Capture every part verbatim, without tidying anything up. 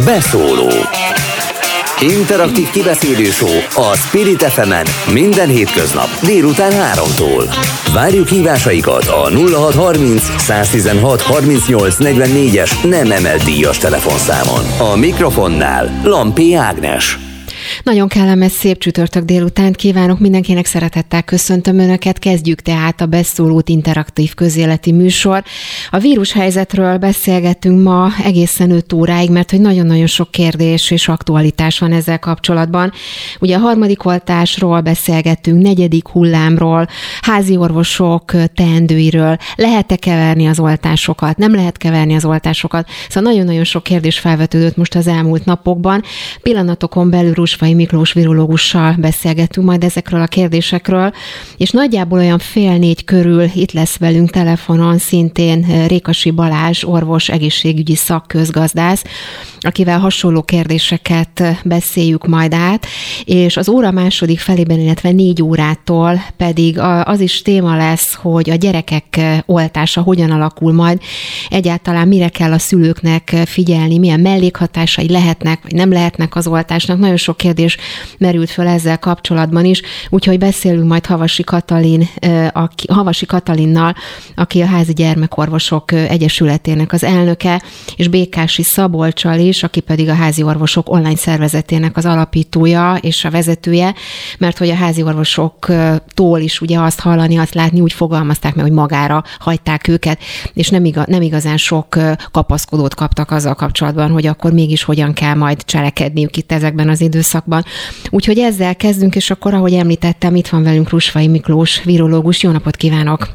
Beszóló. Interaktív kibeszélő show a Spirit ef emen minden hétköznap délután háromtól. Várjuk hívásaikat a nulla hat harminc száztizenhat harmincnyolc negyvennégyes nem emelt díjas telefonszámon. A mikrofonnál Lampi Ágnes. Nagyon kellemes, szép csütörtök délutánt kívánok mindenkinek, szeretettel köszöntöm Önöket. Kezdjük tehát a Beszólót, interaktív közéleti műsor. A vírushelyzetről beszélgettünk ma egészen öt óráig, mert hogy nagyon-nagyon sok kérdés és aktualitás van ezzel kapcsolatban. Ugye a harmadik oltásról beszélgettünk, negyedik hullámról, házi orvosok teendőiről, lehet-e keverni az oltásokat, nem lehet keverni az oltásokat. Szóval nagyon-nagyon sok kérdés felvetődött most az elmúlt napokban. Pillanatokon belül Rusvai Miklós virológussal beszélgetünk majd ezekről a kérdésekről, és nagyjából olyan fél négy körül itt lesz velünk telefonon szintén Rékasi Balázs, orvos, egészségügyi szakközgazdász, akivel hasonló kérdéseket beszéljük majd át, és az óra második felében, illetve négy órától pedig az is téma lesz, hogy a gyerekek oltása hogyan alakul majd, egyáltalán mire kell a szülőknek figyelni, milyen mellékhatásai lehetnek, vagy nem lehetnek az oltásnak. Nagyon sok kérdés merült föl ezzel kapcsolatban is, úgyhogy beszélünk majd Havasi Katalin, aki, Havasi Katalinnal, aki a Házi Gyermekorvosok Egyesületének az elnöke, és Békási Szabolccsal is, aki pedig a házi orvosok online szervezetének az alapítója és a vezetője, mert hogy a házi orvosoktól is ugye azt hallani, azt látni, úgy fogalmazták meg, hogy magára hagyták őket, és nem, igaz, nem igazán sok kapaszkodót kaptak azzal kapcsolatban, hogy akkor mégis hogyan kell majd cselekedniük itt ezekben az időszakban. Úgyhogy ezzel kezdünk, és akkor, ahogy említettem, itt van velünk Rusvai Miklós virológus. Jó napot kívánok!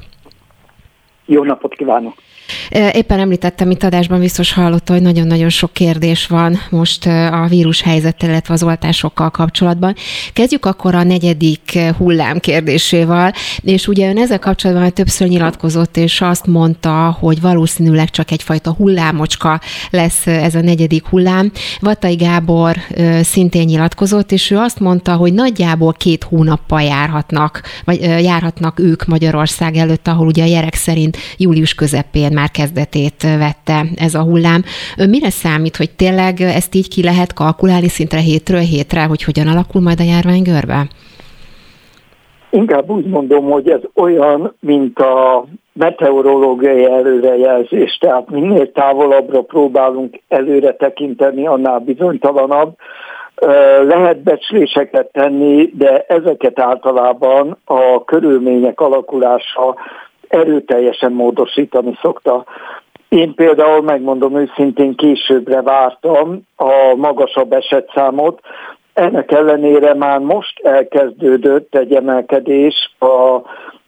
Jó napot kívánok! Éppen említettem, itt adásban biztos hallotta, hogy nagyon-nagyon sok kérdés van most a vírushelyzettel, illetve az oltásokkal kapcsolatban. Kezdjük akkor a negyedik hullám kérdésével, és ugye ön ezzel kapcsolatban már többször nyilatkozott, és azt mondta, hogy valószínűleg csak egyfajta hullámocska lesz ez a negyedik hullám. Vattai Gábor szintén nyilatkozott, és ő azt mondta, hogy nagyjából két hónappal járhatnak, vagy járhatnak ők Magyarország előtt, ahol ugye a jelek szerint július közepén már kezdetét vette ez a hullám. Mire számít, hogy tényleg ezt így ki lehet kalkulálni szinte hétről hétre, hogy hogyan alakul majd a járvány görbe? Inkább úgy mondom, hogy ez olyan, mint a meteorológiai előrejelzés, tehát minél távolabbra próbálunk előre tekinteni, annál bizonytalanabb. Lehet becsléseket tenni, de ezeket általában a körülmények alakulása erőteljesen módosítani szokta. Én például, megmondom őszintén, későbbre vártam a magasabb esetszámot. Ennek ellenére már most elkezdődött egy emelkedés a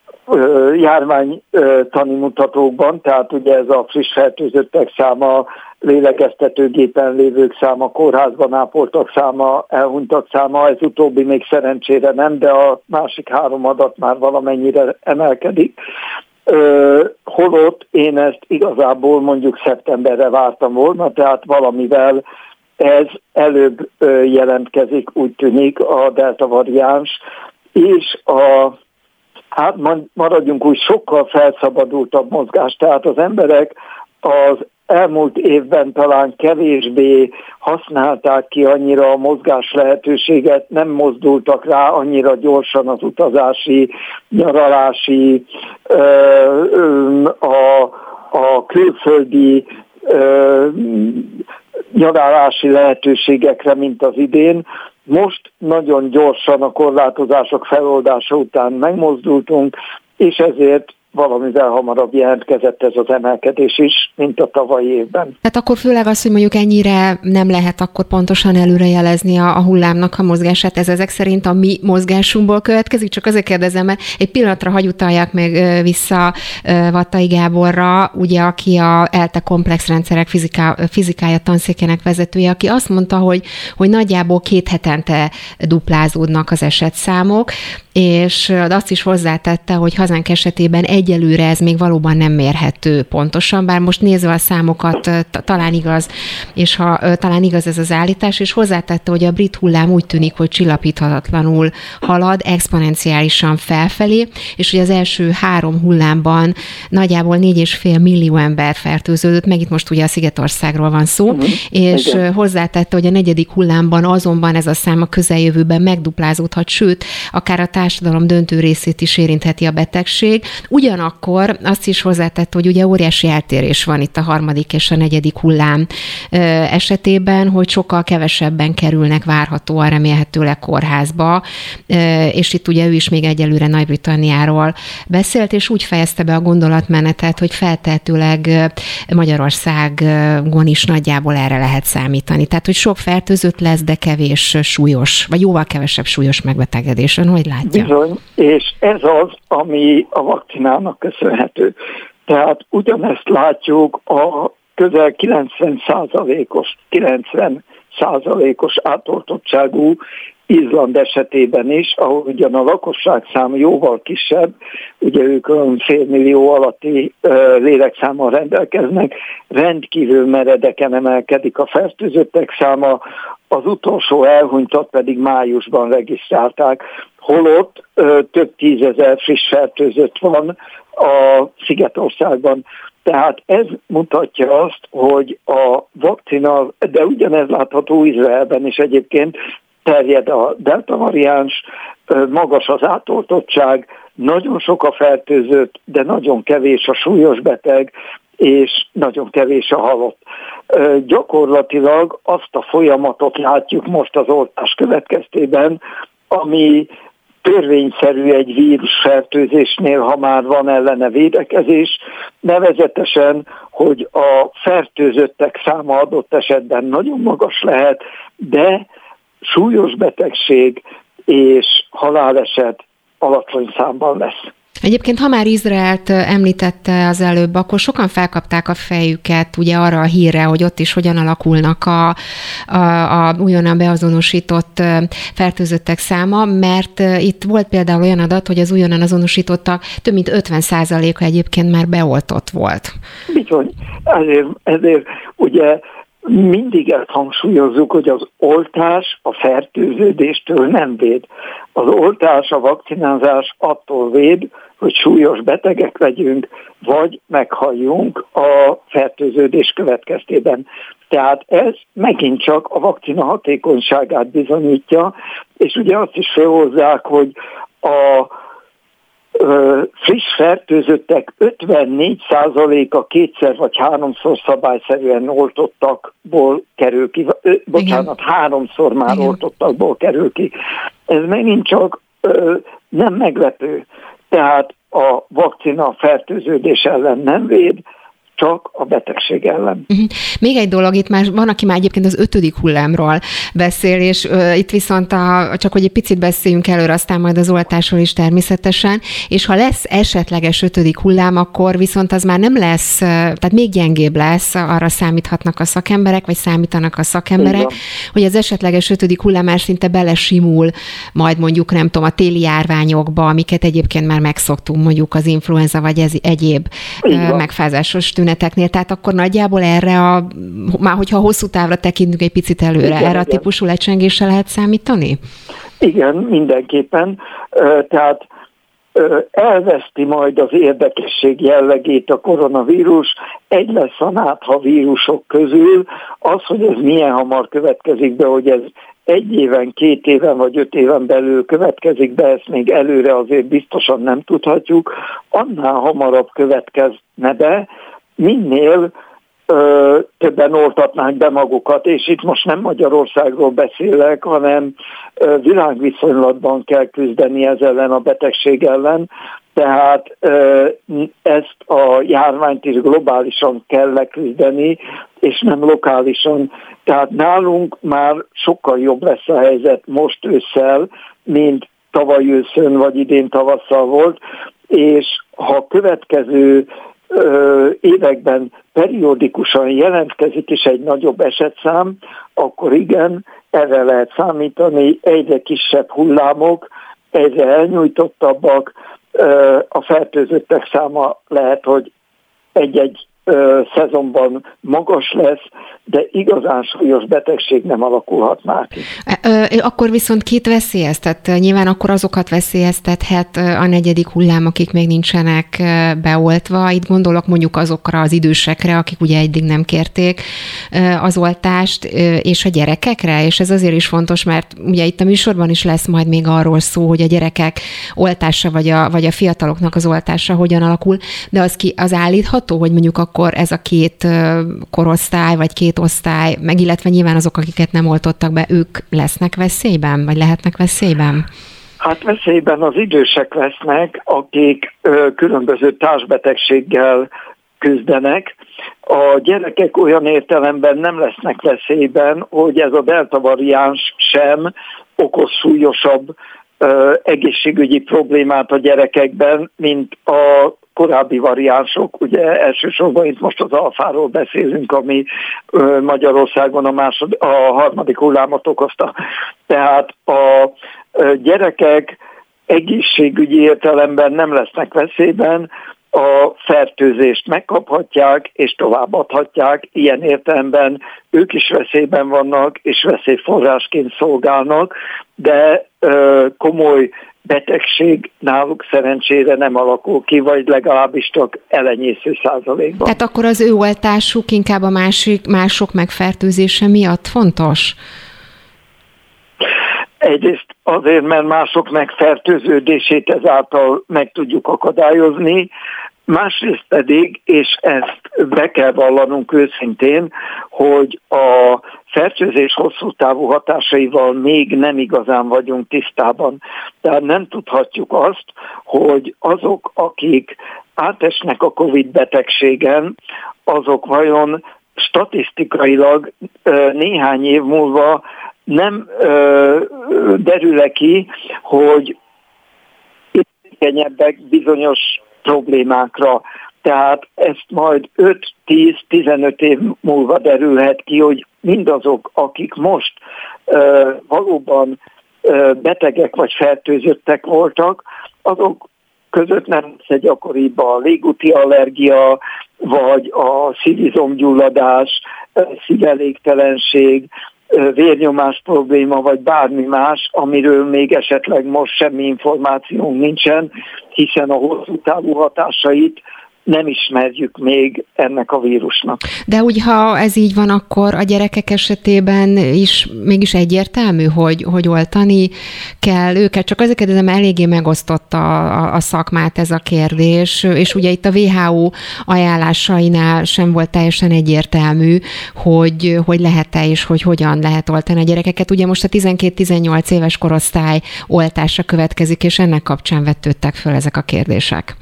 járványtani mutatókban, tehát ugye ez a friss fertőzöttek száma, lélegeztetőgépen lévők száma, kórházban ápoltak száma, elhunytak száma, ez utóbbi még szerencsére nem, de a másik három adat már valamennyire emelkedik. Uh, holott én ezt igazából mondjuk szeptemberre vártam volna, tehát valamivel ez előbb uh, jelentkezik, úgy tűnik, a delta variáns, és a, hát maradjunk úgy, sokkal felszabadultabb mozgás, tehát az emberek az elmúlt évben talán kevésbé használták ki annyira a mozgás lehetőséget, nem mozdultak rá annyira gyorsan az utazási, nyaralási, a, a külföldi nyaralási lehetőségekre, mint az idén. Most nagyon gyorsan a korlátozások feloldása után megmozdultunk, és ezért valamivel hamarabb jelentkezett ez az emelkedés is, mint a tavalyi évben. Tehát akkor főleg az, hogy mondjuk ennyire nem lehet akkor pontosan előrejelezni a, a hullámnak a mozgását, ez ezek szerint a mi mozgásunkból következik, csak azért kérdezem, mert egy pillanatra hagy utaljak meg vissza Vattai Gáborra, ugye, aki a ELTE komplex rendszerek fizika, fizikája tanszékének vezetője, aki azt mondta, hogy, hogy nagyjából két hetente duplázódnak az esetszámok, és azt is hozzátette, hogy hazánk esetében egy egyelőre ez még valóban nem mérhető pontosan, bár most nézve a számokat talán igaz, és ha talán igaz ez az állítás, és hozzátette, hogy a brit hullám úgy tűnik, hogy csillapíthatatlanul halad, exponenciálisan felfelé, és hogy az első három hullámban nagyjából négy és fél millió ember fertőződött, meg itt most ugye a Szigetországról van szó, uh-huh. és igen. hozzátette, hogy a negyedik hullámban azonban ez a szám a közeljövőben megduplázódhat, sőt, akár a társadalom döntő részét is érintheti a betegség. Ugyanakkor azt is hozzátette, hogy ugye óriási eltérés van itt a harmadik és a negyedik hullám esetében, hogy sokkal kevesebben kerülnek várhatóan remélhetőleg kórházba, és itt ugye ő is még egyelőre Nagy-Britanniáról beszélt, és úgy fejezte be a gondolatmenetet, hogy feltehetőleg Magyarországon is nagyjából erre lehet számítani. Tehát, hogy sok fertőzött lesz, de kevés súlyos, vagy jóval kevesebb súlyos megbetegedés. Ön hogy látja? Bizony, és ez az, ami a vakcinának köszönhető. Tehát ugyanezt látjuk a közel kilencven százalékos, kilencven százalékos átoltottságú Izland esetében is, ahol ugyan a lakosság száma jóval kisebb, ugye ők olyan félmillió alatti ö, lélekszámmal rendelkeznek, rendkívül meredeken emelkedik a fertőzöttek száma, az utolsó elhunytat pedig májusban regisztrálták, holott ö, több tízezer friss fertőzött van a Szigetországban. Tehát ez mutatja azt, hogy a vakcina, de ugyanez látható Izraelben is egyébként, terjed a delta variáns, magas az átoltottság, nagyon sok a fertőzött, de nagyon kevés a súlyos beteg, és nagyon kevés a halott. Gyakorlatilag azt a folyamatot látjuk most az oltás következtében, ami törvényszerű egy vírusfertőzésnél, ha már van ellene védekezés, nevezetesen, hogy a fertőzöttek száma adott esetben nagyon magas lehet, de súlyos betegség és haláleset alacsony számban lesz. Egyébként, ha már Izraelt említette az előbb, akkor sokan felkapták a fejüket ugye arra a hírre, hogy ott is hogyan alakulnak a, a, a újonnan beazonosított fertőzöttek száma, mert itt volt például olyan adat, hogy az újonnan azonosítottak több mint ötven százaléka egyébként már beoltott volt. Bizony, ezért, ezért ugye mindig ezt hangsúlyozzuk, hogy az oltás a fertőződéstől nem véd. Az oltás, a vakcinázás attól véd, hogy súlyos betegek legyünk, vagy meghalljunk a fertőződés következtében. Tehát ez megint csak a vakcina hatékonyságát bizonyítja, és ugye azt is felhozzák, hogy a friss fertőzöttek ötvennégy százaléka kétszer vagy háromszor szabályszerűen oltottakból kerül ki, ö, bocsánat, Igen. háromszor már Igen. oltottakból kerül ki. Ez megint csak ö, nem meglepő. Tehát a vakcina a fertőződés ellen nem véd, csak a betegség ellen. Uh-huh. Még egy dolog, itt már van, aki már egyébként az ötödik hullámról beszél, és uh, itt viszont a, csak hogy egy picit beszéljünk előre, aztán majd az oltásról is természetesen, és ha lesz esetleges ötödik hullám, akkor viszont az már nem lesz, tehát még gyengébb lesz, arra számíthatnak a szakemberek, vagy számítanak a szakemberek, Igen. hogy az esetleges ötödik hullám már szinte belesimul, majd mondjuk nem tudom, a téli járványokba, amiket egyébként már megszoktunk, mondjuk az influenza, vagy ez egyéb Igen. megfázásos tünet. Tehát akkor nagyjából erre, a, már hogyha hosszú távra tekintünk egy picit előre, igen, erre igen. a típusú lecsengésre lehet számítani? Igen, mindenképpen. Tehát elveszti majd az érdekesség jellegét a koronavírus, egy lesz a nátha vírusok közül, az, hogy ez milyen hamar következik be, hogy ez egy éven, két éven vagy öt éven belül következik be, ezt még előre azért biztosan nem tudhatjuk, annál hamarabb következne be, minél ö, többen oltatnánk be magukat, és itt most nem Magyarországról beszélek, hanem ö, világviszonylatban kell küzdeni ez ellen a betegség ellen, tehát ö, ezt a járványt is globálisan kell leküzdeni, és nem lokálisan. Tehát nálunk már sokkal jobb lesz a helyzet most ősszel, mint tavaly őszön vagy idén tavasszal volt, és ha a következő években periódikusan jelentkezik is egy nagyobb esetszám, akkor igen, erre lehet számítani, egyre kisebb hullámok, egyre elnyújtottabbak, a fertőzöttek száma lehet, hogy egy-egy szezonban magas lesz, de igazán súlyos betegség nem alakulhat már ki. Akkor viszont két veszélyeztet? Nyilván akkor azokat veszélyeztethet a negyedik hullám, akik még nincsenek beoltva. Itt gondolok mondjuk azokra az idősekre, akik ugye eddig nem kérték az oltást, és a gyerekekre, és ez azért is fontos, mert ugye itt a műsorban is lesz majd még arról szó, hogy a gyerekek oltása, vagy a, vagy a fiataloknak az oltása hogyan alakul, de az, ki, az állítható, hogy mondjuk akkor ez a két korosztály, vagy két osztály, meg illetve nyilván azok, akiket nem oltottak be, ők lesznek veszélyben, vagy lehetnek veszélyben? Hát veszélyben az idősek lesznek, akik ö, különböző társbetegséggel küzdenek. A gyerekek olyan értelemben nem lesznek veszélyben, hogy ez a delta variáns sem okoz súlyosabb ö, egészségügyi problémát a gyerekekben, mint a korábbi variánsok. Ugye elsősorban itt most az alfáról beszélünk, ami ö, Magyarországon a, másod, a harmadik hullámot okozta. Tehát a ö, gyerekek egészségügyi értelemben nem lesznek veszélyben, a fertőzést megkaphatják és továbbadhatják, ilyen értelemben ők is veszélyben vannak és veszélyforrásként szolgálnak, de ö, komoly betegség náluk szerencsére nem alakul ki, vagy legalábbis csak elenyésző százalékban. Tehát akkor az ő oltásuk inkább a másik, mások megfertőzése miatt fontos? Egyrészt azért, mert mások megfertőződését ezáltal meg tudjuk akadályozni, másrészt pedig, és ezt be kell vallanunk őszintén, hogy a fertőzés hosszú távú hatásaival még nem igazán vagyunk tisztában. Tehát nem tudhatjuk azt, hogy azok, akik átesnek a Covid betegségen, azok vajon statisztikailag néhány év múlva nem derül ki, hogy érzékenyebbek bizonyos problémákra. Tehát ezt majd öt-tíz-tizenöt év múlva derülhet ki, hogy mindazok, akik most uh, valóban uh, betegek vagy fertőzöttek voltak, azok között nem lesz gyakoribb a légúti allergia, vagy a szívizomgyulladás, szívelégtelenség, vérnyomás probléma, vagy bármi más, amiről még esetleg most semmi információnk nincsen, hiszen a hosszú távú hatásait nem ismerjük még ennek a vírusnak. De úgy, ha ez így van, akkor a gyerekek esetében is mégis egyértelmű, hogy, hogy oltani kell őket. Csak azért kérdezem, eléggé megosztott a, a, a szakmát ez a kérdés, és ugye itt a vé há o ajánlásainál sem volt teljesen egyértelmű, hogy, hogy lehet-e és hogy hogyan lehet oltani a gyerekeket. Ugye most a tizenkét-tizennyolc éves korosztály oltása következik, és ennek kapcsán vetődtek föl ezek a kérdések.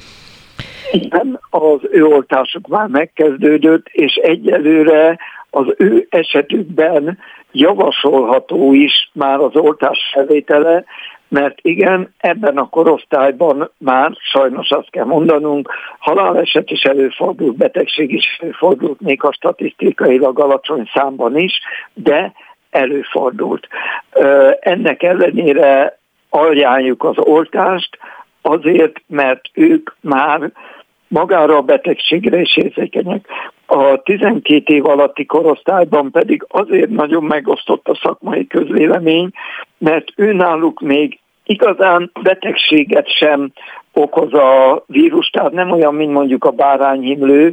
Igen, az ő oltásuk már megkezdődött, és egyelőre az ő esetükben javasolható is már az oltás felvétele, mert igen, ebben a korosztályban már sajnos azt kell mondanunk, haláleset is előfordult, betegség is előfordult, még a statisztikailag alacsony számban is, de előfordult. Ennek ellenére ajánljuk az oltást, azért, mert ők már magára a betegségre is érzékenyek. A tizenkét év alatti korosztályban pedig azért nagyon megosztott a szakmai közvélemény, mert őnáluk még igazán betegséget sem okoz a vírus, tehát nem olyan, mint mondjuk a bárányhimlő,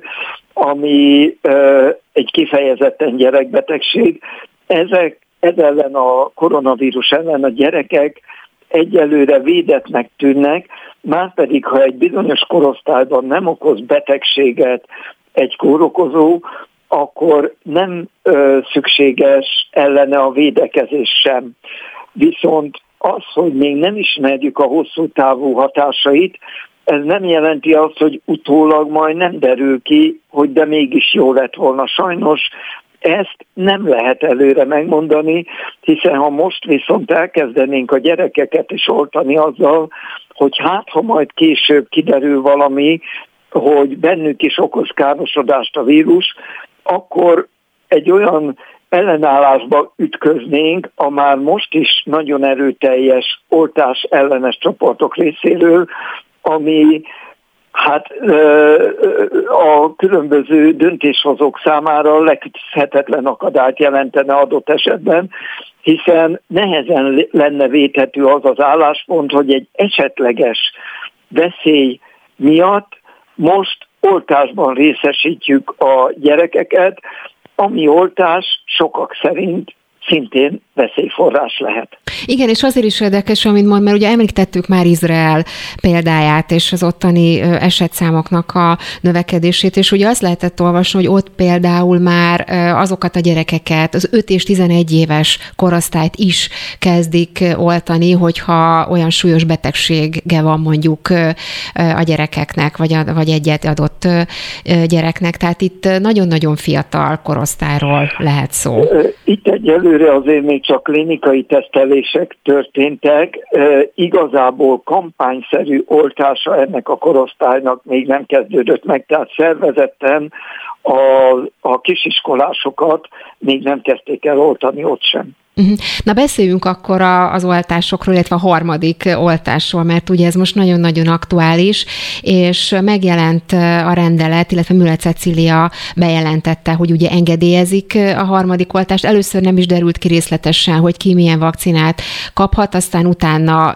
ami ö, egy kifejezetten gyerekbetegség. Ezek, ez ellen a koronavírus ellen a gyerekek egyelőre védettnek tűnnek, márpedig ha egy bizonyos korosztályban nem okoz betegséget egy kórokozó, akkor nem ö, szükséges ellene a védekezés sem. Viszont az, hogy még nem ismerjük a hosszú távú hatásait, ez nem jelenti azt, hogy utólag majd nem derül ki, hogy de mégis jó lett volna. Sajnos ezt nem lehet előre megmondani, hiszen ha most viszont elkezdenénk a gyerekeket is oltani azzal, hogy hát ha majd később kiderül valami, hogy bennük is okoz károsodást a vírus, akkor egy olyan ellenállásba ütköznénk a már most is nagyon erőteljes oltás ellenes csoportok részéről, ami hát a különböző döntéshozók számára leküzdhetetlen akadályt jelentene adott esetben, hiszen nehezen lenne védhető az az álláspont, hogy egy esetleges veszély miatt most oltásban részesítjük a gyerekeket, ami oltás sokak szerint szintén veszélyforrás lehet. Igen, és azért is érdekes, amit mond, mert ugye említettük már Izrael példáját, és az ottani esetszámoknak a növekedését, és ugye azt lehetett olvasni, hogy ott például már azokat a gyerekeket, az öt és tizenegy éves korosztályt is kezdik oltani, hogyha olyan súlyos betegsége van mondjuk a gyerekeknek, vagy, a, vagy egy adott gyereknek, tehát itt nagyon-nagyon fiatal korosztályról lehet szó. Itt egyelőre azért még csak klinikai tesztelések történtek, e, igazából kampányszerű oltása ennek a korosztálynak még nem kezdődött meg, tehát szervezetten a, a kisiskolásokat még nem kezdték el oltani ott sem. Na beszéljünk akkor az oltásokról, illetve a harmadik oltásról, mert ugye ez most nagyon-nagyon aktuális, és megjelent a rendelet, illetve Müller Cecília bejelentette, hogy ugye engedélyezik a harmadik oltást. Először nem is derült ki részletesen, hogy ki milyen vakcinát kaphat, aztán utána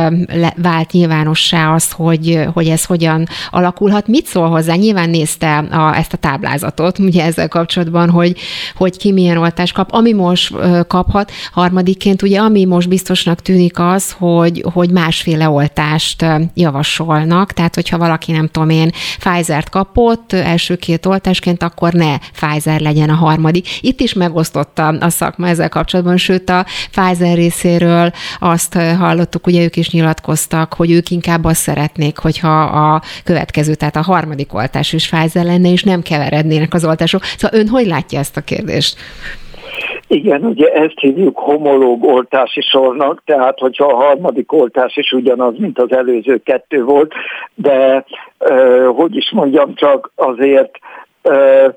vált nyilvánossá az, hogy, hogy ez hogyan alakulhat. Mit szól hozzá? Nyilván nézte a, ezt a táblázatot, ugye ezzel kapcsolatban, hogy, hogy ki milyen oltást kap, ami most kaphat. Harmadikként ugye, ami most biztosnak tűnik az, hogy, hogy másféle oltást javasolnak, tehát hogyha valaki nem tudom én Pfizert kapott első két oltásként, akkor ne Pfizer legyen a harmadik. Itt is megosztotta a szakma ezzel kapcsolatban, sőt a Pfizer részéről azt hallottuk, ugye ők is nyilatkoztak, hogy ők inkább azt szeretnék, hogyha a következő, tehát a harmadik oltás is Pfizer lenne, és nem keverednének az oltások. Szóval ön hogy látja ezt a kérdést? Igen, ugye ezt hívjuk homológ oltási sornak, tehát hogyha a harmadik oltás is ugyanaz, mint az előző kettő volt, de euh, hogy is mondjam, csak azért euh,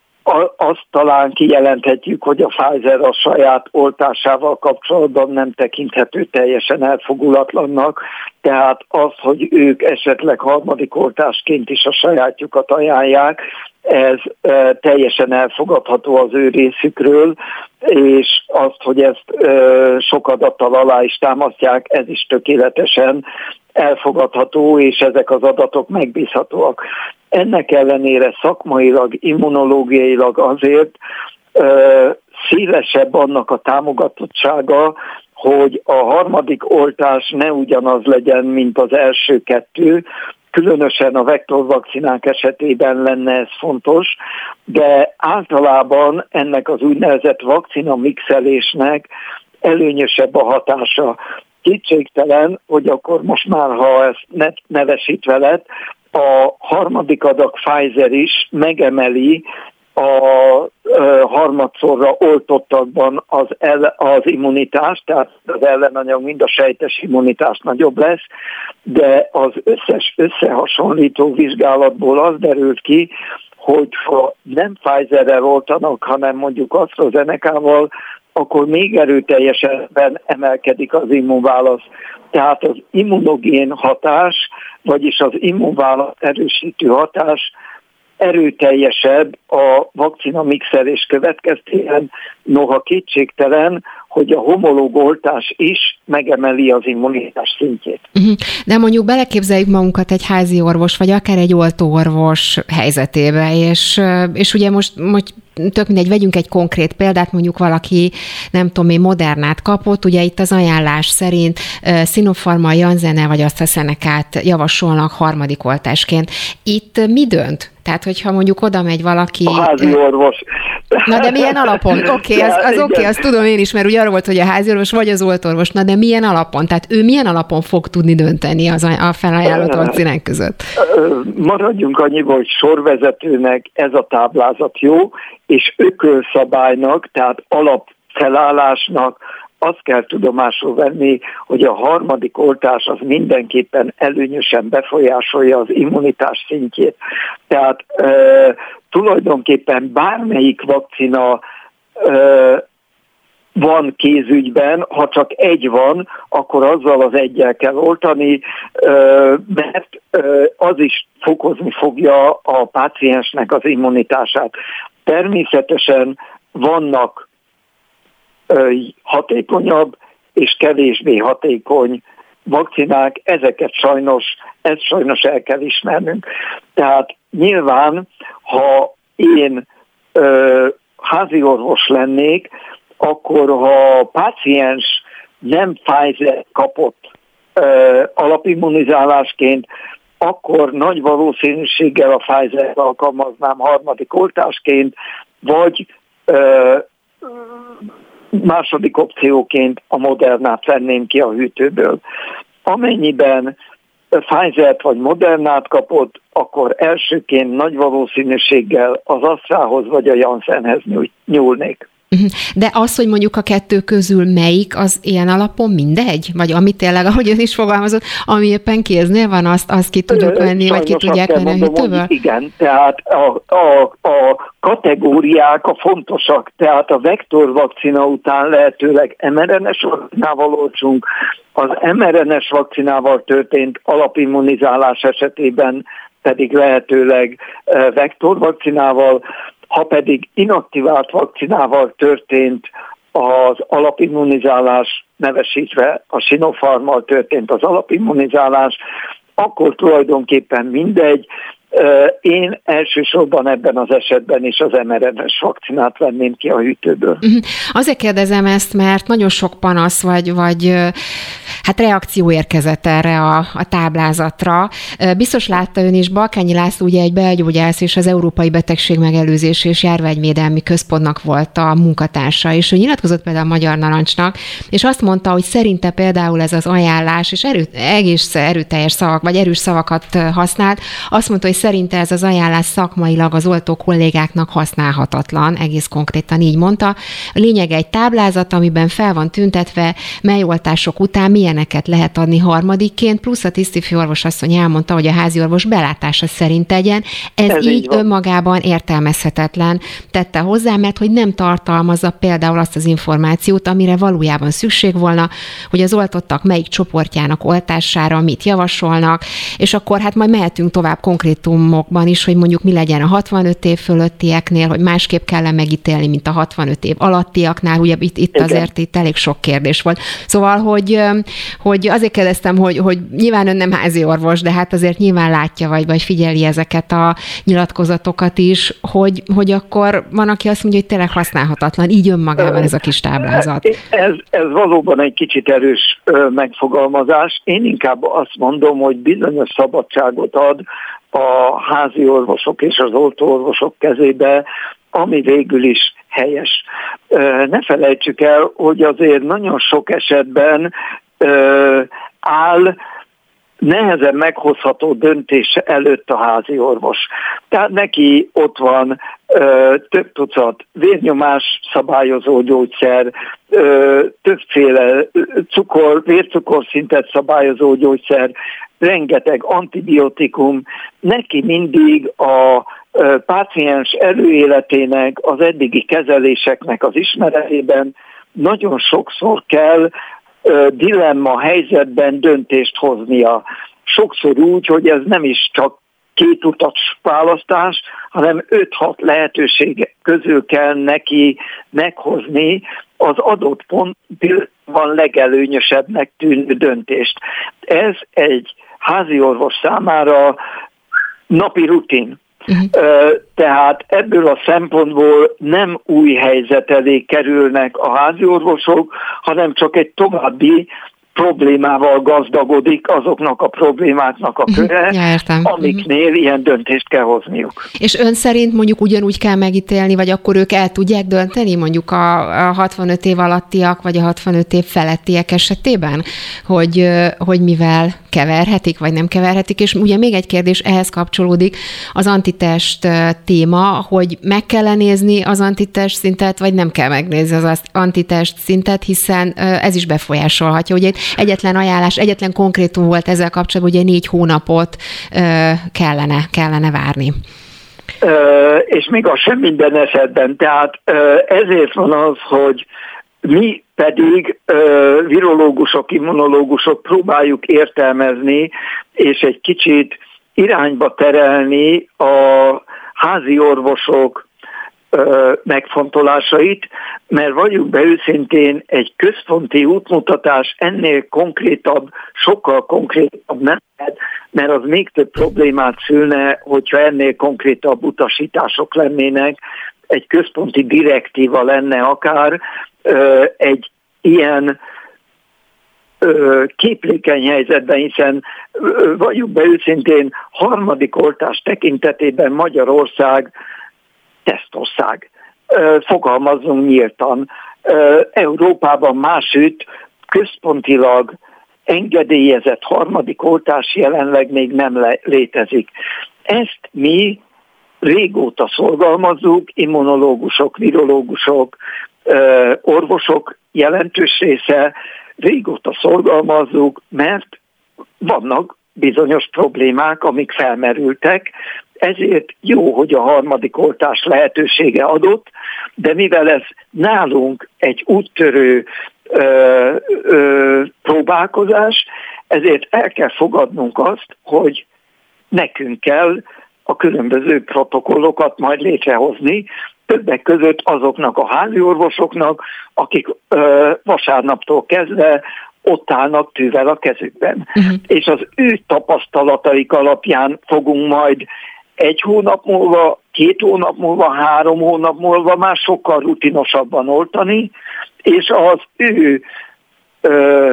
azt talán kijelenthetjük, hogy a Pfizer a saját oltásával kapcsolatban nem tekinthető teljesen elfogulatlannak, tehát az, hogy ők esetleg harmadik oltásként is a sajátjukat ajánlják, ez e, teljesen elfogadható az ő részükről, és azt, hogy ezt e, sok adattal alá is támasztják, ez is tökéletesen elfogadható, és ezek az adatok megbízhatóak. Ennek ellenére szakmailag, immunológiailag azért e, szélesebb annak a támogatottsága, hogy a harmadik oltás ne ugyanaz legyen, mint az első kettő, különösen a vektorvakcinák esetében lenne ez fontos, de általában ennek az úgynevezett vakcina mixelésnek előnyösebb a hatása. Kétségtelen, hogy akkor most már, ha ezt nevesítve lett, a harmadik adag Pfizer is megemeli a harmadszorra oltottakban az, el, az immunitás, tehát az ellenanyag mind a sejtes immunitás nagyobb lesz, de az összes összehasonlító vizsgálatból az derült ki, hogy ha nem Pfizerrel oltanak, hanem mondjuk AstraZenecával, akkor még erőteljesebben emelkedik az immunválasz. Tehát az immunogén hatás, vagyis az immunválaszt erősítő hatás erőteljesebb a vakcina mixelés következtében, noha kétségtelen, hogy a homológ oltás is megemeli az immunitás szintjét. De mondjuk beleképzeljük magunkat egy házi orvos, vagy akár egy oltóorvos helyzetébe, és, és ugye most, most tök mindegy, vegyünk egy konkrét példát, mondjuk valaki, nem tudom én, Modernát kapott, ugye itt az ajánlás szerint Sinopharma, Janssen vagy AstraZenecát javasolnak harmadik oltásként. Itt mi dönt? Tehát, hogyha mondjuk oda megy valaki... A házi orvos. Na, de milyen alapon? Oké, okay, az, az oké, okay, azt tudom én is, mert ugye arra volt, hogy a házi orvos vagy az oltorvos, na, de milyen alapon? Tehát ő milyen alapon fog tudni dönteni az a felajánlott vakcinák között? Maradjunk annyiból, hogy sorvezetőnek ez a táblázat jó, és ökölszabálynak, tehát alapfelállásnak azt kell tudomásul venni, hogy a harmadik oltás az mindenképpen előnyösen befolyásolja az immunitás szintjét. Tehát e, tulajdonképpen bármelyik vakcina e, van kézügyben, ha csak egy van, akkor azzal az egyel kell oltani, mert az is fokozni fogja a páciensnek az immunitását. Természetesen vannak hatékonyabb és kevésbé hatékony vakcinák, ezeket sajnos, ezt sajnos el kell ismernünk. Tehát nyilván, ha én ö, háziorvos lennék, akkor ha a páciens nem Pfizer kapott ö, alapimmunizálásként, akkor nagy valószínűséggel a Pfizer-t alkalmaznám harmadik oltásként, vagy ö, második opcióként a Modernát venném ki a hűtőből. Amennyiben Pfizer-t vagy Modernát kapott, akkor elsőként nagy valószínűséggel az AstraHhoz vagy a Janssenhez nyúlnék. De az, hogy mondjuk a kettő közül melyik, az ilyen alapon mindegy? Vagy amit tényleg, ahogy ön is fogalmazott, ami éppen kéznél van, azt, azt ki tudjuk venni, vagy ki tudják venni a hűtőből? Igen, tehát a, a, a kategóriák a fontosak, tehát a vektorvakcina után lehetőleg em er en es vakcinával oltsunk, az em er en es vakcinával történt alapimmunizálás esetében pedig lehetőleg vektorvakcinával, ha pedig inaktivált vakcinával történt az alapimmunizálás, nevesítve a Sinopharmmal történt az alapimmunizálás, akkor tulajdonképpen mindegy. Én elsősorban ebben az esetben is az em er en es vakcinát venném ki a hűtőből. Azért kérdezem ezt, mert nagyon sok panasz vagy, vagy hát reakció érkezett erre a, a táblázatra. Biztos látta ön is, Balkányi László ugye egy belgyógyász és az Európai Betegségmegelőzés és Járványvédelmi Központnak volt a munkatársa, és ő nyilatkozott például a Magyar Narancsnak, és azt mondta, hogy szerinte például ez az ajánlás, és erő, egész erőteljes szavak, vagy erős szavakat használt, azt mondta, hogy szerinte ez az ajánlás szakmailag az oltó kollégáknak használhatatlan, egész konkrétan így mondta. A lényeg egy táblázat, amiben fel van tüntetve, mely oltások után milyeneket lehet adni harmadikként, plusz a tisztifőorvos asszony elmondta, hogy a háziorvos belátása szerint tegyen. Ez, ez így, így önmagában értelmezhetetlen, tette hozzá, mert hogy nem tartalmazza például azt az információt, amire valójában szükség volna, hogy az oltottak melyik csoportjának oltására mit javasolnak, és akkor hát majd mehetünk tovább konkrétumokban is, hogy mondjuk mi legyen a hatvanöt év fölöttieknél, hogy másképp kell megítélni, mint a hatvanöt év alattiaknál, ugye itt, itt azért itt elég sok kérdés volt. Szóval, hogy, hogy azért kérdeztem, hogy, hogy nyilván ön nem házi orvos, de hát azért nyilván látja, vagy, vagy figyeli ezeket a nyilatkozatokat is, hogy, hogy akkor van, aki azt mondja, hogy tényleg használhatatlan, így önmagában ez a kis táblázat. Ez, ez valóban egy kicsit erős megfogalmazás. Én inkább azt mondom, hogy bizonyos szabadságot ad a házi orvosok és az oltóorvosok kezébe, ami végül is helyes. Ne felejtsük el, hogy azért nagyon sok esetben áll nehezen meghozható döntés előtt a házi orvos. Tehát neki ott van ö, több tucat vérnyomás szabályozó gyógyszer, ö, többféle cukor, vércukorszintet szabályozó gyógyszer, rengeteg antibiotikum. Neki mindig a ö, páciens előéletének, az eddigi kezeléseknek az ismeretében nagyon sokszor kell dilemma helyzetben döntést hoznia. Sokszor úgy, hogy ez nem is csak két utas választás, hanem öt-hat lehetőség közül kell neki meghozni az adott pontban legelőnyösebbnek tűnő döntést. Ez egy háziorvos számára napi rutin. Uh-huh. Tehát ebből a szempontból nem új helyzet elé kerülnek a háziorvosok, hanem csak egy további problémával gazdagodik azoknak a problémáknak a köre, ja, amiknél uh-huh. ilyen döntést kell hozniuk. És ön szerint mondjuk ugyanúgy kell megítélni, vagy akkor ők el tudják dönteni, mondjuk a, a hatvanöt év alattiak, vagy a hatvanöt év felettiek esetében, hogy, hogy mivel keverhetik, vagy nem keverhetik, és ugye még egy kérdés ehhez kapcsolódik, az antitest téma, hogy meg kell nézni az antitest szintet, vagy nem kell megnézni az antitest szintet, hiszen ez is befolyásolhatja. Ugye egyetlen ajánlás, egyetlen konkrétum volt ezzel kapcsolatban, ugye négy hónapot kellene, kellene várni. És még az sem minden esetben. Tehát ezért van az, hogy Mi pedig ö, virológusok, immunológusok próbáljuk értelmezni, és egy kicsit irányba terelni a házi orvosok ö, megfontolásait, mert valljuk be őszintén, egy központi útmutatás ennél konkrétabb, sokkal konkrétabb nem lehet, mert az még több problémát szülne, hogyha ennél konkrétabb utasítások lennének, egy központi direktíva lenne akár, egy ilyen képlékeny helyzetben, hiszen valljuk be őszintén, harmadik oltás tekintetében Magyarország tesztország. Fogalmazzunk nyíltan. Európában másütt központilag engedélyezett harmadik oltás jelenleg még nem le- létezik. Ezt mi régóta szorgalmazzuk, immunológusok, virológusok, orvosok jelentős része, régóta szorgalmazzuk, mert vannak bizonyos problémák, amik felmerültek, ezért jó, hogy a harmadik oltás lehetősége adott, de mivel ez nálunk egy úttörő ö, ö, próbálkozás, ezért el kell fogadnunk azt, hogy nekünk kell a különböző protokollokat majd létrehozni, többek között azoknak a házi orvosoknak, akik ö, vasárnaptól kezdve ott állnak tűvel a kezükben. Uh-huh. És az ő tapasztalataik alapján fogunk majd egy hónap múlva, két hónap múlva, három hónap múlva már sokkal rutinosabban oltani, és az ő ö,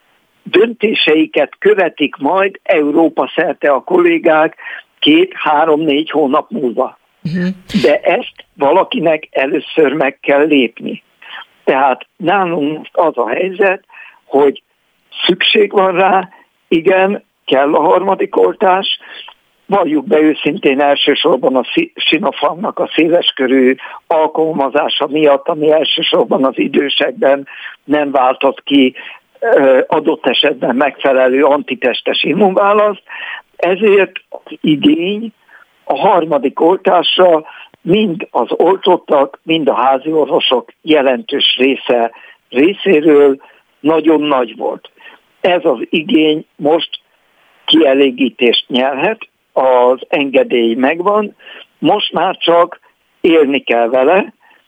döntéseiket követik majd Európa szerte a kollégák két, három, négy hónap múlva. Uh-huh. De ezt valakinek először meg kell lépni. Tehát nálunk az a helyzet, hogy szükség van rá, igen, kell a harmadik oltás, valljuk be őszintén elsősorban a Sinopharmnak a széleskörű alkalmazása miatt, ami elsősorban az idősekben nem váltott ki adott esetben megfelelő antitestes immunválaszt, ezért az igény a harmadik oltásra mind az oltottak, mind a házi orvosok jelentős része részéről nagyon nagy volt. Ez az igény most kielégítést nyerhet, az engedély megvan, most már csak élni kell vele,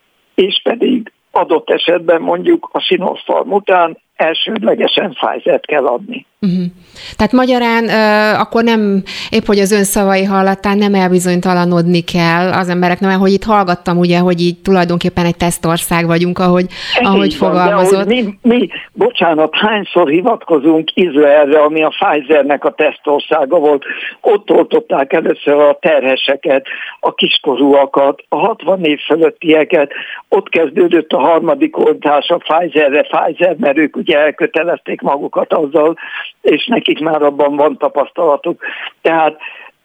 és pedig adott esetben mondjuk a Sinopharm után elsődlegesen Pfizert kell adni. Uh-huh. Tehát magyarán uh, akkor nem, épp hogy az ön szavai hallatán nem elbizonytalanodni kell az embereknek, mert hogy itt hallgattam ugye, hogy így tulajdonképpen egy tesztország vagyunk, ahogy, ahogy fogalmazott. Van, mi, mi, bocsánat, hányszor hivatkozunk Izraelre, ami a Pfizernek a tesztországa volt. Ott oltották először a terheseket, a kiskorúakat, a hatvan év fölöttieket, ott kezdődött a harmadik oltás a Pfizerre, Pfizer, mert ők ugye elkötelezték magukat azzal, és nekik már abban van tapasztalatuk. Tehát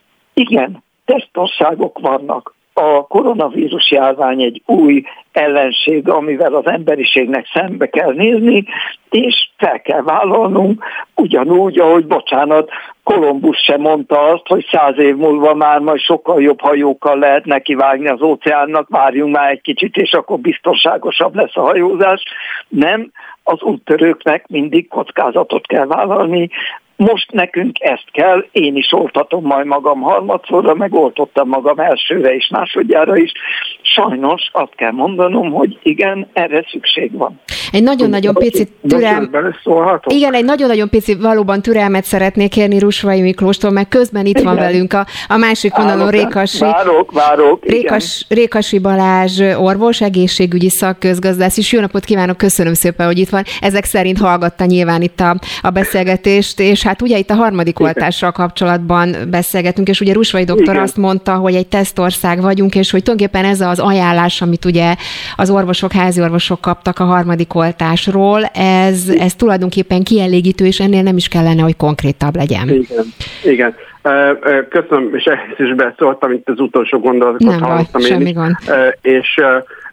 igen, tesztországok vannak. A koronavírus járvány egy új ellenség, amivel az emberiségnek szembe kell nézni, és fel kell vállalnunk, ugyanúgy, ahogy, bocsánat, Kolumbusz sem mondta azt, hogy száz év múlva már majd sokkal jobb hajókkal lehet nekivágni az óceánnak, várjunk már egy kicsit, és akkor biztonságosabb lesz a hajózás. Nem, az úttörőknek mindig kockázatot kell vállalni. Most nekünk ezt kell, én is oltatom majd magam harmadszorra, meg oltottam magam elsőre és másodjára is. Sajnos azt kell mondanom, hogy igen, erre szükség van. Egy nagyon-nagyon pici türelmet. Igen, egy nagyon-nagyon pici valóban türelmet szeretnék kérni Rusvai Miklóstól, mert közben itt igen. van velünk a, a másik vonalon Rékasi. Várok, várok. Rékas, Rékasi Balázs orvos, egészségügyi szakközgazdász, és jó napot kívánok, köszönöm szépen, hogy itt van. Ezek szerint hallgatta nyilván itt a, a beszélgetést, és hát ugye itt a harmadik igen. oltással kapcsolatban beszélgetünk, és ugye Rusvai doktor igen. azt mondta, hogy egy tesztország vagyunk, és hogy tulajdonképpen ez az ajánlás, amit ugye az orvosok, házi orvosok kaptak a harmadik oltásról, ez, ez tulajdonképpen kielégítő, és ennél nem is kellene, hogy konkrétabb legyen. Igen, igen. Köszönöm, és ehhez is beszóltam, itt az utolsó gondolatokat hallottam én is. És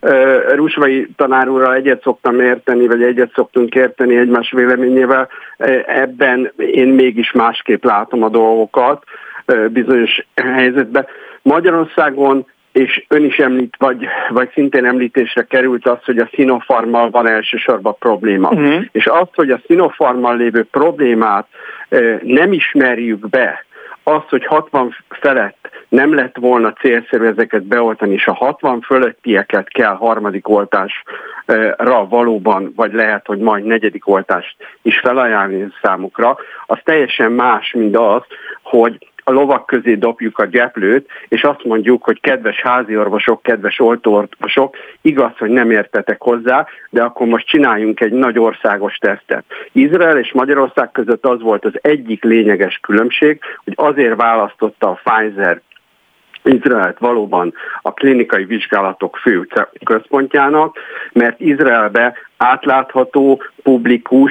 Rusvai tanár úrral egyet szoktam érteni, vagy egyet szoktunk érteni egymás véleményével. Ebben én mégis másképp látom a dolgokat bizonyos helyzetben. Magyarországon és ön is említ, vagy, vagy szintén említésre került az, hogy a Sinopharmmal van elsősorban probléma. Uh-huh. És azt, hogy a Sinopharmmal lévő problémát nem ismerjük be, az, hogy hatvan felett nem lett volna célszerű ezeket beoltani, és a hatvan fölöttieket kell harmadik oltásra valóban, vagy lehet, hogy majd negyedik oltást is felajánlani számukra, az teljesen más, mint az, hogy a lovak közé dobjuk a gyeplőt, és azt mondjuk, hogy kedves háziorvosok, kedves oltóorvosok, igaz, hogy nem értetek hozzá, de akkor most csináljunk egy nagy országos tesztet. Izrael és Magyarország között az volt az egyik lényeges különbség, hogy azért választotta a Pfizer Izraelt valóban a klinikai vizsgálatok fő központjának, mert Izraelbe átlátható, publikus,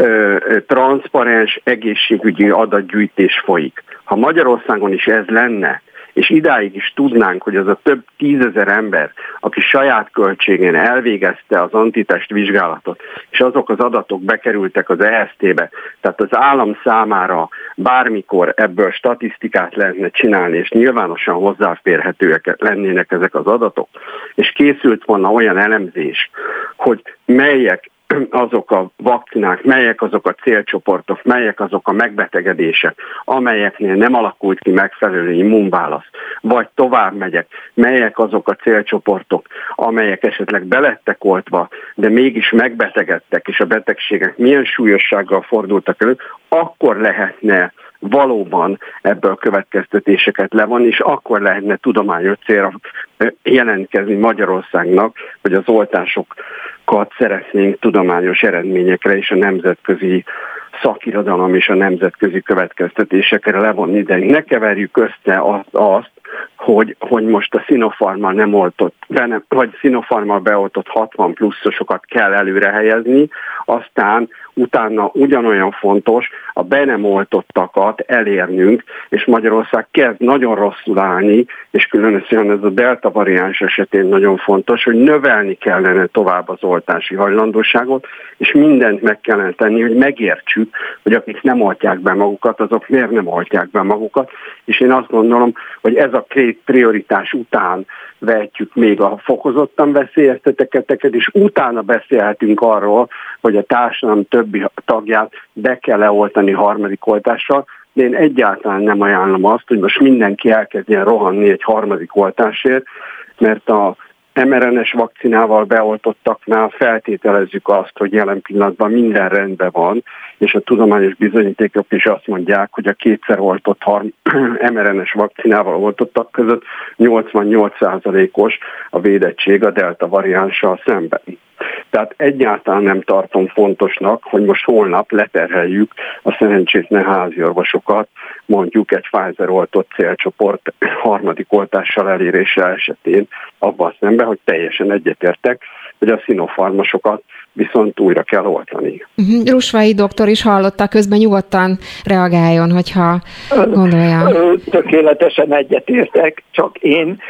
transzparens egészségügyi adatgyűjtés folyik. Ha Magyarországon is ez lenne, és idáig is tudnánk, hogy az a több tízezer ember, aki saját költségén elvégezte az antitest vizsgálatot, és azok az adatok bekerültek az E S T-be, tehát az állam számára bármikor ebből statisztikát lehetne csinálni, és nyilvánosan hozzáférhetőek lennének ezek az adatok, és készült volna olyan elemzés, hogy melyek azok a vakcinák, melyek azok a célcsoportok, melyek azok a megbetegedések, amelyeknél nem alakult ki megfelelő immunválasz, vagy tovább megyek, melyek azok a célcsoportok, amelyek esetleg belettek oltva, de mégis megbetegedtek, és a betegségek milyen súlyossággal fordultak elő, akkor lehetne valóban ebből következtetéseket levonni, és akkor lehetne tudományos célra jelentkezni Magyarországnak, hogy az oltásokat szeretnénk tudományos eredményekre és a nemzetközi szakirodalom és a nemzetközi következtetésekre levonni, de ne keverjük össze azt, azt hogy, hogy most a Sinopharmmal nem oltott, nem, vagy Sinopharmmal beoltott hatvan pluszosokat kell előre helyezni, aztán utána ugyanolyan fontos a be nem oltottakat elérnünk, és Magyarország kezd nagyon rosszul állni, és különösen ez a delta variáns esetén nagyon fontos, hogy növelni kellene tovább az oltási hajlandóságot, és mindent meg kellene tenni, hogy megértsük, hogy akik nem oltják be magukat, azok miért nem oltják be magukat, és én azt gondolom, hogy ez a két prioritás után vehetjük még a fokozottan veszélyeztetetteket, és utána beszélhetünk arról, hogy a társadalom többi tagját be kell leoltani harmadik oltással, de én egyáltalán nem ajánlom azt, hogy most mindenki elkezdjen rohanni egy harmadik oltásért, mert a em er en es vakcinával beoltottaknál feltételezzük azt, hogy jelen pillanatban minden rendben van, és a tudományos bizonyítékok is azt mondják, hogy a kétszer oltott em er en es vakcinával oltottak között nyolcvannyolc százalékos a védettség a delta variánssal szemben. Tehát egyáltalán nem tartom fontosnak, hogy most holnap leterheljük a szerencsétlen háziorvosokat, mondjuk egy Pfizer oltott célcsoport harmadik oltással elérése esetén, abban szemben, hogy teljesen egyetértek, hogy a Sinopharmosokat viszont újra kell oltani. Uh-huh. Rusvai doktor is hallotta, közben nyugodtan reagáljon, hogyha gondolja. Tökéletesen egyetértek, csak én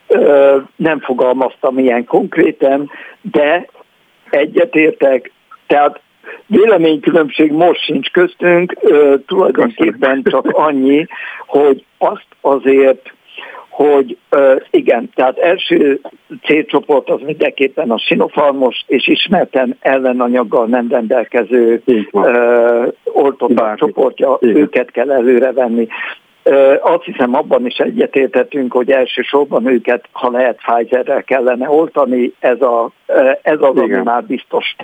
nem fogalmaztam ilyen konkrétan, de egyetértek, tehát véleménykülönbség most sincs köztünk, tulajdonképpen csak annyi, hogy azt azért, hogy igen, tehát első célcsoport az mindenképpen a Sinopharmos és ismerten ellenanyaggal nem rendelkező oltottak csoportja, igen. Őket kell előrevenni. Azt hiszem, abban is egyetértettünk, hogy elsősorban őket, ha lehet, Pfizerrel kellene oltani, ez, a, ez az, ami már biztos.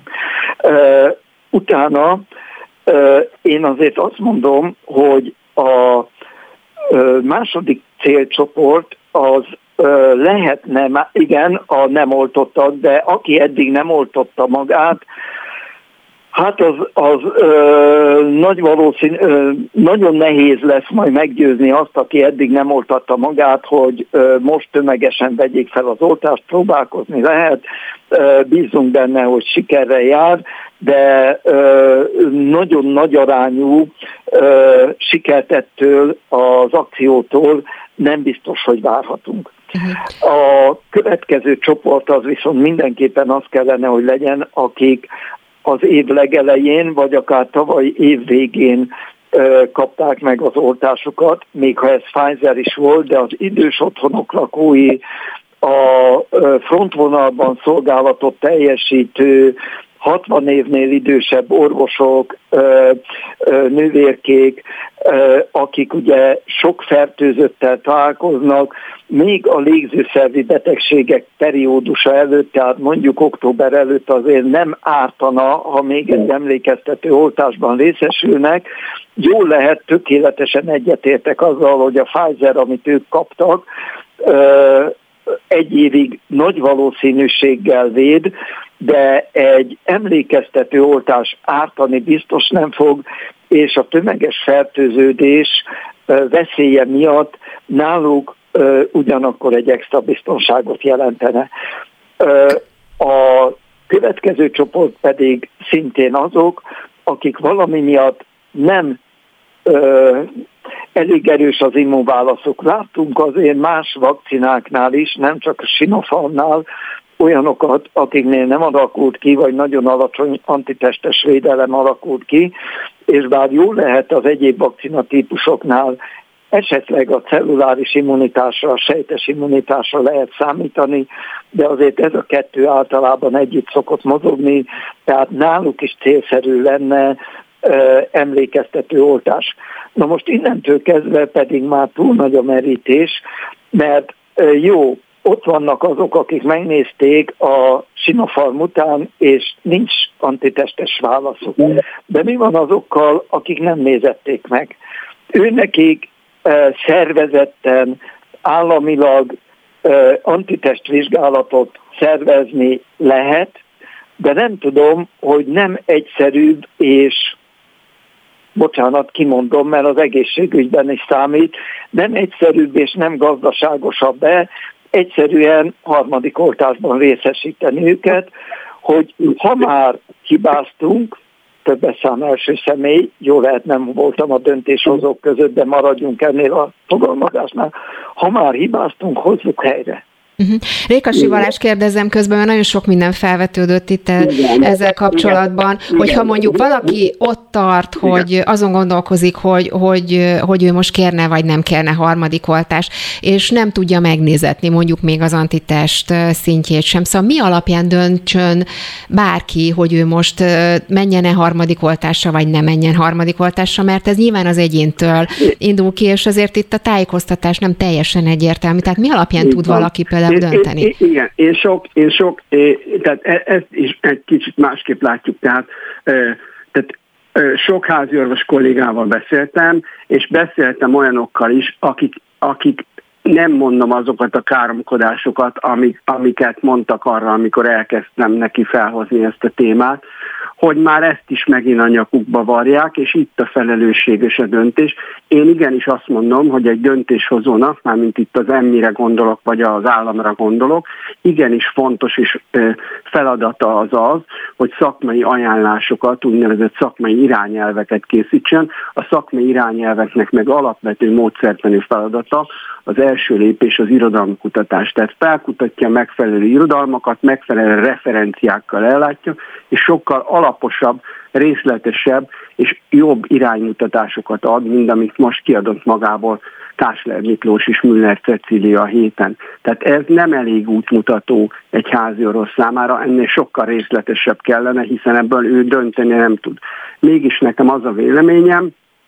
Utána én azért azt mondom, hogy a második célcsoport az lehetne, igen, a nem oltottak, de aki eddig nem oltotta magát, hát az, az ö, nagy valószínű, ö, nagyon nehéz lesz majd meggyőzni azt, aki eddig nem oltatta magát, hogy ö, most tömegesen vegyék fel az oltást, próbálkozni lehet, ö, bízunk benne, hogy sikerrel jár, de ö, nagyon nagy arányú ö, sikert ettől az akciótól nem biztos, hogy várhatunk. A következő csoport az viszont mindenképpen az kellene, hogy legyen, akik az év legelején, vagy akár tavaly év végén ö, kapták meg az oltásokat, még ha ez Pfizer is volt, de az idős otthonok lakói, a frontvonalban szolgálatot teljesítő hatvan évnél idősebb orvosok, nővérkék, akik ugye sok fertőzöttel találkoznak, még a légzőszervi betegségek periódusa előtt, tehát mondjuk október előtt azért nem ártana, ha még egy emlékeztető oltásban részesülnek. Jól lehet, tökéletesen egyetértek azzal, hogy a Pfizer, amit ők kaptak, egy évig nagy valószínűséggel véd, de egy emlékeztető oltás ártani biztos nem fog, és a tömeges fertőződés veszélye miatt náluk ugyanakkor egy extra biztonságot jelentene. A következő csoport pedig szintén azok, akik valami miatt nem elég erős az immunválaszuk. Láttunk azért más vakcináknál is, nem csak a Sinopharmnál, olyanokat, akiknél nem alakult ki, vagy nagyon alacsony antitestes védelem alakult ki, és bár jó lehet az egyéb vakcinatípusoknál esetleg a celluláris immunitásra, a sejtes immunitásra lehet számítani, de azért ez a kettő általában együtt szokott mozogni, tehát náluk is célszerű lenne emlékeztető oltás. Na most innentől kezdve pedig már túl nagy a merítés, mert jó, ott vannak azok, akik megnézték a Sinopharm után, és nincs antitestes válaszuk. De mi van azokkal, akik nem nézették meg? Őnekik szervezetten, államilag antitestvizsgálatot szervezni lehet, de nem tudom, hogy nem egyszerűbb és bocsánat, kimondom, mert az egészségügyben is számít, nem egyszerűbb és nem gazdaságosabb-e egyszerűen harmadik oltásban részesíteni őket, hogy ha már hibáztunk, többes szám első személy, jó lehet nem voltam a döntéshozók között, de maradjunk ennél a fogalmazásnál, ha már hibáztunk, hozzuk helyre. Uh-huh. Rékasi Balázs kérdezem közben, mert nagyon sok minden felvetődött itt igen, ezzel kapcsolatban, igen, hogyha mondjuk valaki ott tart, igen. hogy azon gondolkozik, hogy, hogy, hogy ő most kérne vagy nem kérne harmadik oltást, és nem tudja megnézetni mondjuk még az antitest szintjét sem. Szóval mi alapján döntsön bárki, hogy ő most menjen-e harmadik oltásra, vagy nem menjen harmadik oltásra, mert ez nyilván az egyéntől indul ki, és azért itt a tájékoztatás nem teljesen egyértelmű. Tehát mi alapján igen. tud valaki például dönteni? É, igen, én sok, én sok, é, tehát ezt is egy kicsit másképp látjuk, tehát, e, tehát e, sok háziorvos kollégával beszéltem, és beszéltem olyanokkal is, akik, akik nem mondom azokat a káromkodásokat, amik, amiket mondtak arra, amikor elkezdtem neki felhozni ezt a témát, hogy már ezt is megint a nyakukba varják, és itt a felelősség és a döntés. Én igenis azt mondom, hogy egy döntéshozónak, mármint itt az emmire gondolok, vagy az államra gondolok, igenis fontos és feladata az az, hogy szakmai ajánlásokat, úgynevezett szakmai irányelveket készítsen. A szakmai irányelveknek meg alapvető módszertani feladata az első lépés az irodalomkutatás. Tehát felkutatja megfelelő irodalmakat, megfelelő referenciákkal ellátja, és sokkal alaposabb, részletesebb és jobb iránymutatásokat ad, mint amit most kiadott magából Kásler Miklós és Müller Cecília a héten. Tehát ez nem elég útmutató egy háziorvos számára, ennél sokkal részletesebb kellene, hiszen ebből ő dönteni nem tud. Mégis nekem az a véleményem,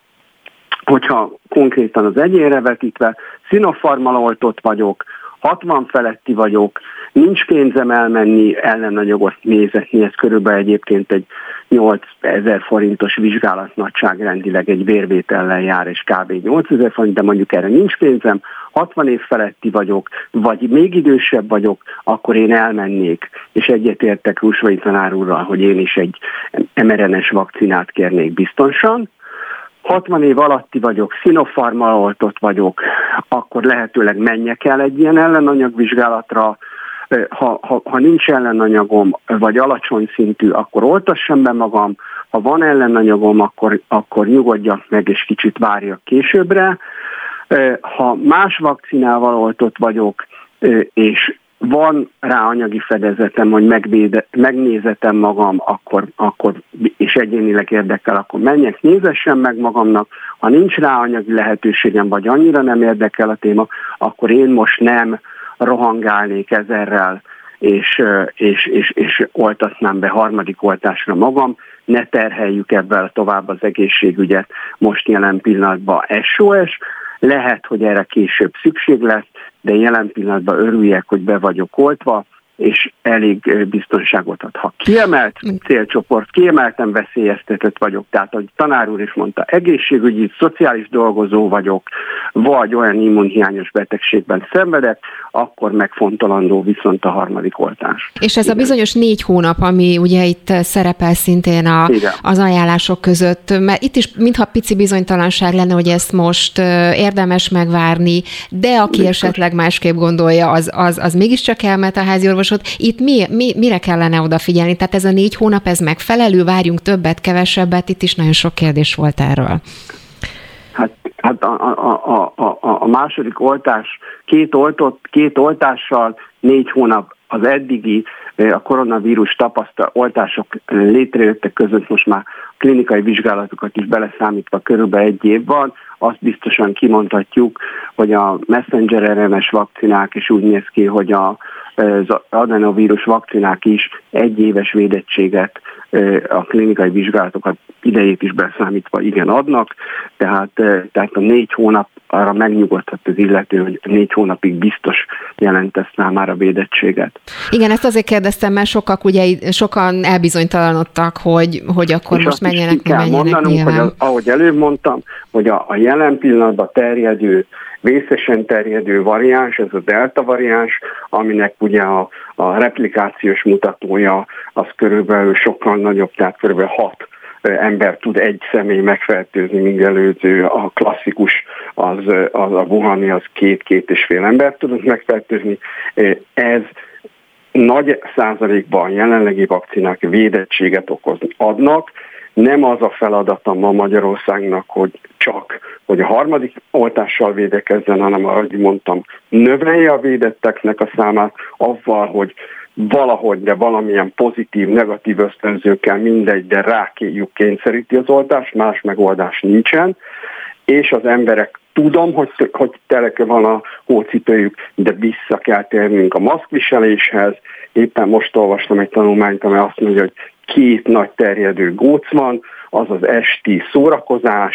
hogyha konkrétan az egyénre vetítve Sinopharmmal oltott vagyok, hatvan feletti vagyok, nincs pénzem elmenni, ellenanyagot nézetni, ez körülbelül egyébként egy nyolcezer forintos vizsgálat nagyságrendileg egy vérvétellel jár, és kb. nyolcezer forint, de mondjuk erre nincs pénzem, hatvan év feletti vagyok, vagy még idősebb vagyok, akkor én elmennék, és egyetértek Rusvai tanár úrral, hogy én is egy em er en es vakcinát kérnék biztonsan. hatvan év alatti vagyok, Sinopharmmal oltott vagyok, akkor lehetőleg menjek el egy ilyen ellenanyagvizsgálatra, ha, ha, ha nincs ellenanyagom, vagy alacsony szintű, akkor oltassam be magam, ha van ellenanyagom, akkor, akkor nyugodjak meg, és kicsit várjak későbbre. Ha más vakcinával oltott vagyok, és van rá anyagi fedezetem, hogy megvéde, megnézetem magam, akkor, akkor, és egyénileg érdekel, akkor menjek, nézessem meg magamnak. Ha nincs rá anyagi lehetőségem, vagy annyira nem érdekel a téma, akkor én most nem rohangálnék ezerrel, és, és, és, és oltatnám be harmadik oltásra magam, ne terheljük ebben tovább az egészségügyet, most jelen pillanatban es o es, lehet, hogy erre később szükség lesz, de jelen pillanatban örüljek, hogy be vagyok oltva, és elég biztonságot ad. Ha kiemelt célcsoport, kiemelten veszélyeztetett vagyok, tehát ahogy tanár úr is mondta, egészségügyi, szociális dolgozó vagyok, vagy olyan immunhiányos betegségben szenvedek, akkor megfontolandó viszont a harmadik oltás. És ez Igen. a bizonyos négy hónap, ami ugye itt szerepel szintén a, az ajánlások között, mert itt is mintha pici bizonytalanság lenne, hogy ezt most érdemes megvárni, de aki Biztos. esetleg másképp gondolja, az, az, az mégiscsak elmehet a házi orvosot. Itt mi, mi, mire kellene odafigyelni? Tehát ez a négy hónap, ez megfelelő? Várjunk többet, kevesebbet? Itt is nagyon sok kérdés volt erről. Hát, hát a, a, a, a, a második oltás, két, oltott, két oltással négy hónap az eddigi a koronavírus tapasztal oltások létrejöttek között most már klinikai vizsgálatokat is beleszámítva körülbelül egy év van. Azt biztosan kimondhatjuk, hogy a messenger er en es vakcinák is úgy néz ki, hogy a, az adenovírus vakcinák is egyéves védettséget a klinikai vizsgálatokat idejét is beszámítva igen adnak, tehát, tehát a négy hónap arra megnyugodhat az illető, hogy négy hónapig biztos jelentesz már a védettséget. Igen, ezt azért kérdeztem, mert sokak, ugye, sokan elbizonytalanodtak, hogy, hogy akkor és most menjenek, nem menjenek mondanunk, nyilván. Hogy az, ahogy előbb mondtam, hogy a, a jelen pillanatban terjedő, vészesen terjedő variáns, ez a delta variáns, aminek ugye a, a replikációs mutatója az körülbelül sokkal nagyobb, tehát körülbelül hat ember tud egy személy megfertőzni, míg előző a klasszikus, az, az a Wuhani, az két-két és fél ember tudott megfertőzni. Ez nagy százalékban jelenlegi vakcinák védettséget okozni adnak. Nem az a feladata ma Magyarországnak, hogy csak, hogy a harmadik oltással védekezzen, hanem ahogy mondtam, növelje a védetteknek a számát avval, hogy valahogy, de valamilyen pozitív, negatív ösztönzőkkel, mindegy, de rákéjük kényszeríti az oltást, más megoldás nincsen, és az emberek, tudom, hogy, hogy teleke van a hócipőjük, de vissza kell térnünk a maszkviseléshez. Éppen most olvastam egy tanulmányt, amely azt mondja, hogy két nagy terjedő góc van, az az esti szórakozás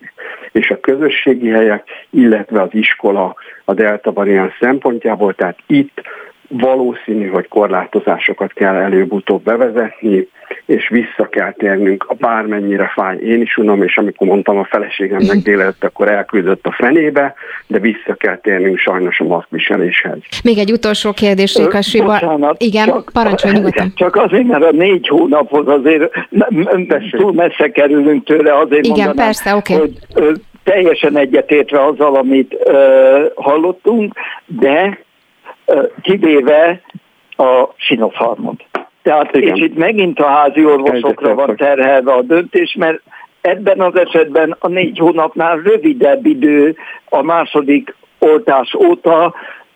és a közösségi helyek, illetve az iskola a delta variáns szempontjából, tehát itt valószínű, hogy korlátozásokat kell előbb-utóbb bevezetni, és vissza kell térnünk, a bármennyire fáj, én is unom, és amikor mondtam a feleségemnek délelőtt, akkor elküldött a fenébe, de vissza kell térnünk sajnos a maszkviseléshez. Még egy utolsó kérdés, Réka Siba. Igen, csak, parancsolj nyugodtan. Csak azért, mert a négy hónaphoz azért túl messze kerülünk tőle, azért Igen, mondanám, persze, okay. hogy ö, teljesen egyetértve azzal, amit ö, hallottunk, de kivéve a Sinopharmot. Tehát és itt megint a házi orvosokra van terhelve a döntés, mert ebben az esetben a négy hónapnál rövidebb idő a második oltás óta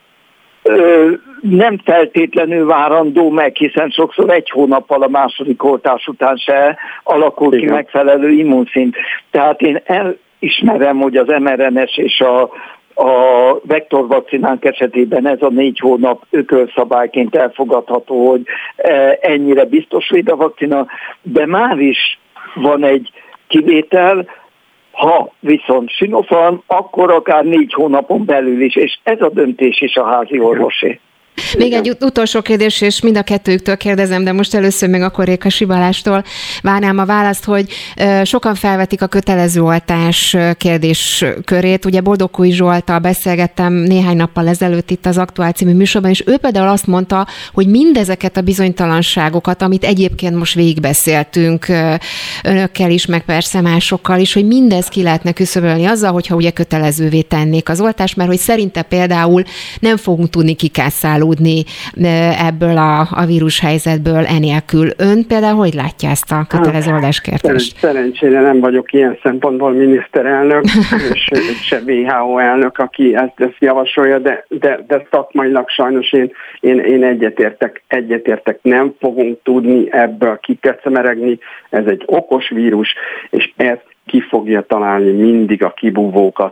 ö, nem feltétlenül várandó meg, hiszen sokszor egy hónappal a második oltás után se alakul Igen. ki megfelelő immunszint. Tehát én elismerem, hogy az em er en es és a A vektorvakcinánk esetében ez a négy hónap ökölszabályként elfogadható, hogy ennyire biztos véd a vakcina, de már is van egy kivétel, ha viszont Sinopharm, akkor akár négy hónapon belül is, és ez a döntés is a házi orvosé. Még egy ut- utolsó kérdés, és mind a kettőjüktől kérdezem, de most először még akkor Réka Sibalástól várnám a választ, hogy uh, sokan felvetik a kötelező oltás kérdéskörét. Ugye Boldogkúj Zsolttal beszélgettem néhány nappal ezelőtt itt az Aktuál című műsorban, és ő például azt mondta, hogy mindezeket a bizonytalanságokat, amit egyébként most végigbeszéltünk uh, önökkel is, meg persze másokkal is, hogy mindez ki lehetne küszöbölni azzal, hogyha ugye kötelezővé tennék az oltást, mert hogy szerinte például nem fogunk tudni kikászálódni ebből a, a vírushelyzetből enélkül. Ön például hogy látja ezt a kötelező oldáskérdést? Szerencsére nem vagyok ilyen szempontból miniszterelnök, és se vé há o elnök, aki ezt, ezt javasolja, de, de, de szakmailag sajnos én, én, én egyetértek, egyetértek, nem fogunk tudni ebből kikecemeregni. Ez egy okos vírus, és ez ki fogja találni mindig a kibúvókat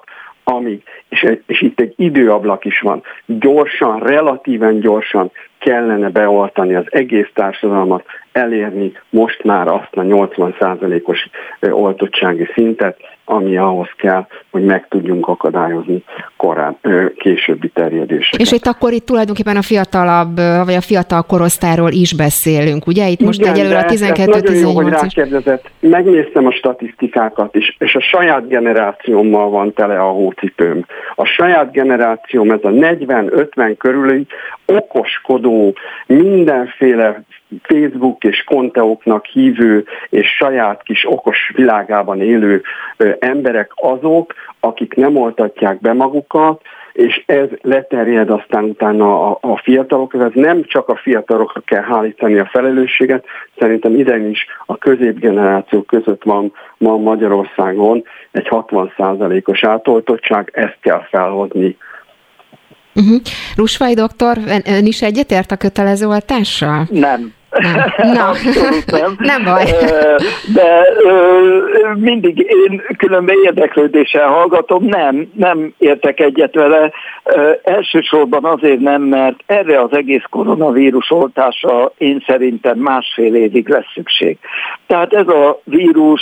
amíg, és, és itt egy időablak is van, gyorsan, relatíven gyorsan kellene beoltani az egész társadalmat, elérni most már azt a nyolcvan százalékos oltottsági szintet, ami ahhoz kell, hogy meg tudjunk akadályozni korán, későbbi terjedéseket. És itt akkor itt tulajdonképpen a fiatalabb, vagy a fiatal korosztályról is beszélünk, ugye? Itt most igen, egyelőre a tizenkettő tizennyolc. Nagyon jó, hogy rákérdezett. Megnéztem a statisztikákat is, és a saját generációmmal van tele a hócipőm. A saját generációm, ez a negyven-ötven körüli okoskodó, mindenféle Facebook és konteóknak hívő és saját kis okos világában élő ö, emberek azok, akik nem oltatják be magukat, és ez leterjed aztán utána a, a fiatalokra. Ez nem csak a fiatalokra kell hárítani a felelősséget, szerintem idén is a középgeneráció között van ma Magyarországon egy hatvan százalékos átoltottság, ezt kell felhozni. Uh-huh. Rusvay doktor, ön is egyetért a kötelező oltással? Nem. Nem. No. Abszolút nem. Nem baj. De mindig én különben érdeklődéssel hallgatom, nem, nem értek egyet vele. Elsősorban azért nem, mert erre az egész koronavírus oltásra én szerintem másfél évig lesz szükség. Tehát ez a vírus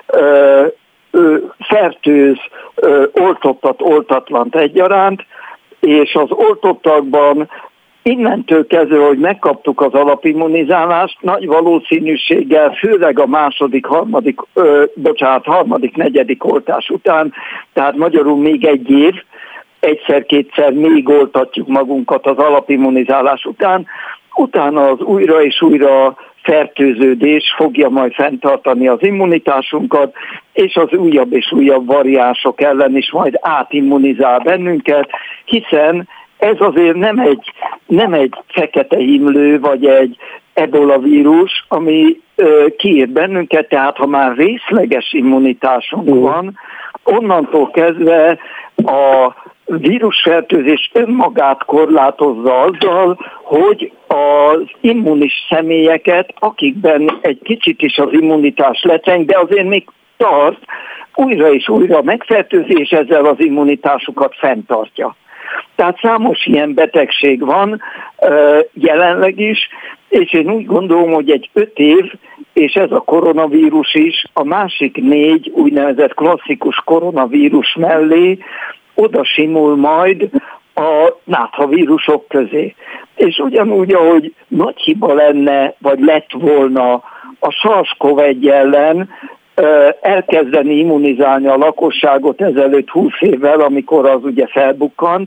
fertőz oltottat, oltatlant egyaránt, és az oltottakban innentől kezdve, hogy megkaptuk az alapimmunizálást, nagy valószínűséggel, főleg a második, harmadik, ö, bocsánat, harmadik, negyedik oltás után, tehát magyarul még egy év, egyszer-kétszer még oltatjuk magunkat az alapimmunizálás után, utána az újra és újra fertőződés fogja majd fenntartani az immunitásunkat, és az újabb és újabb variánsok ellen is majd átimmunizál bennünket, hiszen ez azért nem egy, nem egy fekete himlő, vagy egy ebola vírus, ami ö, kiír bennünket, tehát ha már részleges immunitásunk mm. van, onnantól kezdve a vírusfertőzés önmagát korlátozza azzal, hogy az immunis személyeket, akikben egy kicsit is az immunitás lecseng, de azért még tart, újra és újra megfertőzi, és ezzel az immunitásukat fenntartja. Tehát számos ilyen betegség van jelenleg is, és én úgy gondolom, hogy egy öt év, és ez a koronavírus is, a másik négy úgynevezett klasszikus koronavírus mellé oda simul majd a náthavírusok közé. És ugyanúgy, ahogy nagy hiba lenne, vagy lett volna a SARS-CoV egy ellen, elkezdeni immunizálni a lakosságot ezelőtt húsz évvel, amikor az ugye felbukkant,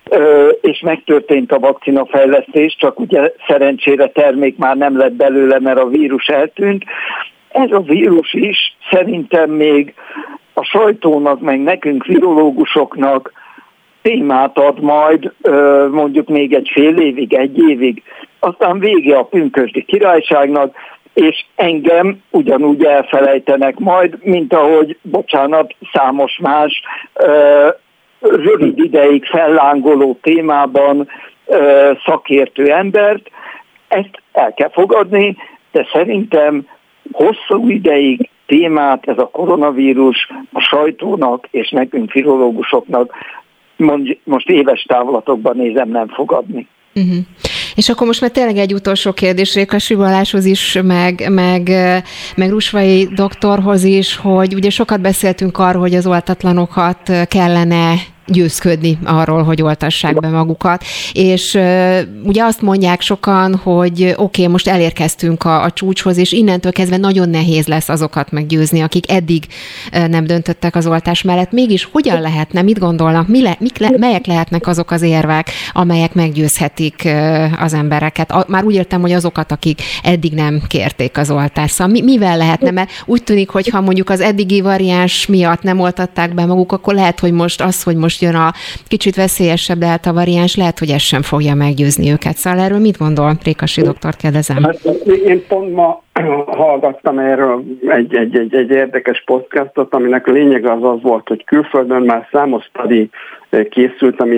és megtörtént a vakcinafejlesztés, csak ugye szerencsére termék már nem lett belőle, mert a vírus eltűnt. Ez a vírus is szerintem még a sajtónak, meg nekünk virológusoknak témát ad majd mondjuk még egy fél évig, egy évig. Aztán vége a pünkösdi királyságnak, és engem ugyanúgy elfelejtenek majd, mint ahogy, bocsánat, számos más ö, rövid ideig fellángoló témában ö, szakértő embert. Ezt el kell fogadni, de szerintem hosszú ideig témát ez a koronavírus a sajtónak és nekünk virológusoknak most éves távlatokban nézem nem fogadni. Uh-huh. És akkor most már tényleg egy utolsó kérdés Rékasi Balázshoz is, meg, meg, meg Rusvay doktorhoz is, hogy ugye sokat beszéltünk arról, hogy az oltatlanokat kellene győzködni arról, hogy oltassák be magukat. És uh, ugye azt mondják sokan, hogy oké, okay, most elérkeztünk a, a csúcshoz, és innentől kezdve nagyon nehéz lesz azokat meggyőzni, akik eddig uh, nem döntöttek az oltás mellett. Mégis hogyan lehetne, mit gondolnak, mi le, mik le, melyek lehetnek azok az érvek, amelyek meggyőzhetik uh, az embereket? A, már úgy értem, hogy azokat, akik eddig nem kérték az oltást. Szóval mi, mivel lehetne? Mert úgy tűnik, hogy ha mondjuk az eddigi variáns miatt nem oltatták be maguk, akkor lehet, hogy most az, hogy most jön a kicsit veszélyesebb delta variáns, lehet, hogy ez sem fogja meggyőzni őket. Szóval erről mit gondol? Rékasi doktor, kérdezem. Hát, én pont ma hallgattam erről egy, egy, egy, egy érdekes podcastot, aminek a lényege az az volt, hogy külföldön már számos study készült, ami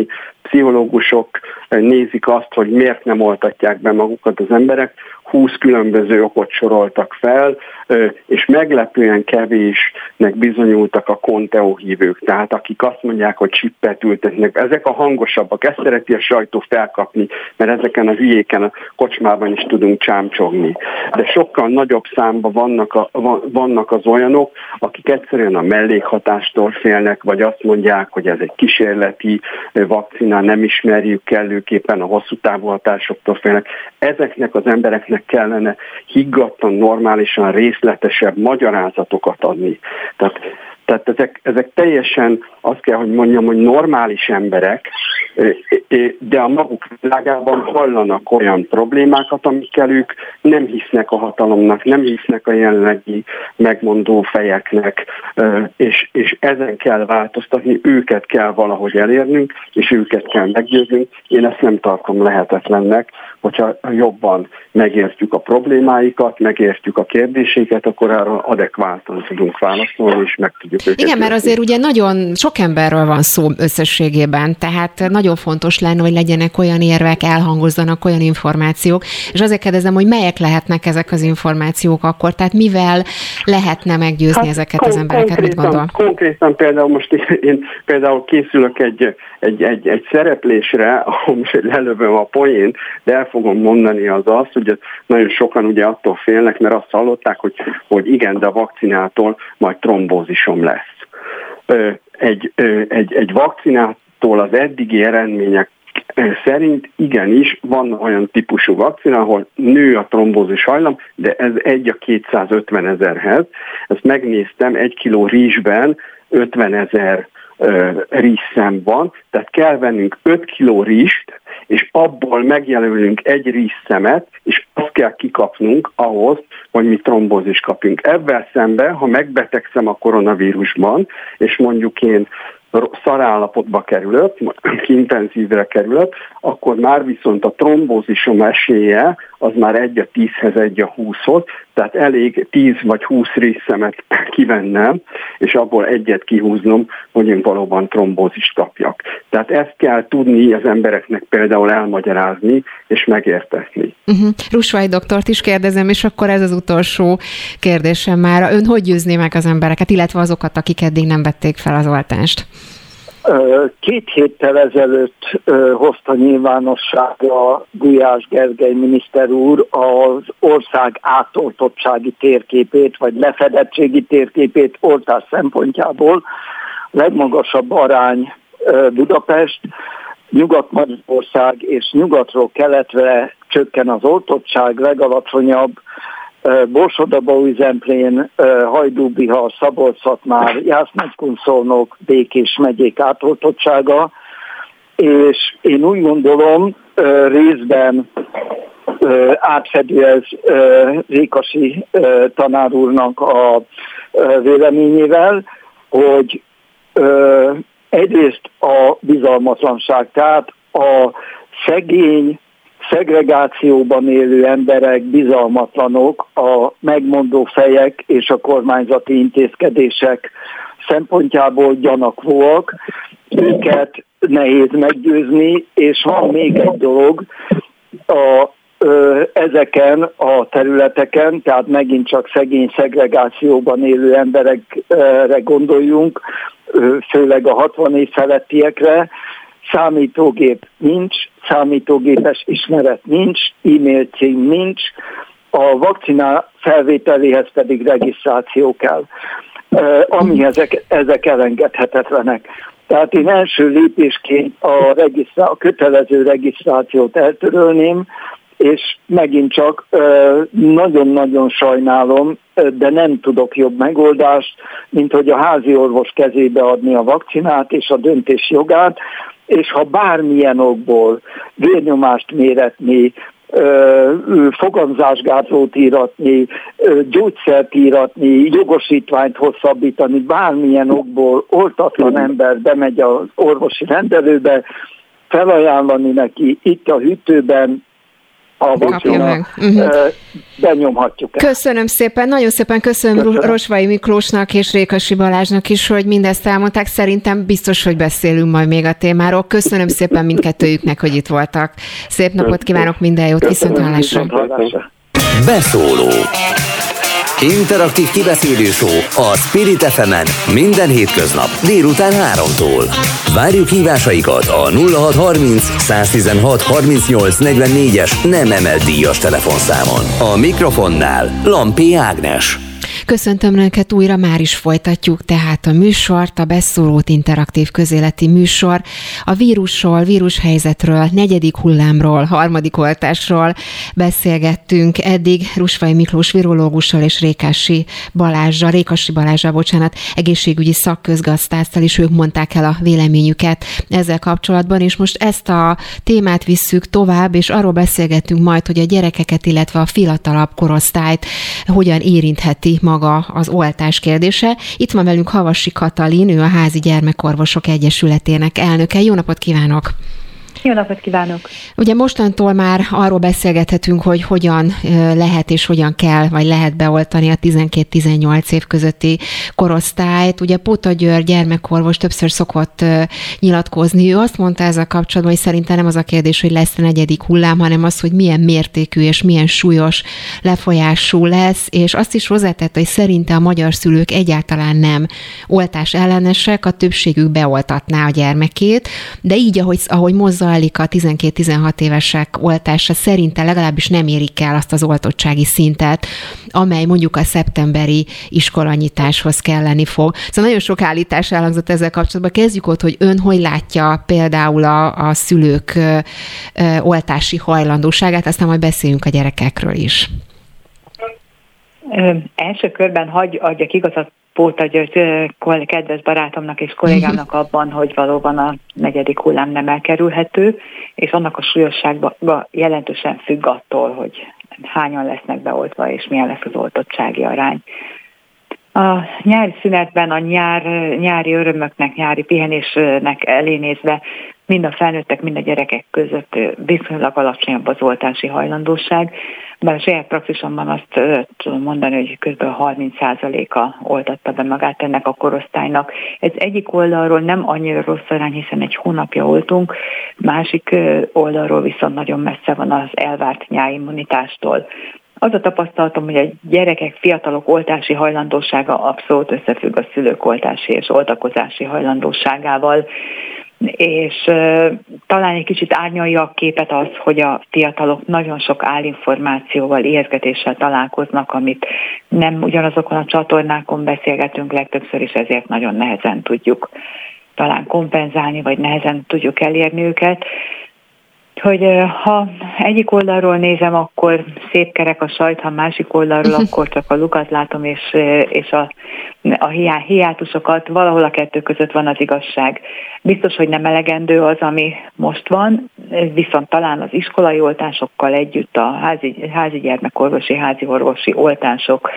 pszichológusok nézik azt, hogy miért nem oltatják be magukat az emberek, húsz különböző okot soroltak fel, és meglepően kevésnek bizonyultak a Conteo hívők, tehát akik azt mondják, hogy csippet ültetnek. Ezek a hangosabbak, ezt szereti a sajtó felkapni, mert ezeken a hülyéken a kocsmában is tudunk csámcsogni. De sokkal nagyobb számban vannak, a, vannak az olyanok, akik egyszerűen a mellékhatástól félnek, vagy azt mondják, hogy ez egy kísérleti vakcina, nem ismerjük kellőképpen, a hosszú távú hatásoktól félnek. Ezeknek az embereknek kellene higgadtan, normálisan, részletesebb magyarázatokat adni. Tehát, tehát ezek, ezek teljesen, azt kell, hogy mondjam, hogy normális emberek, de a maguk világában hallanak olyan problémákat, amikkel ők nem hisznek a hatalomnak, nem hisznek a jelenlegi megmondó fejeknek, és, és ezen kell változtatni, őket kell valahogy elérnünk, és őket kell meggyőznünk. Én ezt nem tartom lehetetlennek, hogyha jobban megértjük a problémáikat, megértjük a kérdéseket, akkor arra adekváltan tudunk válaszolni, és meg tudjuk őket. Igen, mert azért ugye nagyon sok emberről van szó összességében, tehát nagyon fontos lenne, hogy legyenek olyan érvek, elhangozzanak olyan információk, és azért kérdezem, hogy melyek lehetnek ezek az információk akkor, tehát mivel lehetne meggyőzni hát, ezeket kon- az embereket, mit gondol? Konkrétan például most én, én például készülök egy, egy, egy, egy szereplésre, ahol most lelövöm a poént, de el fogom mondani az azt, hogy nagyon sokan ugye attól félnek, mert azt hallották, hogy, hogy igen, de a vakcinától majd trombózisom lesz. Egy, egy, egy vakcinától az eddigi eredmények szerint igenis van olyan típusú vakcina, ahol nő a trombózis hajlam, de ez egy a kétszázötven ezerhez. Ezt megnéztem, egy kiló rizsben ötven ezer rizsszem van, tehát kell vennünk öt kiló rizst, és abból megjelölünk egy rizszemet, és azt kell kikapnunk ahhoz, hogy mi trombózist kapjunk. Ebben szemben, ha megbetegszem a koronavírusban, és mondjuk én szarállapotba kerülök, intenzívre kerülök, akkor már viszont a trombózisom esélye az már egy a tízhez, egy a húszhoz, tehát elég tíz vagy húsz részszemet kivennem, és abból egyet kihúznom, hogy én valóban trombózist kapjak. Tehát ezt kell tudni az embereknek például elmagyarázni, és megértetni. Uh-huh. Rusvay doktort is kérdezem, és akkor ez az utolsó kérdésem már. Ön hogy győzné meg az embereket, illetve azokat, akik eddig nem vették fel az oltást? Két héttel ezelőtt hozta nyilvánosságra Gulyás Gergely miniszter úr az ország átoltottsági térképét, vagy lefedettségi térképét oltás szempontjából. Legmagasabb arány Budapest, Nyugat-Magyarország és nyugatról keletre csökken az oltottság, legalacsonyabb Borsod-Abaúj-Zemplén, Hajdú-Bihar, Szabolcs-Szatmár, Jász-Nagykun-Szolnok, Békés megyék átoltottsága, és én úgy gondolom, részben átfedő ez Rékasi tanár úrnak a véleményével, hogy egyrészt a bizalmatlanság, tehát a szegény, szegregációban élő emberek bizalmatlanok a megmondó fejek és a kormányzati intézkedések szempontjából gyanakvóak, őket nehéz meggyőzni, és van még egy dolog, a, ö, ezeken a területeken, tehát megint csak szegény szegregációban élő emberekre gondoljunk, főleg a hatvan év felettiekre, számítógép nincs, számítógépes ismeret nincs, e-mail cím nincs, a vakcina felvételéhez pedig regisztráció kell, ami ezek, ezek elengedhetetlenek. Tehát én első lépésként a, regisztrá, a kötelező regisztrációt eltörölném, és megint csak nagyon-nagyon sajnálom, de nem tudok jobb megoldást, mint hogy a házi orvos kezébe adni a vakcinát és a döntés jogát, és ha bármilyen okból vérnyomást méretni, fogamzásgátlót íratni, gyógyszert íratni, jogosítványt hosszabbítani, bármilyen okból oltatlan ember bemegy az orvosi rendelőbe, felajánlani neki itt a hűtőben a vakcina, uh-huh. benyomhatjuk el. Köszönöm szépen, nagyon szépen köszönöm, köszönöm Rozsvai Miklósnak és Rékasi Balázsnak is, hogy mindezt elmondták. Szerintem biztos, hogy beszélünk majd még a témáról. Köszönöm szépen mindkettőjüknek, hogy itt voltak. Szép napot kívánok, minden jót, viszonthallásra. Beszóló. Interaktív kibeszélő show a Spirit ef emen minden hétköznap délután háromtól. Várjuk hívásaikat a nulla hat harminc száztizenhat harmincnyolc negyvennégyes nem emelt díjas telefonszámon. A mikrofonnál Lampi Ágnes. Köszöntöm Önöket újra, már is folytatjuk tehát a műsort, a Beszólót interaktív közéleti műsor. A vírusról, vírushelyzetről, negyedik hullámról, harmadik oltásról beszélgettünk eddig Rozsvai Miklós virológussal és Rékasi Balázsral, Rékasi Balázsral, bocsánat, egészségügyi szakközgazdásszal is, ők mondták el a véleményüket ezzel kapcsolatban, és most ezt a témát visszük tovább, és arról beszélgettünk majd, hogy a gyerekeket, illetve a fiatalabb korosztályt hogyan érintheti maga az oltás kérdése. Itt van velünk Havasi Katalin, ő a Házi Gyermekorvosok Egyesületének elnöke. Jó napot kívánok! Jó napot kívánok! Ugye mostantól már arról beszélgethetünk, hogy hogyan lehet és hogyan kell, vagy lehet beoltani a tizenkét-tizennyolc év közötti korosztályt. Ugye Póta György gyermekorvos többször szokott nyilatkozni. Ő azt mondta ezzel kapcsolatban, hogy szerintem nem az a kérdés, hogy lesz a negyedik hullám, hanem az, hogy milyen mértékű és milyen súlyos lefolyású lesz, és azt is hozzátette, hogy szerinte a magyar szülők egyáltalán nem oltás ellenesek, a többségük beoltatná a gyermekét, de így, ahogy, ahogy mozzajlik a tizenkét-tizenhat évesek oltása, szerinte legalábbis nem érik el azt az oltottsági szintet, amely mondjuk a szeptemberi iskolanyitáshoz kelleni fog. Szóval nagyon sok állítás elhangzott ezzel kapcsolatban. Kezdjük ott, hogy ön hogy látja például a, a szülők ö, ö, oltási hajlandóságát, aztán majd beszéljünk a gyerekekről is. Ö, első körben hagy adjak igazat Póta György kedves barátomnak és kollégámnak abban, hogy valóban a negyedik hullám nem elkerülhető, és annak a súlyosságban jelentősen függ attól, hogy hányan lesznek beoltva, és milyen lesz az oltottsági arány. A nyári szünetben a nyár, nyári örömöknek, nyári pihenésnek elénézve mind a felnőttek, mind a gyerekek között viszonylag alacsonyabb az oltási hajlandóság. Bár a saját praxisomban azt uh, tudom mondani, hogy kb. harminc százaléka oltatta be magát ennek a korosztálynak. Ez egyik oldalról nem annyira rossz arány, hiszen egy hónapja oltunk, másik uh, oldalról viszont nagyon messze van az elvárt nyárimmunitástól. Az a tapasztalatom, hogy a gyerekek, fiatalok oltási hajlandósága abszolút összefügg a szülők oltási és oltakozási hajlandóságával, és uh, talán egy kicsit árnyalja a képet az, hogy a fiatalok nagyon sok állinformációval, ijesztgetéssel találkoznak, amit nem ugyanazokon a csatornákon beszélgetünk legtöbbször, és ezért nagyon nehezen tudjuk talán kompenzálni, vagy nehezen tudjuk elérni őket. Hogy ha egyik oldalról nézem, akkor szép kerek a sajt, ha másik oldalról, akkor csak a lukat látom, és, és a, a hiá, hiátusokat, valahol a kettő között van az igazság. Biztos, hogy nem elegendő az, ami most van, viszont talán az iskolai oltásokkal együtt a házi, házi gyermekorvosi, házi orvosi oltások,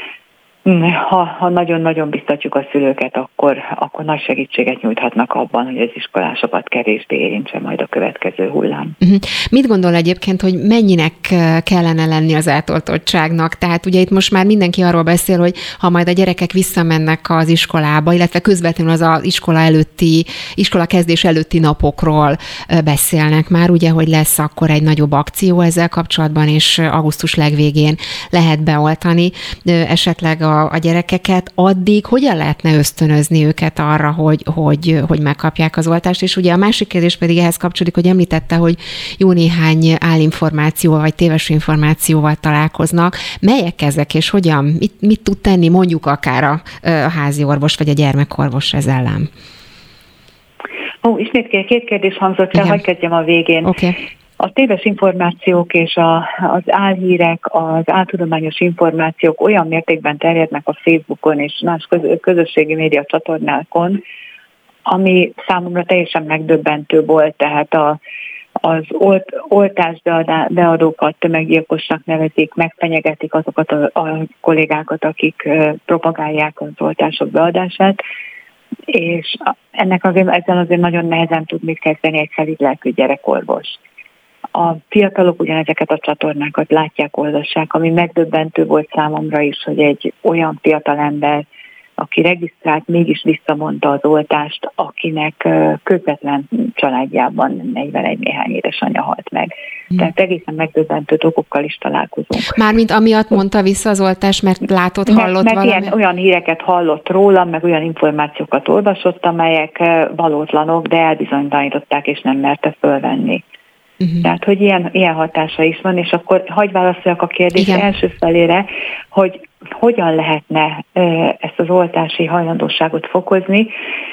Ha, ha nagyon-nagyon biztatjuk a szülőket, akkor, akkor nagy segítséget nyújthatnak abban, hogy az iskolásokat kevésbé érintse majd a következő hullám. Uh-huh. Mit gondol egyébként, hogy mennyinek kellene lenni az átoltottságnak? Tehát ugye itt most már mindenki arról beszél, hogy ha majd a gyerekek visszamennek az iskolába, illetve közvetlenül az az iskola előtti, iskola kezdés előtti napokról beszélnek már, ugye, hogy lesz akkor egy nagyobb akció ezzel kapcsolatban, és augusztus legvégén lehet beoltani esetleg a a gyerekeket, addig hogyan lehetne ösztönözni őket arra, hogy, hogy, hogy megkapják az oltást? És ugye a másik kérdés pedig ehhez kapcsolódik, hogy említette, hogy jó néhány állinformációval vagy téves információval találkoznak. Melyek ezek, és hogyan? Mit, mit tud tenni mondjuk akár a, a házi orvos vagy a gyermekorvos ez ellen? Ó, ismét két kérdés hangzott el, hadd kezdjem a végén. Okay. A téves információk és a, az álhírek, az áltudományos információk olyan mértékben terjednek a Facebookon és más közösségi média csatornákon, ami számomra teljesen megdöbbentő volt, tehát a, az olt, oltás beadókat tömeggyilkosnak nevezik, megfenyegetik azokat a, a kollégákat, akik propagálják az oltások beadását, és ennek azért, ezzel azért nagyon nehezen tud mit kezdeni egy szelíd lelkű gyerekorvos. A fiatalok ugyanezeket a csatornákat látják, olvassák, ami megdöbbentő volt számomra is, hogy egy olyan fiatal ember, aki regisztrált, mégis visszamondta az oltást, akinek közvetlen családjában negyvenegy néhány édesanyja halt meg. Hmm. Tehát egészen megdöbbentő dolgokkal is találkozunk. Mármint amiatt mondta vissza az oltást, mert látott, hallott mert, mert valami? Ilyen, olyan híreket hallott rólam, meg olyan információkat olvasott, amelyek valótlanok, de elbizonytalanították, és nem merte fölvenni. Uh-huh. Tehát, hogy ilyen, ilyen hatása is van, és akkor hagyj válaszoljak a kérdés Igen. első felére, hogy hogyan lehetne ezt az oltási hajlandóságot fokozni.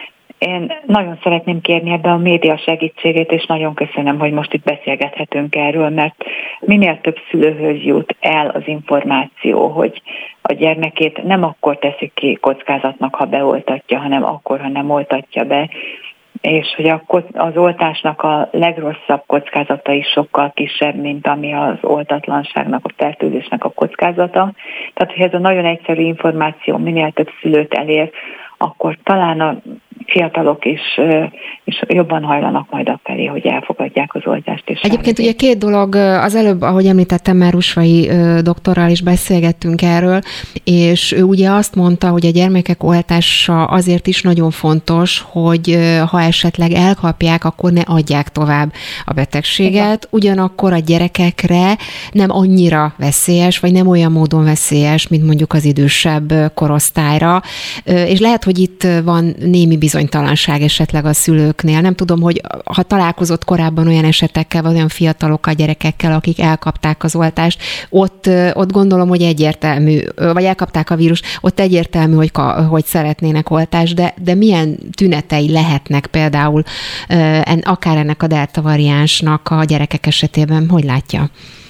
Én nagyon szeretném kérni ebbe a média segítségét, és nagyon köszönöm, hogy most itt beszélgethetünk erről, mert minél több szülőhöz jut el az információ, hogy a gyermekét nem akkor teszik ki kockázatnak, ha beoltatja, hanem akkor, ha nem oltatja be, és hogy az oltásnak a legrosszabb kockázata is sokkal kisebb, mint ami az oltatlanságnak, a fertőzésnek a kockázata. Tehát, hogy ez a nagyon egyszerű információ minél több szülőt elér, akkor talán a fiatalok is, is jobban hajlanak majd afelé, hogy elfogadják az oltást. És Egyébként ugye két dolog, az előbb, ahogy említettem, már Rusvai doktorral is beszélgettünk erről, és ő ugye azt mondta, hogy a gyermekek oltása azért is nagyon fontos, hogy ha esetleg elkapják, akkor ne adják tovább a betegséget, ugyanakkor a gyerekekre nem annyira veszélyes, vagy nem olyan módon veszélyes, mint mondjuk az idősebb korosztályra, és lehet, hogy itt van némi bizonytalanság esetleg a szülőknél. Nem tudom, hogy ha találkozott korábban olyan esetekkel, vagy olyan fiatalokkal, gyerekekkel, akik elkapták az oltást, ott, ott gondolom, hogy egyértelmű, vagy elkapták a vírus, ott egyértelmű, hogy, hogy szeretnének oltást, de, de milyen tünetei lehetnek például akár ennek a delta variánsnak a gyerekek esetében, hogy látja?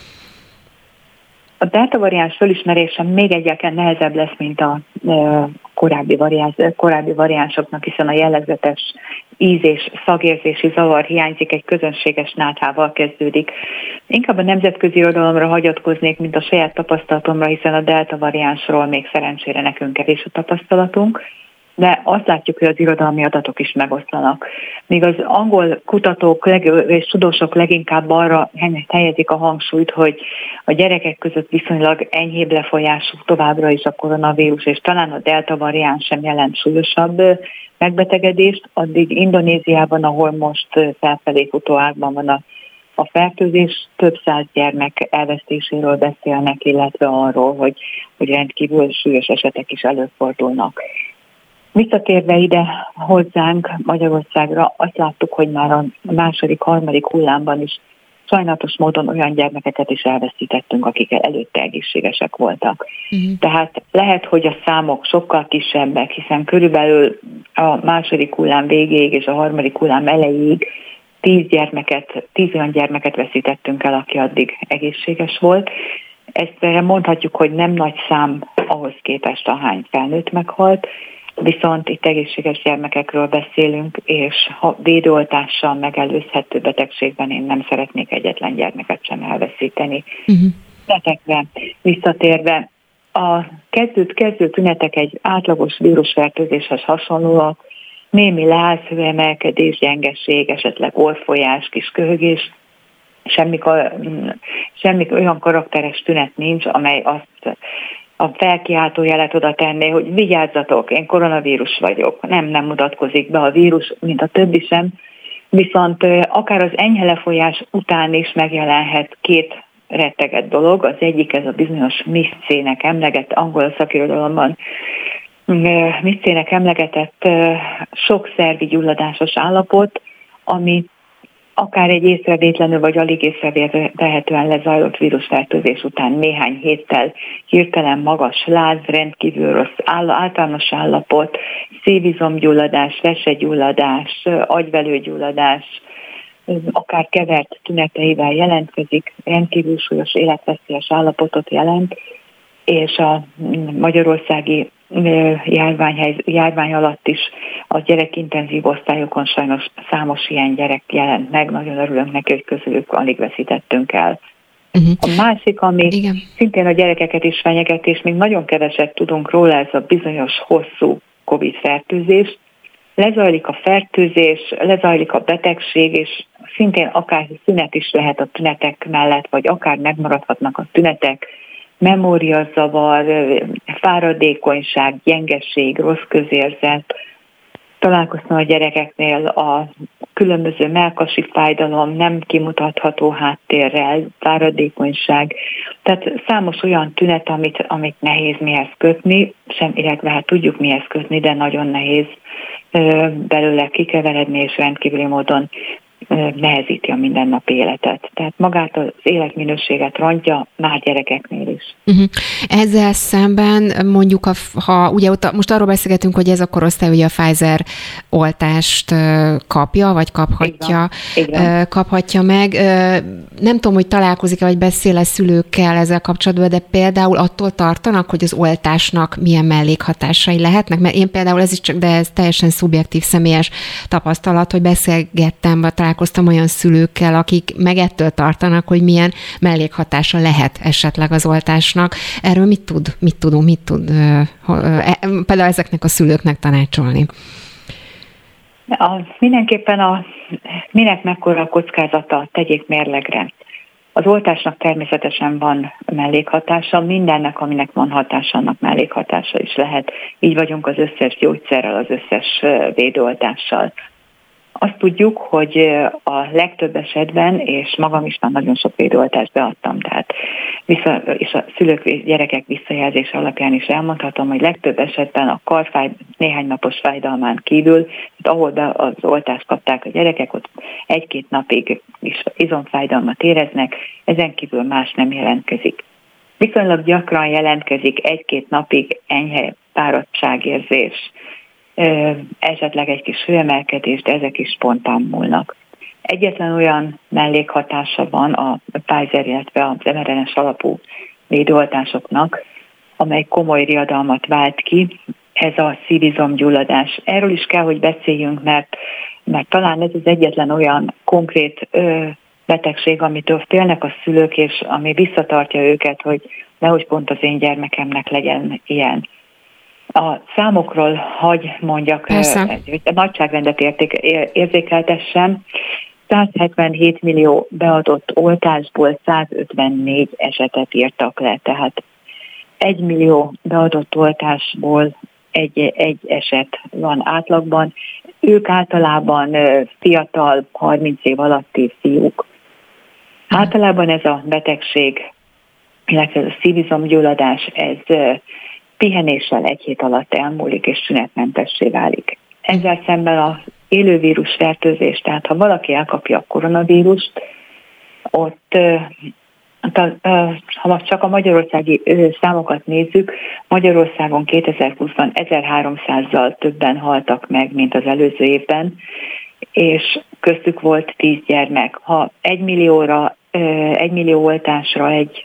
A delta variáns fölismerése még egyáltalán nehezebb lesz, mint a korábbi, variáns, korábbi variánsoknak, hiszen a jellegzetes íz- és szagérzési zavar hiányzik, egy közönséges náthával kezdődik. Inkább a nemzetközi irodalomra hagyatkoznék, mint a saját tapasztalatomra, hiszen a delta variánsról még szerencsére nekünk kevés a tapasztalatunk, de azt látjuk, hogy az irodalmi adatok is megoszlanak. Míg az angol kutatók leg- és tudósok leginkább arra helyezik a hangsúlyt, hogy a gyerekek között viszonylag enyhébb lefolyású továbbra is a koronavírus, és talán a delta variáns sem jelent súlyosabb megbetegedést, addig Indonéziában, ahol most felfelé futó ágban van a, a fertőzés, több száz gyermek elvesztéséről beszélnek, illetve arról, hogy, hogy rendkívül súlyos esetek is előfordulnak. Visszatérve ide hozzánk Magyarországra, azt láttuk, hogy már a második, harmadik hullámban is sajnálatos módon olyan gyermekeket is elveszítettünk, akik előtte egészségesek voltak. Uh-huh. Tehát lehet, hogy a számok sokkal kisebbek, hiszen körülbelül a második hullám végéig és a harmadik hullám elejéig tíz gyermeket, tíz olyan gyermeket veszítettünk el, aki addig egészséges volt. Ezt mondhatjuk, hogy nem nagy szám ahhoz képest, ahány felnőtt meghalt, viszont itt egészséges gyermekekről beszélünk, és ha védőoltással megelőzhető betegségben én nem szeretnék egyetlen gyermeket sem elveszíteni. Uh-huh. Tünetekre visszatérve, a kezdő, kezdő tünetek egy átlagos vírusfertőzéshez hasonlóak, némi lázhőemelkedés, gyengeség, esetleg orrfolyás, kis köhögés, semmi, semmi olyan karakteres tünet nincs, amely azt a felkiáltó jelet oda tenné, hogy vigyázzatok, én koronavírus vagyok. Nem, nem mutatkozik be a vírus, mint a többi sem. Viszont akár az enyhe lefolyás után is megjelenhet két retteget dolog. Az egyik ez a bizonyos miszcének emlegett, angol szakirodalomban miszcének emlegetett sok szervi gyulladásos állapot, ami akár egy észrevétlenül vagy alig észrevehetően lezajlott vírusfertőzés után néhány héttel hirtelen magas láz, rendkívül rossz általános állapot, szívizomgyulladás, vesegyulladás, agyvelőgyulladás, akár kevert tüneteivel jelentkezik, rendkívül súlyos életveszélyes állapotot jelent, és a magyarországi járvány, járvány alatt is a gyerekintenzív osztályokon sajnos számos ilyen gyerek jelent meg, nagyon örülünk neki, hogy közülük alig veszítettünk el. Uh-huh. A másik, ami Igen. szintén a gyerekeket is fenyeget, és még nagyon keveset tudunk róla, ez a bizonyos hosszú Covid fertőzés. Lezajlik a fertőzés, lezajlik a betegség, és szintén akár szünet is lehet a tünetek mellett, vagy akár megmaradhatnak a tünetek, memóriazavar, fáradékonyság, gyengeség, rossz közérzet. Találkoztam a gyerekeknél a különböző mellkasi fájdalom, nem kimutatható háttérrel, fáradékonyság. Tehát számos olyan tünet, amit, amit nehéz mihez kötni, sem, illetve hát tudjuk mihez kötni, de nagyon nehéz belőle kikeveredni, és rendkívüli módon nehezíti a mindennapi életet. Tehát magát az életminőséget rontja már gyerekeknél is. Uh-huh. Ezzel szemben mondjuk, a, ha ugye ott, most arról beszélgetünk, hogy ez a korosztály ugye a Pfizer oltást kapja, vagy kaphatja, Igen. Igen. kaphatja meg. Nem tudom, hogy találkozik-e, vagy beszél-e szülőkkel ezzel kapcsolatban, de például attól tartanak, hogy az oltásnak milyen mellékhatásai lehetnek, mert én például ez is csak, de ez teljesen szubjektív, személyes tapasztalat, hogy beszélgettem, találkoztam olyan szülőkkel, akik meg ettől tartanak, hogy milyen mellékhatása lehet esetleg az oltásnak. Erről mit tud, mit tudunk, mit tud például ezeknek a szülőknek tanácsolni? A, mindenképpen a minek mekkora a kockázata, tegyék mérlegre. Az oltásnak természetesen van mellékhatása, mindennek, aminek van hatása, annak mellékhatása is lehet. Így vagyunk az összes gyógyszerrel, az összes védőoltással. Azt tudjuk, hogy a legtöbb esetben, és magam is már nagyon sok védőoltást beadtam, tehát vissza, és a szülők, gyerekek visszajelzése alapján is elmondhatom, hogy legtöbb esetben a karfáj néhány napos fájdalmán kívül, tehát ahol be az oltást kapták a gyerekek, ott egy-két napig is izomfájdalmat éreznek, ezen kívül más nem jelentkezik. Viszonylag gyakran jelentkezik egy-két napig enyhe fáradtságérzés, esetleg egy kis hőemelkedés, de ezek is spontán múlnak. Egyetlen olyan mellékhatása van a Pfizer, illetve az em er en es alapú védőoltásoknak, amely komoly riadalmat vált ki, ez a szívizomgyulladás. Erről is kell, hogy beszéljünk, mert, mert talán ez az egyetlen olyan konkrét ö, betegség, amitől félnek a szülők, és ami visszatartja őket, hogy nehogy pont az én gyermekemnek legyen ilyen. A számokról hagy mondjak, egy nagyságrendet érték, érzékeltessem. százhetvenhét millió beadott oltásból százötvennégy esetet írtak le, tehát egy millió beadott oltásból egy, egy eset van átlagban. Ők általában fiatal, harminc év alatti fiúk. Általában ez a betegség, illetve ez a szívizomgyulladás, ez pihenéssel egy hét alatt elmúlik, és szünetmentessé válik. Ezzel szemben az élővírus fertőzés, tehát ha valaki elkapja a koronavírust, ott, ha csak a magyarországi számokat nézzük, Magyarországon kétezer-húszban ezerháromszázzal többen haltak meg, mint az előző évben, és köztük volt tíz gyermek. Ha egy millióra, egy millió oltásra egy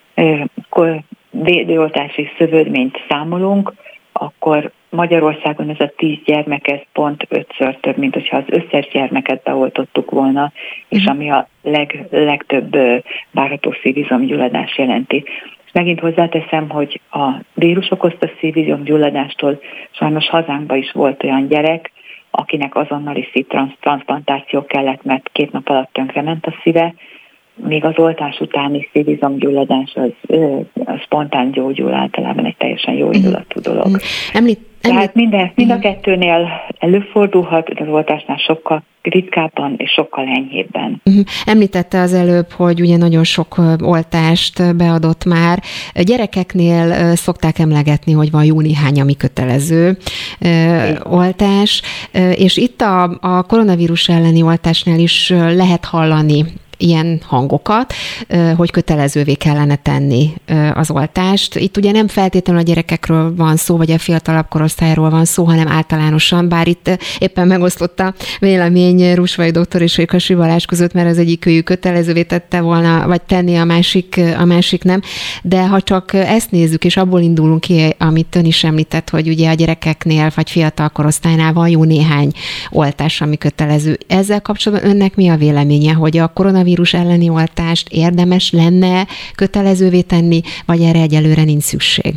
védőoltási szövődményt számolunk, akkor Magyarországon ez a tíz gyermek, ez pont ötször több, mint hogyha az összes gyermeket beoltottuk volna, és ami a leg, legtöbb várható szívizomgyulladást jelenti. És megint hozzáteszem, hogy a vírus okozta szívizomgyulladástól sajnos hazánkban is volt olyan gyerek, akinek azonnali szívtranszplantáció kellett, mert két nap alatt tönkrement a szíve, még az oltás utáni szívizomgyulladás az, az spontán gyógyul, általában egy teljesen jó indulatú dolog. Említ, Tehát minden, mind a kettőnél előfordulhat, de az oltásnál sokkal ritkábban és sokkal enyhébben. Említette az előbb, hogy ugye nagyon sok oltást beadott már. Gyerekeknél szokták emlegetni, hogy van jó néhány, ami kötelező oltás, és itt a, a koronavírus elleni oltásnál is lehet hallani ilyen hangokat, hogy kötelezővé kellene tenni az oltást. Itt ugye nem feltétlenül a gyerekekről van szó, vagy a fiatalabb korosztályról van szó, hanem általánosan, bár itt éppen megosztott a vélemény Rusvai doktor és Rékasi Balázs között, mert az egyikőjük kötelezővé tette volna, vagy tenni, a másik, a másik nem. De ha csak ezt nézzük, és abból indulunk ki, amit ön is említett, hogy ugye a gyerekeknél, vagy fiatal korosztálynál van jó néhány oltás, ami kötelező. Ezzel kapcsolatban önnek mi a véleménye, hogy a koronavírus vírus elleni oltást érdemes lenne kötelezővé tenni, vagy erre egyelőre nincs szükség?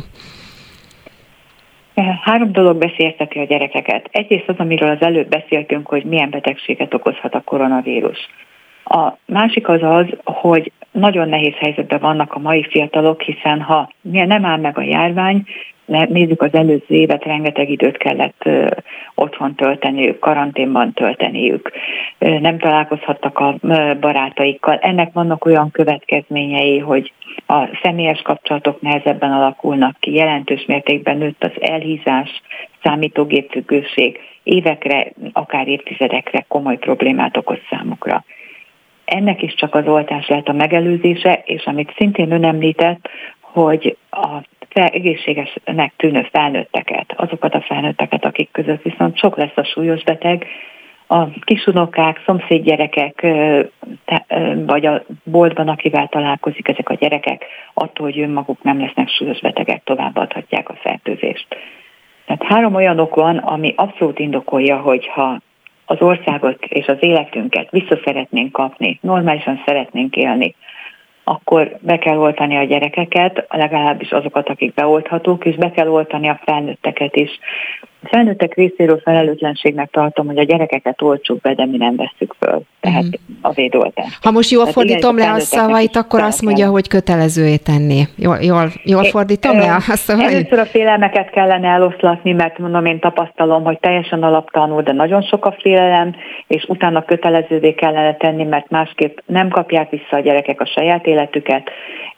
Három dolog beszélteti a gyerekeket. Egyrészt az, amiről az előbb beszéltünk, hogy milyen betegséget okozhat a koronavírus. A másik az az, hogy nagyon nehéz helyzetben vannak a mai fiatalok, hiszen ha nem áll meg a járvány, nézzük az előző évet, rengeteg időt kellett ö, otthon tölteniük, karanténban tölteniük, ö, nem találkozhattak a ö, barátaikkal. Ennek vannak olyan következményei, hogy a személyes kapcsolatok nehezebben alakulnak ki, jelentős mértékben nőtt az elhízás, számítógépfüggőség, évekre, akár évtizedekre komoly problémát okoz számukra. Ennek is csak az oltás lehet a megelőzése, és amit szintén ön említett, hogy a egészségesnek tűnő felnőtteket, azokat a felnőtteket, akik között viszont sok lesz a súlyos beteg, a kisunokák, szomszédgyerekek, vagy a boltban, akivel találkozik ezek a gyerekek, attól, hogy önmaguk nem lesznek súlyos betegek, továbbadhatják a fertőzést. Tehát három olyan ok van, ami abszolút indokolja, hogyha az országot és az életünket vissza szeretnénk kapni, normálisan szeretnénk élni, akkor be kell oltani a gyerekeket, legalábbis azokat, akik beolthatók, és be kell oltani a felnőtteket is. A felnőttek részéről felelőtlenségnek tartom, hogy a gyerekeket oltsuk be, de mi nem vesszük föl. Tehát mm. a védoltást. Ha most jól Tehát fordítom igen, le a szavait, akkor azt mondja, kell. hogy kötelezőé tenni. Jól, jól, jól fordítom é, le a szavait? Először a félelmeket kellene eloszlatni, mert mondom, én tapasztalom, hogy teljesen alaptalanul, de nagyon sok a félelem, és utána kötelezővé kellene tenni, mert másképp nem kapják vissza a gyerekek a saját életüket,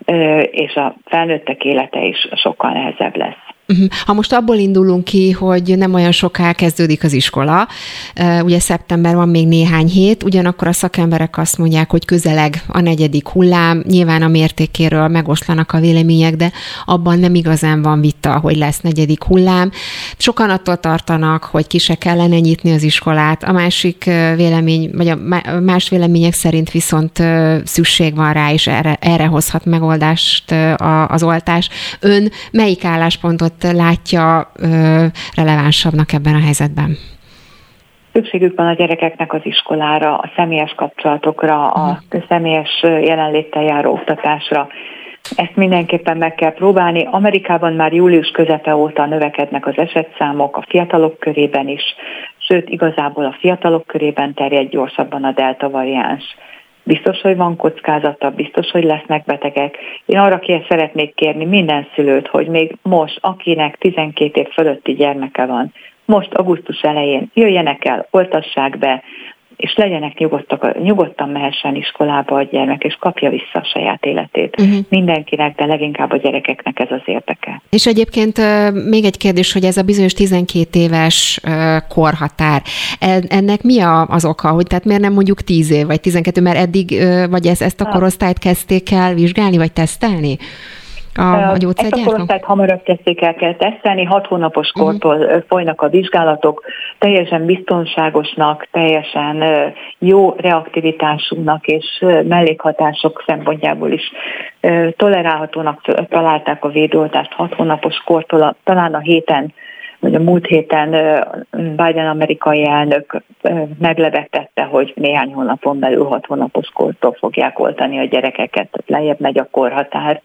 és a felnőttek élete is sokkal nehezebb lesz. Ha most abból indulunk ki, hogy nem olyan soká kezdődik az iskola, ugye szeptember van még néhány hét, ugyanakkor a szakemberek azt mondják, hogy közeleg a negyedik hullám, nyilván a mértékéről megoszlanak a vélemények, de abban nem igazán van vita, hogy lesz negyedik hullám. Sokan attól tartanak, hogy ki se kellene nyitni az iskolát, a másik vélemény, vagy a más vélemények szerint viszont szükség van rá, és erre, erre hozhat megoldást az oltás. Ön melyik álláspontot látja ö, relevánsabbnak ebben a helyzetben? Szükségük van a gyerekeknek az iskolára, a személyes kapcsolatokra, a személyes jelenléttel járó oktatásra. Ezt mindenképpen meg kell próbálni. Amerikában már július közepe óta növekednek az esetszámok, a fiatalok körében is, sőt, igazából a fiatalok körében terjed gyorsabban a delta variáns. Biztos, hogy van kockázata, biztos, hogy lesznek betegek. Én arra kér, szeretnék kérni minden szülőt, hogy még most, akinek tizenkét év fölötti gyermeke van, most augusztus elején jöjjenek el, oltassák be, és legyenek nyugodtak, nyugodtan mehessen iskolába a gyermek, és kapja vissza a saját életét. Uh-huh. Mindenkinek, de leginkább a gyerekeknek ez az érdeke. És egyébként még egy kérdés, hogy ez a bizonyos tizenkét éves korhatár, ennek mi az oka, hogy tehát miért nem mondjuk tíz év, vagy tizenkettő, mert eddig, vagy ezt, ezt a korosztályt kezdték el vizsgálni, vagy tesztelni? A, a Ezt a korosztályt hamarabb kezdték el kell tesztelni, hat hónapos kortól uh-huh. folynak a vizsgálatok, teljesen biztonságosnak, teljesen jó reaktivitásunknak és mellékhatások szempontjából is tolerálhatónak találták a védőoltást hat hónapos kortól, talán a héten, vagy a múlt héten Biden amerikai elnök meglebegtette, hogy néhány hónapon belül hat hónapos kortól fogják oltani a gyerekeket, tehát lejjebb megy a korhatár.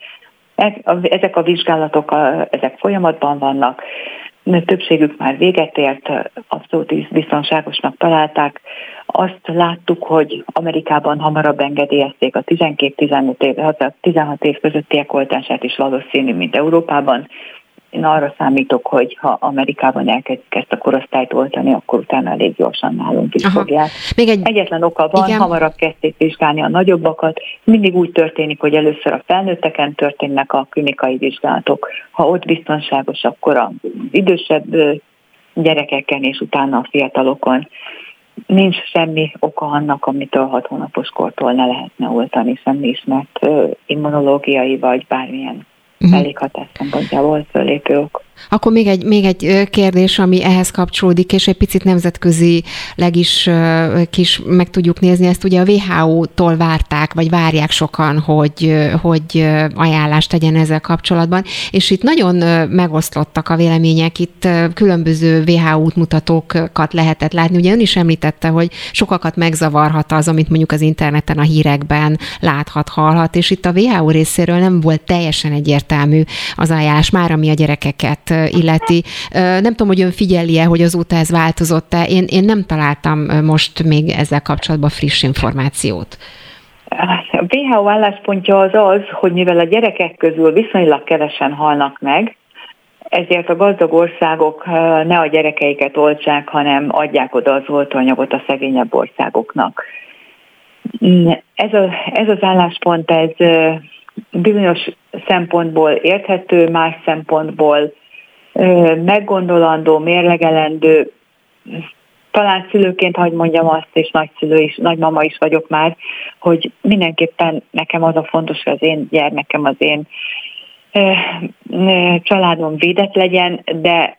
Ezek a vizsgálatok, ezek folyamatban vannak, többségük már véget ért, abszolút biztonságosnak találták. Azt láttuk, hogy Amerikában hamarabb engedélyezték a tizenkét-tizenöt év, tizenhat év közöttiek oltását is valószínű, mint Európában. Én arra számítok, hogy ha Amerikában elkezdik ezt a korosztályt oltani, akkor utána elég gyorsan nálunk is Aha. fogják. Még egy... Egyetlen oka van, Igen. hamarabb kezdték vizsgálni a nagyobbakat. Mindig úgy történik, hogy először a felnőtteken történnek a klinikai vizsgálatok. Ha ott biztonságos, akkor az idősebb gyerekeken és utána a fiatalokon. Nincs semmi oka annak, amitől hat hónapos kortól ne lehetne oltani, semmi ismert immunológiai vagy bármilyen Uh-huh. elég hatás szempontjából fölépő ok. Akkor még egy, még egy kérdés, ami ehhez kapcsolódik, és egy picit nemzetközileg is kis meg tudjuk nézni, ezt ugye a vé há ó-tól várták, vagy várják sokan, hogy, hogy ajánlást tegyen ezzel kapcsolatban, és itt nagyon megoszlottak a vélemények, itt különböző vé há útmutatókat lehetett látni. Ugye ön is említette, hogy sokakat megzavarhat az, amit mondjuk az interneten, a hírekben láthat, hallhat, és itt a vé há ó részéről nem volt teljesen egyértelmű az ajánlás már, ami a gyerekeket illeti. Nem tudom, hogy ön figyeli-e, hogy azóta ez változott-e. Én, én nem találtam most még ezzel kapcsolatban friss információt. A vé há o álláspontja az az, hogy mivel a gyerekek közül viszonylag kevesen halnak meg, ezért a gazdag országok ne a gyerekeiket oltsák, hanem adják oda az oltóanyagot a szegényebb országoknak. Ez, a, ez az álláspont, ez bizonyos szempontból érthető, más szempontból meggondolandó, mérlegelendő. Talán szülőként, hogy mondjam azt, és nagyszülő is, nagymama is vagyok már, hogy mindenképpen nekem az a fontos, hogy az én gyermekem, az én családom védett legyen, de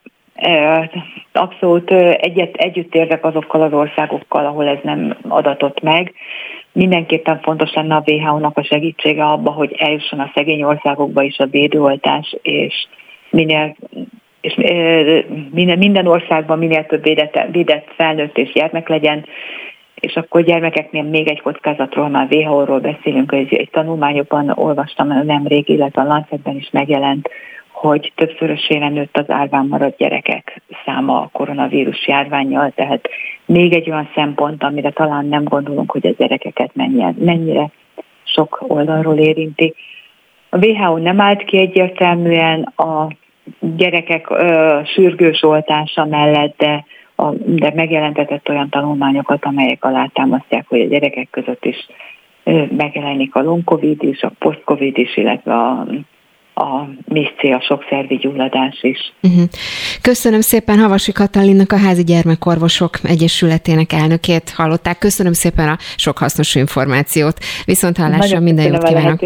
abszolút egyet, együtt érzek azokkal az országokkal, ahol ez nem adatott meg. Mindenképpen fontos lenne a vé há o-nak a segítsége abba, hogy eljusson a szegény országokba is a védőoltás, és minél és minden, minden országban minél több védett, védett felnőtt és gyermek legyen, és akkor gyermekeknél még egy kockázatról, már vé há o-ról beszélünk, hogy egy tanulmányokban olvastam nemrég, illetve a Lancetben is megjelent, hogy többszörösére nőtt az árván maradt gyerekek száma a koronavírus járvánnyal, tehát még egy olyan szempont, amire talán nem gondolunk, hogy a gyerekeket mennyire, mennyire sok oldalról érinti. A vé há o nem állt ki egyértelműen a gyerekek ö, sürgős oltása mellett, de, a, de megjelentetett olyan tanulmányokat, amelyek alátámasztják, hogy a gyerekek között is ö, megjelenik a long-covid is, a post-covid is, illetve a a miszcé, a sokszervi gyulladás is. Uh-huh. Köszönöm szépen Havasi Katalinnak, a Házi Gyermekorvosok Egyesületének elnökét hallották. Köszönöm szépen a sok hasznos információt. Viszonthallásra, minden jót kívánok!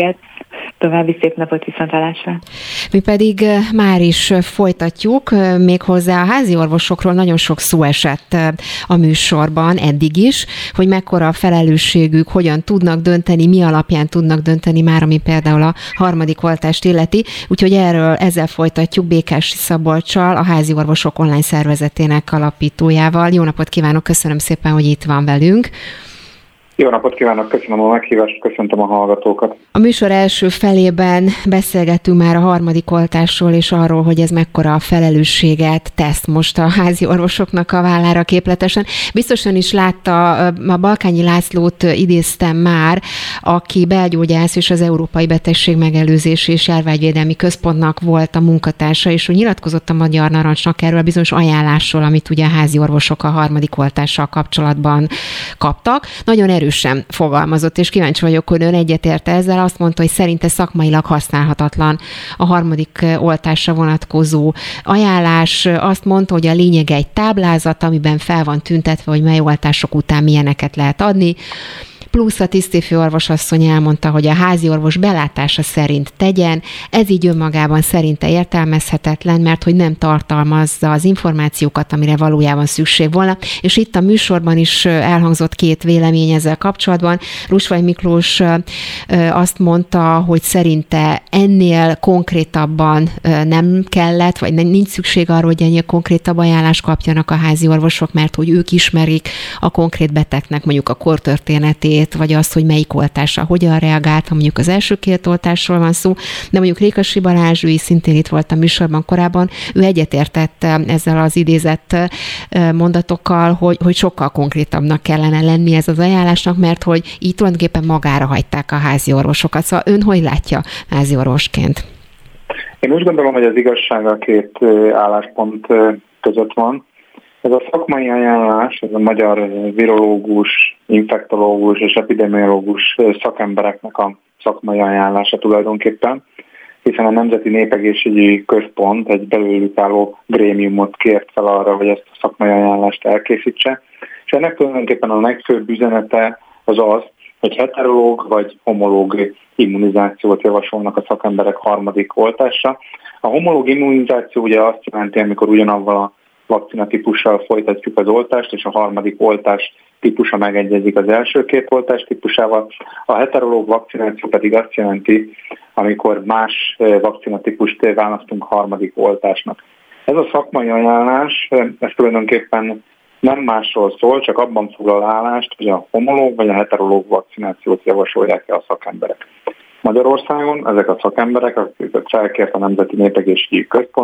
További szép napot, viszonthallásra! Mi pedig már is folytatjuk, méghozzá a házi orvosokról nagyon sok szó esett a műsorban eddig is, hogy mekkora a felelősségük, hogyan tudnak dönteni, mi alapján tudnak dönteni már, ami például a harmadik oltást illeti. Úgyhogy erről ezzel folytatjuk Békási Szabolccsal, a Házi Orvosok online szervezetének alapítójával. Jó napot kívánok, köszönöm szépen, hogy itt van velünk. Jó napot kívánok, köszönöm a meghívást, köszöntöm a hallgatókat. A műsor első felében beszélgettünk már a harmadik oltásról, és arról, hogy ez mekkora a felelősséget tesz most a házi orvosoknak a vállára képletesen. Biztosan is látta, a Balkányi Lászlót idéztem már, aki belgyógyász és az Európai Betegség Megelőzési és Járványvédelmi Központnak volt a munkatársa, és ő nyilatkozott a Magyar Narancsnak erről a bizonyos ajánlásról, amit ugye a házi orvosok a harmadik oltással kapcsolatban kaptak. Nagyon erős sem fogalmazott, és kíváncsi vagyok, hogy ön egyetérte ezzel. Azt mondta, hogy szerinte szakmailag használhatatlan a harmadik oltásra vonatkozó ajánlás. Azt mondta, hogy a lényeg egy táblázat, amiben fel van tüntetve, hogy mely oltások után milyeneket lehet adni. Plusz a tisztifőorvosasszony elmondta, hogy a házi orvos belátása szerint tegyen. Ez így önmagában szerinte értelmezhetetlen, mert hogy nem tartalmazza az információkat, amire valójában szükség volna. És itt a műsorban is elhangzott két vélemény ezzel kapcsolatban. Rusvay Miklós azt mondta, hogy szerinte ennél konkrétabban nem kellett, vagy nincs szükség arra, hogy ennél konkrétabb ajánlást kapjanak a házi orvosok, mert hogy ők ismerik a konkrét betegnek mondjuk a kortörténetét, vagy azt, hogy melyik oltásra hogyan reagált, ha mondjuk az első két oltásról van szó, de mondjuk Rékasi Balázs, ő is szintén itt volt a műsorban korábban, ő egyetértett ezzel az idézett mondatokkal, hogy, hogy sokkal konkrétabbnak kellene lenni ez az ajánlásnak, mert hogy így tulajdonképpen magára hagyták a házi orvosokat. Szóval ön hogy látja házi orvosként? Én úgy gondolom, hogy az igazság a két álláspont között van. Ez a szakmai ajánlás, ez a magyar virológus, infektológus és epidemiológus szakembereknek a szakmai ajánlása tulajdonképpen, hiszen a Nemzeti Népegészségügyi Központ egy belőlük álló grémiumot kért fel arra, hogy ezt a szakmai ajánlást elkészítse. És ennek tulajdonképpen a legfőbb üzenete az az, hogy heterológ vagy homológ immunizációt javasolnak a szakemberek harmadik oltásra. A homológ immunizáció ugye azt jelenti, amikor ugyanavval a vakcina típussal folytatjuk az oltást, és a harmadik oltás típusa megegyezik az első két oltás típusával. A heterológ vakcináció pedig azt jelenti, amikor más vakcina típust választunk harmadik oltásnak. Ez a szakmai ajánlás, ez tulajdonképpen nem másról szól, csak abban foglal állást, hogy a homológ vagy a heterológ vakcinációt javasolják-e a szakemberek. Magyarországon ezek a szakemberek, akiket felkért a Nemzeti Népegészségügyi Központ,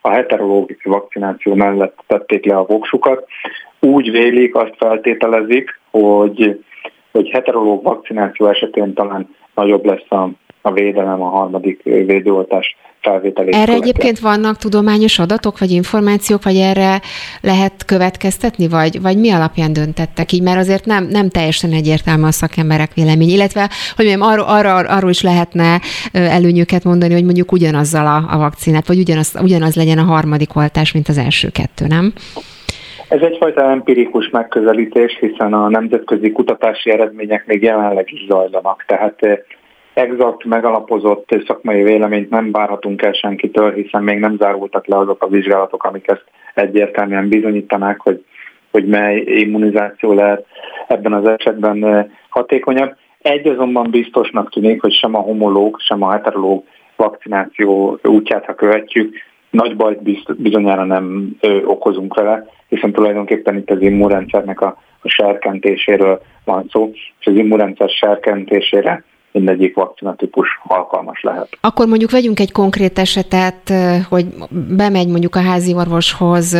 a heterológ vakcináció mellett tették le a voksukat. Úgy vélik, azt feltételezik, hogy, hogy heterológ vakcináció esetén talán nagyobb lesz a, a védelem a harmadik védőoltás felvételét. Erre követően. Egyébként vannak tudományos adatok, vagy információk, vagy erre lehet következtetni, vagy, vagy mi alapján döntettek így? Mert azért nem, nem teljesen egyértelmű a szakemberek vélemény, illetve, hogy mondjam, arról, arra, arról is lehetne előnyöket mondani, hogy mondjuk ugyanazzal a, a vakcinát, vagy ugyanaz, ugyanaz legyen a harmadik oltás, mint az első kettő, nem? Ez egyfajta empirikus megközelítés, hiszen a nemzetközi kutatási eredmények még jelenleg is zajlanak, tehát exakt, megalapozott szakmai véleményt nem várhatunk el senkitől, hiszen még nem zárultak le azok a vizsgálatok, amik ezt egyértelműen bizonyítanák, hogy, hogy mely immunizáció lehet ebben az esetben hatékonyabb. Egy azonban biztosnak tűnik, hogy sem a homológ, sem a heterológ vakcináció útját, ha követjük, nagy bajt bizonyára nem ö, okozunk vele, hiszen tulajdonképpen itt az immunrendszernek a, a serkentéséről van szó, és az immunrendszer serkentésére mindegyik vakcinatípus alkalmas lehet. Akkor mondjuk vegyünk egy konkrét esetet, hogy bemegy mondjuk a házi orvoshoz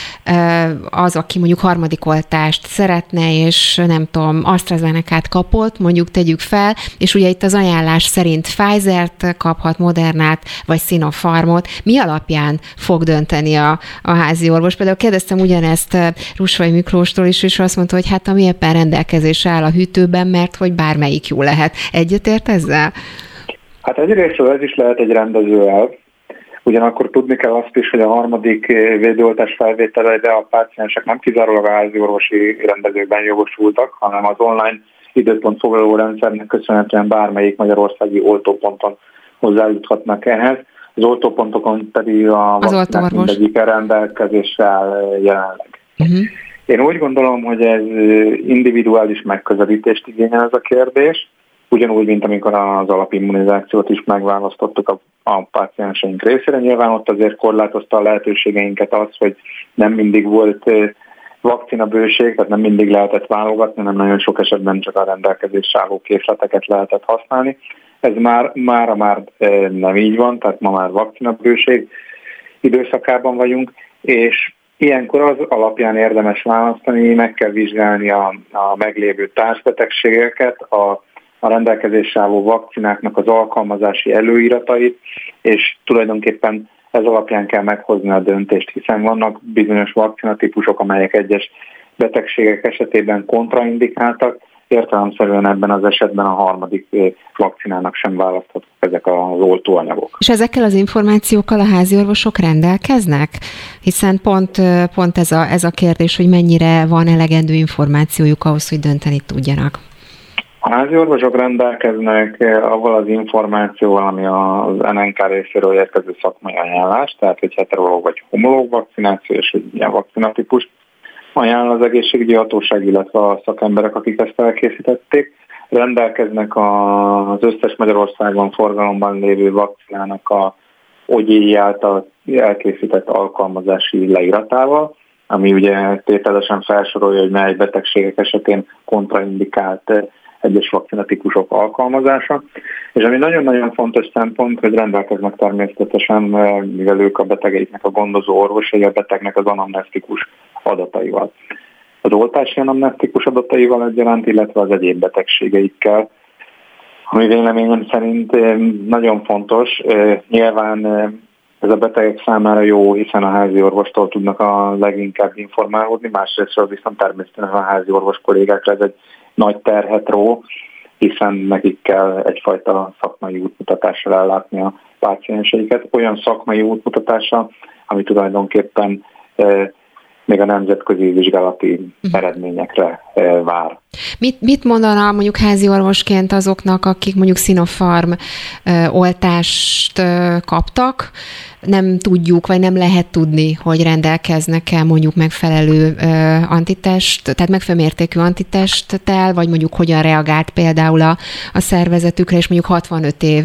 az, aki mondjuk harmadik oltást szeretne, és nem tudom, AstraZenecát kapott, mondjuk tegyük fel, és ugye itt az ajánlás szerint Pfizert kaphat, Modernát, vagy Sinopharmot. Mi alapján fog dönteni a, a házi orvos? Például kérdeztem ugyanezt Rusvai Miklóstól is, és azt mondta, hogy hát ami éppen rendelkezésre áll a hűtőben, mert hogy bármelyik jó lehet. Egyetért ezzel? Hát egyrésztről ez is lehet egy rendező elv. Ugyanakkor tudni kell azt is, hogy a harmadik védőoltás felvételére a páciensek nem kizárólag a házi orvosi rendezőkben jogosultak, hanem az online időpontfoglaló rendszernek köszönhetően bármelyik magyarországi oltóponton hozzájuthatnak ehhez. Az oltópontokon pedig a vakcinák mindegyike rendelkezésre áll jelenleg. Uh-huh. Én úgy gondolom, hogy ez individuális megközelítést igényel ez a kérdés, ugyanúgy, mint amikor az alapimmunizációt is megválasztottuk a, a pácienseink részére. Nyilván ott azért korlátozta a lehetőségeinket az, hogy nem mindig volt vakcinabőség, tehát nem mindig lehetett válogatni, hanem nagyon sok esetben csak a rendelkezésre álló készleteket lehetett használni. Ez már mára már nem így van, tehát ma már vakcinabőség időszakában vagyunk, és ilyenkor az alapján érdemes választani, meg kell vizsgálni a, a meglévő társbetegségeket, a a rendelkezésre álló vakcináknak az alkalmazási előiratait, és tulajdonképpen ez alapján kell meghozni a döntést, hiszen vannak bizonyos vakcinatípusok, amelyek egyes betegségek esetében kontraindikáltak, értelemszerűen ebben az esetben a harmadik vakcinának sem választhatók ezek az oltóanyagok. És ezekkel az információkkal a háziorvosok rendelkeznek? Hiszen pont, pont ez, a, ez a kérdés, hogy mennyire van elegendő információjuk ahhoz, hogy dönteni tudjanak. A háziorvosok rendelkeznek avval az információval, ami az en en ká részéről érkező szakmai ajánlás, tehát egy heterológ vagy homológ vakcináció, és egy ilyen vakcinatípus ajánl az egészségügyi hatóság, illetve a szakemberek, akik ezt elkészítették. Rendelkeznek az összes Magyarországon forgalomban lévő vakcinának a o gé i által elkészített alkalmazási leíratával, ami ugye tételesen felsorolja, hogy mely betegségek esetén kontraindikált egyes vakcinatípusok alkalmazása, és ami nagyon-nagyon fontos szempont, hogy rendelkeznek természetesen, mivel ők a betegeiknek a gondozó orvosai, a betegnek az anamnesztikus adataival. Az oltási anamnesztikus adataival egyaránt, illetve az egyéb betegségeikkel, ami véleményem szerint nagyon fontos. Nyilván ez a betegek számára jó, hiszen a házi orvostól tudnak a leginkább informálódni, másrésztről viszont természetesen a házi orvos kollégákra ez egy nagy terhet ró, hiszen nekik kell egyfajta szakmai útmutatással ellátni a pácienseiket. Olyan szakmai útmutatással, ami tulajdonképpen e, még a nemzetközi vizsgálati eredményekre e, vár. Mit, mit mondana mondjuk házi orvosként azoknak, akik mondjuk Sinopharm e, oltást e, kaptak, nem tudjuk, vagy nem lehet tudni, hogy rendelkeznek-e mondjuk megfelelő uh, antitest, tehát megfelelő mértékű antitesttel, vagy mondjuk hogyan reagált például a, a szervezetükre, és mondjuk hatvanöt év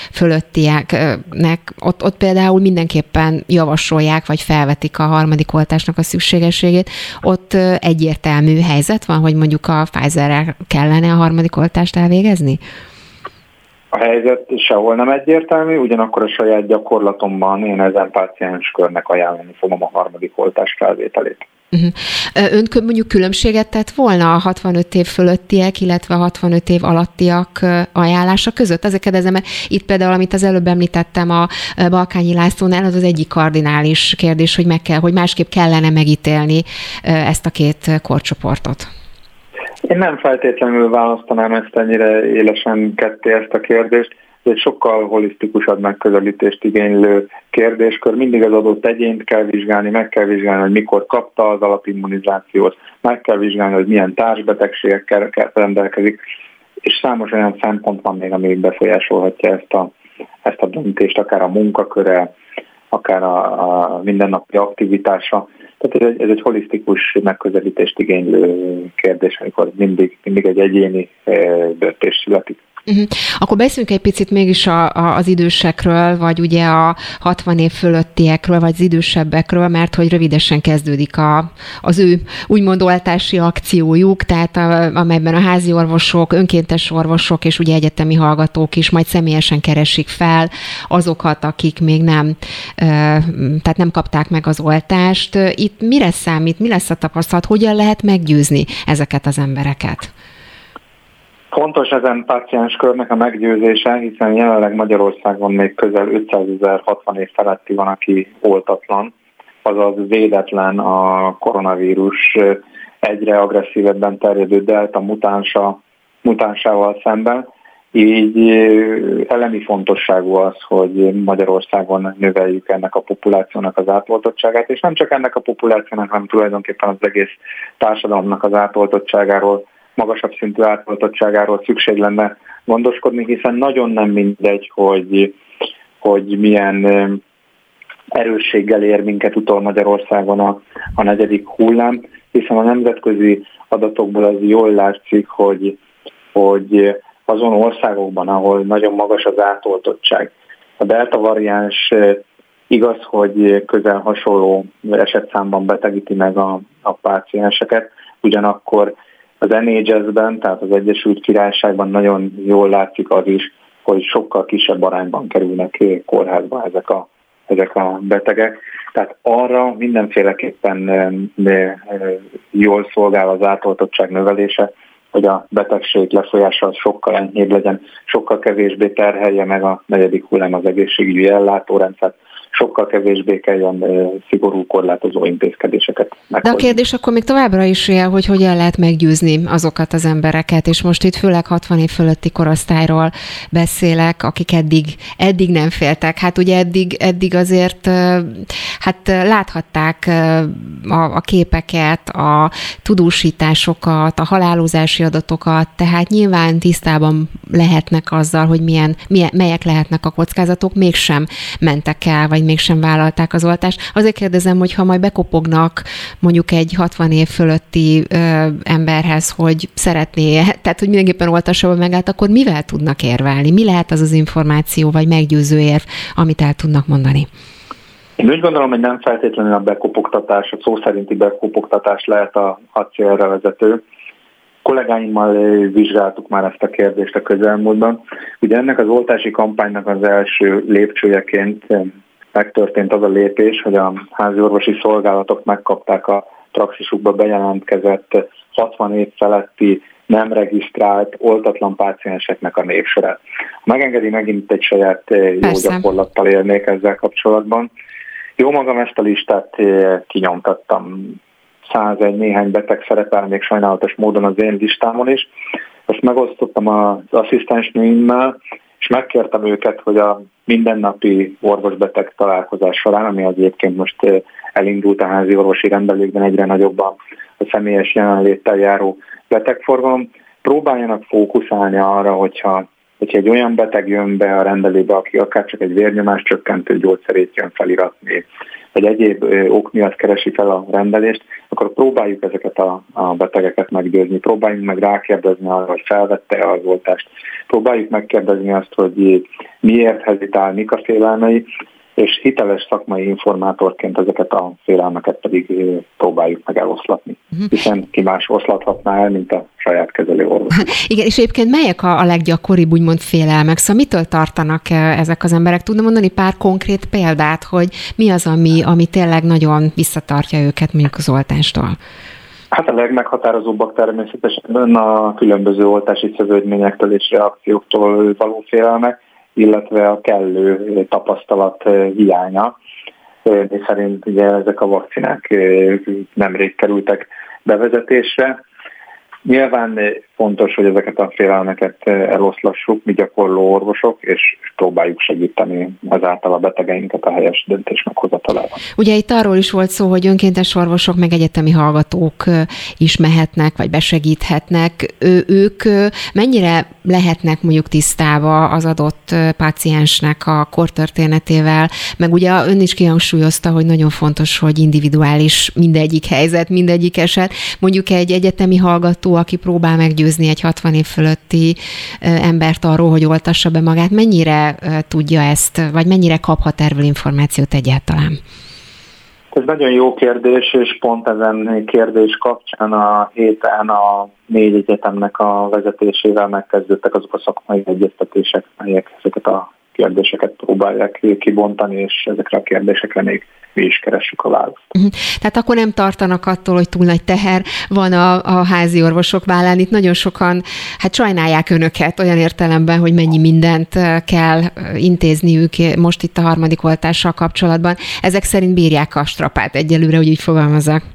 fölöttieknek, ott, ott például mindenképpen javasolják, vagy felvetik a harmadik oltásnak a szükségességét. Ott uh, egyértelmű helyzet van, hogy mondjuk a Pfizerrel kellene a harmadik oltást elvégezni? A helyzet sehol nem egyértelmű, ugyanakkor a saját gyakorlatomban én ezen pácienskörnek ajánlani fogom a harmadik oltás felvételét. Uh-huh. Ön mondjuk különbséget tett volna a hatvanöt év fölöttiek, illetve a hatvanöt év alattiak ajánlása között? Azért kérdezem, mert itt például, amit az előbb említettem a Balkányi Lászlónál, az az egyik kardinális kérdés, hogy meg kell, hogy másképp kellene megítélni ezt a két korcsoportot. Én nem feltétlenül választanám ezt ennyire élesen ketté ezt a kérdést. Ez egy sokkal holisztikusabb megközelítést igénylő kérdéskör. Mindig az adott egyént kell vizsgálni, meg kell vizsgálni, hogy mikor kapta az alapimmunizációt, meg kell vizsgálni, hogy milyen társbetegségekkel rendelkezik, és számos olyan szempont van még, ami befolyásolhatja ezt a, ezt a döntést, akár a munkaköre, akár a, a mindennapi aktivitása. Tehát ez egy, ez egy holisztikus megközelítést igénylő kérdés, amikor mindig, mindig egy egyéni döntés születik. Uh-huh. Akkor beszéljünk egy picit mégis a, a, az idősekről, vagy ugye a hatvan év fölöttiekről, vagy az idősebbekről, mert hogy rövidesen kezdődik a, az ő úgymond oltási akciójuk, tehát a, amelyben a házi orvosok, önkéntes orvosok és ugye egyetemi hallgatók is majd személyesen keresik fel azokat, akik még nem, tehát nem kapták meg az oltást. Itt mire számít, mi lesz a tapasztalat, hogyan lehet meggyőzni ezeket az embereket? Fontos ezen pácienskörnek a meggyőzése, hiszen jelenleg Magyarországon még közel ötszázezer hatvan év feletti van, aki oltatlan, azaz védetlen a koronavírus egyre agresszívebben terjedő delta mutánsa, mutánsával szemben. Így elemi fontosságú az, hogy Magyarországon növeljük ennek a populációnak az átoltottságát, és nem csak ennek a populációnak, hanem tulajdonképpen az egész társadalomnak az átoltottságáról, magasabb szintű átoltottságáról szükség lenne gondoskodni, hiszen nagyon nem mindegy, hogy, hogy milyen erősséggel ér minket utol Magyarországon a, a negyedik hullám, hiszen a nemzetközi adatokból az jól látszik, hogy, hogy azon országokban, ahol nagyon magas az átoltottság, a delta variáns igaz, hogy közel hasonló esetszámban betegíti meg a, a pácienseket, ugyanakkor az en há es-ben, tehát az Egyesült Királyságban nagyon jól látszik az is, hogy sokkal kisebb arányban kerülnek kórházba ezek a, ezek a betegek. Tehát arra mindenféleképpen jól szolgál az átoltottság növelése, hogy a betegség lefolyása sokkal enyhébb legyen, sokkal kevésbé terhelje meg a negyedik hullám az egészségügyi ellátórendszert, sokkal kevésbé kelljen szigorú korlátozó intézkedéseket meghozni. De a kérdés akkor még továbbra is él, hogy hogyan lehet meggyőzni azokat az embereket, és most itt főleg hatvan év fölötti korosztályról beszélek, akik eddig, eddig nem féltek. Hát ugye eddig, eddig azért hát láthatták a, a képeket, a tudósításokat, a halálozási adatokat, tehát nyilván tisztában lehetnek azzal, hogy milyen, milyen, melyek lehetnek a kockázatok, mégsem mentek el, vagy mégsem vállalták az oltást. Azért kérdezem, hogy ha majd bekopognak mondjuk egy hatvan év fölötti ö, emberhez, hogy szeretné, tehát hogy mindenképpen oltassa megállt, akkor mivel tudnak érvelni? Mi lehet az az információ, vagy meggyőző érv, amit el tudnak mondani? Én úgy gondolom, hogy nem feltétlenül a bekopogtatás, a szó szerinti bekopogtatás lehet a, a célra vezető. Kollégáimmal vizsgáltuk már ezt a kérdést a közelmúltban. Ugye ennek az oltási kampánynak az első lépcsőjeként megtörtént az a lépés, hogy a háziorvosi szolgálatok megkapták a praxisukba bejelentkezett hatvan év feletti nem regisztrált, oltatlan pácienseknek a névsorát. Megengedi, megint egy saját jó gyakorlattal élnék ezzel kapcsolatban. Jó magam, ezt a listát kinyomtattam. százegy néhány beteg szerepel még sajnálatos módon az én listámon is. Ezt megosztottam az asszisztensnőimmel, és megkértem őket, hogy a mindennapi orvos-beteg találkozás során, ami az egyébként most elindult a házi orvosi rendelőkben, egyre nagyobb a személyes jelenléttel járó betegforgalom, próbáljanak fókuszálni arra, hogyha, hogyha egy olyan beteg jön be a rendelőbe, aki akár csak egy vérnyomás csökkentő gyógyszerét jön feliratni, vagy egyéb ok miatt keresi fel a rendelést, akkor próbáljuk ezeket a, a betegeket meggyőzni, próbáljuk meg rákérdezni arra, hogy felvette az oltást, próbáljuk megkérdezni azt, hogy miért hezitál, mik a félelmei, és hiteles szakmai informátorként ezeket a félelmeket pedig próbáljuk meg eloszlatni. Uh-huh. Hiszen ki más oszlathatná el, mint a saját kezelő orvos. Igen, és egyébként melyek a, a leggyakoribb úgymond félelmek? Szóval mitől tartanak ezek az emberek? Tudna mondani pár konkrét példát, hogy mi az, ami, ami tényleg nagyon visszatartja őket mondjuk az oltástól? Hát a legmeghatározóbbak természetesen a különböző oltási szövődményektől és reakcióktól való félelmek, illetve a kellő tapasztalat hiánya. Mi szerint ugye ezek a vakcinák nemrég kerültek bevezetésre. Nyilván fontos, hogy ezeket a félelmeket eloszlassuk, mi gyakorló orvosok, és próbáljuk segíteni ezáltal a betegeinket a helyes döntés meghozatalában. Ugye itt arról is volt szó, hogy önkéntes orvosok meg egyetemi hallgatók is mehetnek, vagy besegíthetnek. Ő, ők mennyire lehetnek mondjuk tisztába az adott páciensnek a kortörténetével, meg ugye ön is kihangsúlyozta, hogy nagyon fontos, hogy individuális mindegyik helyzet, mindegyik eset. Mondjuk egy egyetemi hallgató, aki próbál meggyőzni egy hatvan év fölötti embert arról, hogy oltassa be magát, mennyire tudja ezt, vagy mennyire kaphat erről információt egyáltalán? Ez nagyon jó kérdés, és pont ezen kérdés kapcsán a héten a négy egyetemnek a vezetésével megkezdődtek azok a szakmai egyeztetések, melyek ezeket a kérdéseket próbálják kibontani, és ezekre a kérdésekre még mi is keressük a választ. Uh-huh. Tehát akkor nem tartanak attól, hogy túl nagy teher van a, a házi orvosok vállán. Itt nagyon sokan hát sajnálják önöket olyan értelemben, hogy mennyi mindent kell intézniük most itt a harmadik oltással kapcsolatban. Ezek szerint bírják a strapát egyelőre, hogy így fogalmazzak.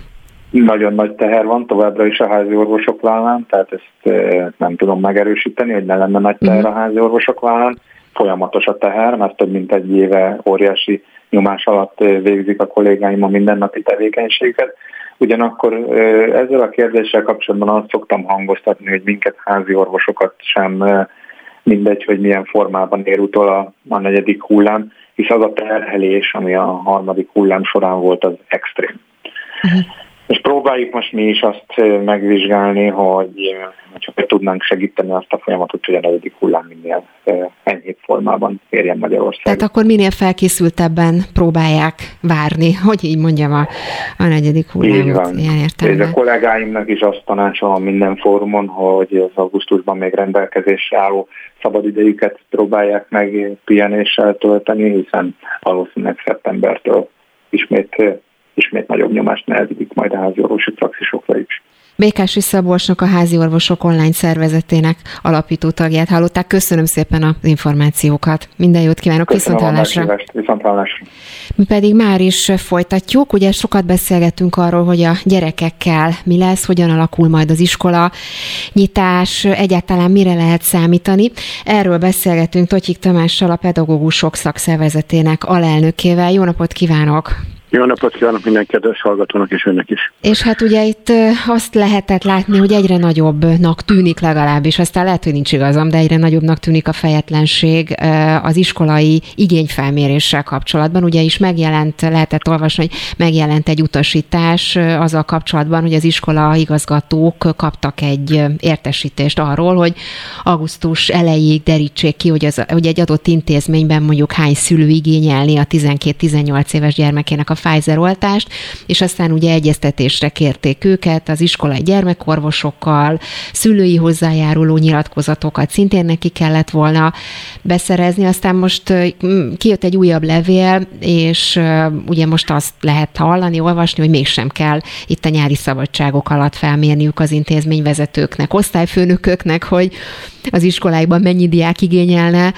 Nagyon nagy teher van továbbra is a házi orvosok vállán, tehát ezt nem tudom megerősíteni, hogy ne lenne nagy teher a házi orvosok vállán. Folyamatos a teher, mert több mint egy éve óriási nyomás alatt végzik a kollégáim a mindennapi tevékenységet. Ugyanakkor ezzel a kérdéssel kapcsolatban azt szoktam hangoztatni, hogy minket házi orvosokat sem mindegy, hogy milyen formában ér utol a, a negyedik hullám, hisz az a terhelés, ami a harmadik hullám során volt, az extrém. Uh-huh. És próbáljuk most mi is azt megvizsgálni, hogy csak tudnánk segíteni azt a folyamatot, hogy a negyedik hullám minél enyhébb formában érjen Magyarországon. Tehát akkor minél felkészültebben próbálják várni, hogy így mondjam, a, a negyedik hullámot. Ilyen értelemben. És a kollégáimnak is azt tanácsolom minden fórumon, hogy az augusztusban még rendelkezésre álló szabadidejüket próbálják meg pihenéssel tölteni, hiszen valószínűleg szeptembertől ismét ismét nagyobb nyomást nehezedik majd a házi orvosi praxisokra is. Békási Szabolcsnak, a házi orvosok online szervezetének alapító tagját hallották. Köszönöm szépen az információkat. Minden jót kívánok, viszonthallásra. Viszonthallásra. Mi pedig már is folytatjuk. Ugye sokat beszélgettünk arról, hogy a gyerekekkel mi lesz, hogyan alakul majd az iskola nyitás, egyáltalán mire lehet számítani. Erről beszélgettünk Totyik Tamással, a Pedagógusok Szakszervezetének alelnökével. Jó napot kívánok! Jó napot kívánok minden kedves hallgatónak és önnek is. És hát ugye itt azt lehetett látni, hogy egyre nagyobbnak tűnik legalábbis, aztán lehet, hogy nincs igazam, de egyre nagyobbnak tűnik a fejetlenség az iskolai igényfelméréssel kapcsolatban. Ugye is megjelent, lehetett olvasni, hogy megjelent egy utasítás azzal kapcsolatban, hogy az iskola igazgatók kaptak egy értesítést arról, hogy augusztus elejéig derítsék ki, hogy, az, hogy egy adott intézményben mondjuk hány szülő igényelni a tizenkét-tizennyolc éves gyermekének a Pfizer-oltást, és aztán ugye egyeztetésre kérték őket, az iskolai gyermekorvosokkal, szülői hozzájáruló nyilatkozatokat szintén neki kellett volna beszerezni, aztán most kijött egy újabb levél, és ugye most azt lehet hallani, olvasni, hogy mégsem kell itt a nyári szabadságok alatt felmérniük az intézményvezetőknek, osztályfőnököknek, hogy az iskoláikban mennyi diák igényelne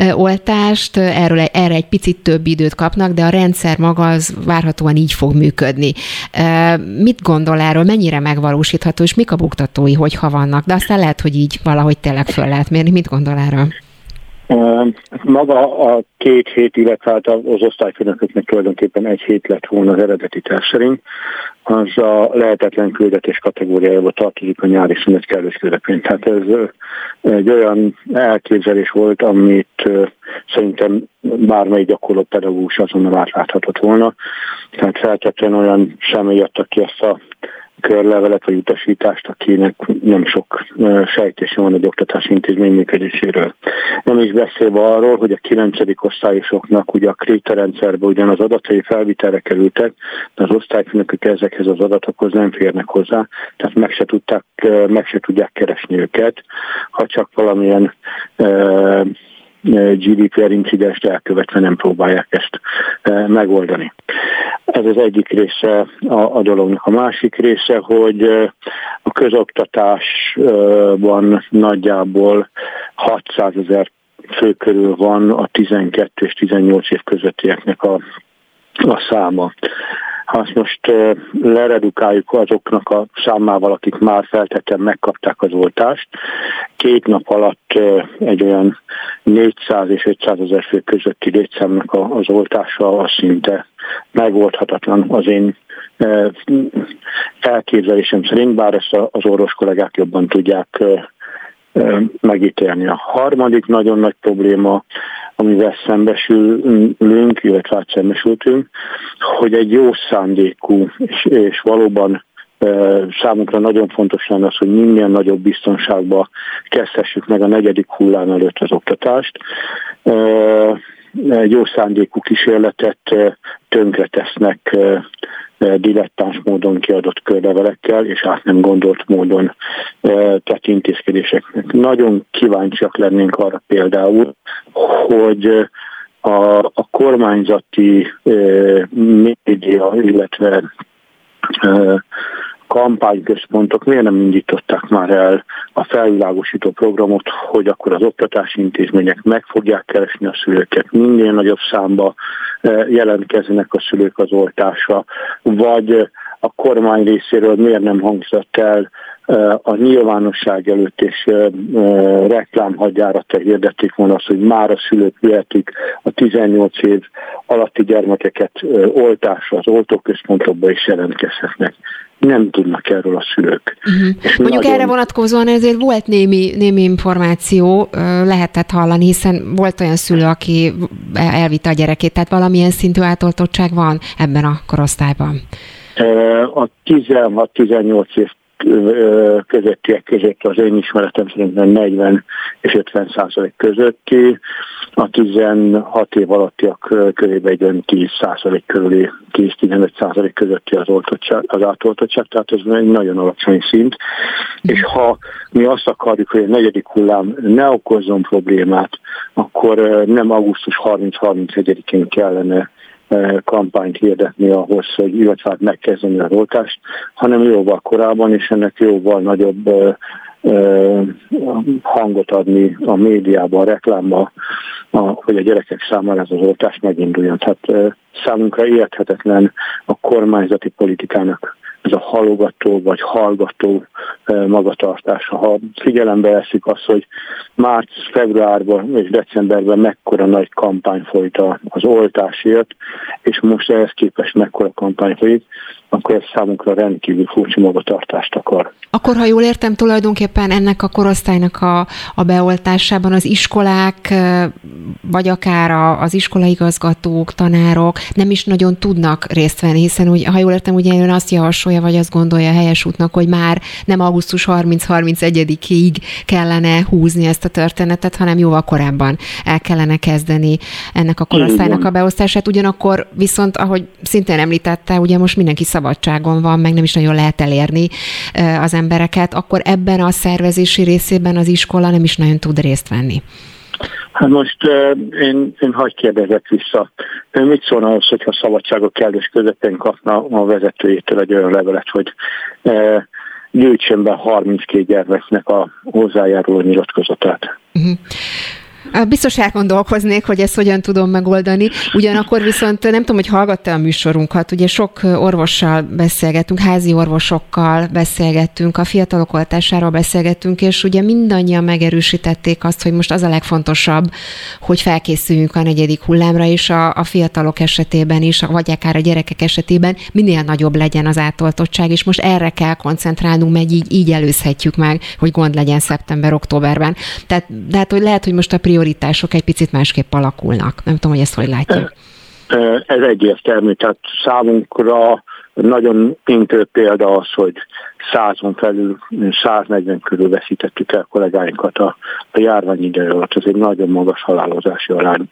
oltást, erről erre egy picit több időt kapnak, de a rendszer maga az várhatóan így fog működni. Mit gondol erről, mennyire megvalósítható, és mik a buktatói, hogyha vannak? De aztán lehet, hogy így valahogy tényleg föl lehet mérni. Mit gondol erről? Maga a két hét, illetve az osztályfőnököknek tulajdonképpen egy hét lett volna az eredeti terv szerint, az a lehetetlen küldetés kategóriájába tartozik a nyári szünet kellős közepén. Tehát ez egy olyan elképzelés volt, amit szerintem bármely gyakorló pedagógus azonnal átláthatott volna. Tehát feltétlenül olyan személy adtak ki ezt a körlevelet vagy utasítást, akinek nem sok sejtése van egy oktatási intézmény működéséről. Nem is beszélve arról, hogy a kilencedik osztályosoknak ugye a kréta rendszerbe ugyan az adatai felvitelre kerültek, de az osztályfőnökök ezekhez az adatokhoz nem férnek hozzá, tehát meg se, tudták, meg se tudják keresni őket, ha csak valamilyen uh, gé dé pé er incidenst elkövetve nem próbálják ezt uh, megoldani. Ez az egyik része a, a dolognak. A másik része, hogy uh, a közoktatásban nagyjából hatszázezer fő körül van a tizenkét és tizennyolc év közöttieknek a, a száma. Ha azt most uh, leredukáljuk azoknak a számával, akik már feltettem megkapták az oltást, két nap alatt uh, egy olyan négyszáz és ötszázezer fő közötti létszámnak a, az oltása az szinte megoldhatatlan az én uh, elképzelésem szerint, bár ezt az orvos kollégák jobban tudják uh, uh, megítélni. A harmadik nagyon nagy probléma, amivel szembesülünk, illetve hát szembesültünk, hogy egy jó szándékú, és, és valóban e, számunkra nagyon fontos lenne az, hogy minél nagyobb biztonságba kezdhessük meg a negyedik hullám előtt az oktatást. E, egy jó szándékú kísérletet e, tönkretesznek e, dilettáns módon kiadott körlevelekkel, és át nem gondolt módon e, tett intézkedéseknek. Nagyon kíváncsiak lennénk arra például, hogy a, a kormányzati e, média, illetve e, kampányközpontok miért nem indították már el a felvilágosító programot, hogy akkor az oktatási intézmények meg fogják keresni a szülőket, minél nagyobb számba jelentkeznek a szülők az oltásra, vagy a kormány részéről miért nem hangzott el a nyilvánosság előtt és reklámhagyjára hirdették volna azt, hogy már a szülők vihetik a tizennyolc év alatti gyermekeket oltásra, az oltóközpontokba is jelentkezhetnek. Nem tudnak erről a szülők. Uh-huh. Mondjuk nagyon... erre vonatkozóan ezért volt némi, némi információ, lehetett hallani, hiszen volt olyan szülő, aki elvitte a gyerekét, tehát valamilyen szintű átoltottság van ebben a korosztályban. A tizenhat-tizennyolc év közöttiek között az én ismeretem szerintem negyven és ötven százalék közötti, a tizenhat év alattiak körében egy tíz százalék körüli, tíz-tizenöt százalék közötti az, oltottság, az átoltottság, tehát ez egy nagyon alacsony szint, és ha mi azt akarjuk, hogy a negyedik hullám ne okozzon problémát, akkor nem augusztus harminc-harmincegyedikén kellene kampányt hirdetni ahhoz, hogy illetve megkezdeni az oltást, hanem jóval korábban, és ennek jóval nagyobb uh, uh, hangot adni a médiában, a reklámban, a, hogy a gyerekek számára ez az oltás meginduljon. Tehát uh, számunkra érthetetlen a kormányzati politikának ez a halogató vagy hallgató magatartása. Ha figyelembe veszik azt, hogy március, februárban és decemberben mekkora nagy kampány folyt az oltásért, és most ehhez képest mekkora kampány folyik, akkor ez számunkra rendkívül furcsa magatartást akar. Akkor, ha jól értem, tulajdonképpen ennek a korosztálynak a, a beoltásában az iskolák, vagy akár az iskolaigazgatók, tanárok nem is nagyon tudnak részt venni, hiszen, úgy, ha jól értem, ugye ön azt javasolja, vagy azt gondolja a helyes útnak, hogy már nem augusztus harminc-harmincegyedikéig kellene húzni ezt a történetet, hanem jóval korábban el kellene kezdeni ennek a korosztálynak a beosztását. Ugyanakkor viszont, ahogy szintén említette, ugye most mindenki szabadságon van, meg nem is nagyon lehet elérni az embereket, akkor ebben a szervezési részében az iskola nem is nagyon tud részt venni. Hát most én, én hagyj kérdezek vissza. Ön mit szólna ahhoz, hogyha szabadságok kellős közepén kapna a vezetőjétől egy olyan levelet, hogy gyűjtsön be harminckét gyermeknek a hozzájáruló nyilatkozatát? Uh-huh. Biztos elgondolkoznék, hogy ezt hogyan tudom megoldani. Ugyanakkor viszont nem tudom, hogy hallgatta a műsorunkat. Ugye sok orvossal beszélgettünk, házi orvosokkal beszélgettünk, a fiatalok oltásáról beszélgettünk, és ugye mindannyian megerősítették azt, hogy most az a legfontosabb, hogy felkészüljünk a negyedik hullámra, és a, a fiatalok esetében is, vagy akár a gyerekek esetében minél nagyobb legyen az átoltottság, és most erre kell koncentrálnunk, meg így, így előzhetjük meg, hogy gond legyen szeptember-októberben. Tehát, de hát, hogy lehet, hogy most a prioritások egy picit másképp alakulnak. Nem tudom, hogy ezt hogy látja. Ez egyértelmű, tehát számunkra Nagyon intő példa az, hogy százon felül, száznegyven körül veszítettük el kollégáinkat a, a járvány idő alatt. Ez egy nagyon magas halálozási arány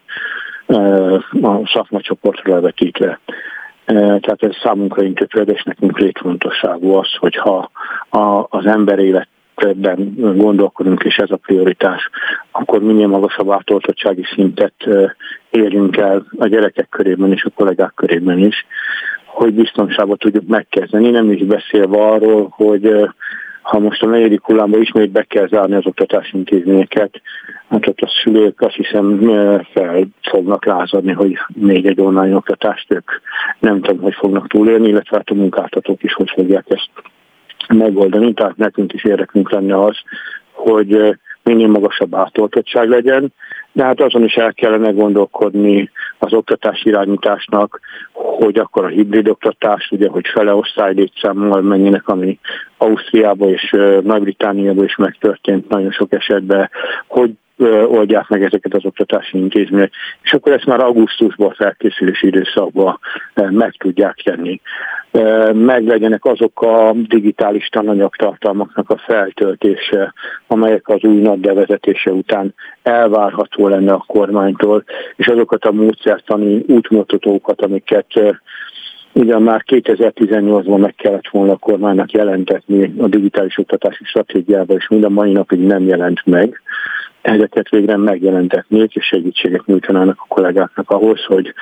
a szakmacsoportra levetítve. Tehát ez számunkra intő példa, és nekünk létfontosságú az, hogyha a, az ember életben gondolkodunk, és ez a prioritás, akkor minél magasabb átoltottsági szintet érjünk el a gyerekek körében és a kollégák körében is, hogy biztonságot tudjuk megkezdeni, nem is beszélve arról, hogy ha most a negyedik hullámban ismét be kell zárni az oktatási intézményeket, hát ott a szülők azt hiszem fel fognak lázadni, hogy még egy online oktatást ők nem tudom, hogy fognak túlélni, illetve hát a munkáltatók is hogy fogják ezt megoldani. Tehát nekünk is érdekünk lenne az, hogy minél magasabb átoltottság legyen, de hát azon is el kellene gondolkodni az oktatási irányításnak, hogy akkor a hibrid oktatás, ugye, hogy fele osztálylétszámmal menjenek, ami Ausztriában és Nagy-Britanniában is megtörtént nagyon sok esetben, hogy oldják meg ezeket az oktatási intézmények, és akkor ezt már augusztusban felkészülési időszakban meg tudják tenni. Meglegyenek azok a digitális tananyagtartalmaknak a feltöltése, amelyek az új NAD bevezetése után elvárható lenne a kormánytól, és azokat a módszertani útmutatókat, amiket ugyan már kétezer-tizennyolcban meg kellett volna a kormánynak jelentetni a digitális oktatási stratégiában, és mind a mai napig nem jelent meg. Ezeket végre megjelentetnék, és segítséget nyújtanának a kollégáknak ahhoz, hogy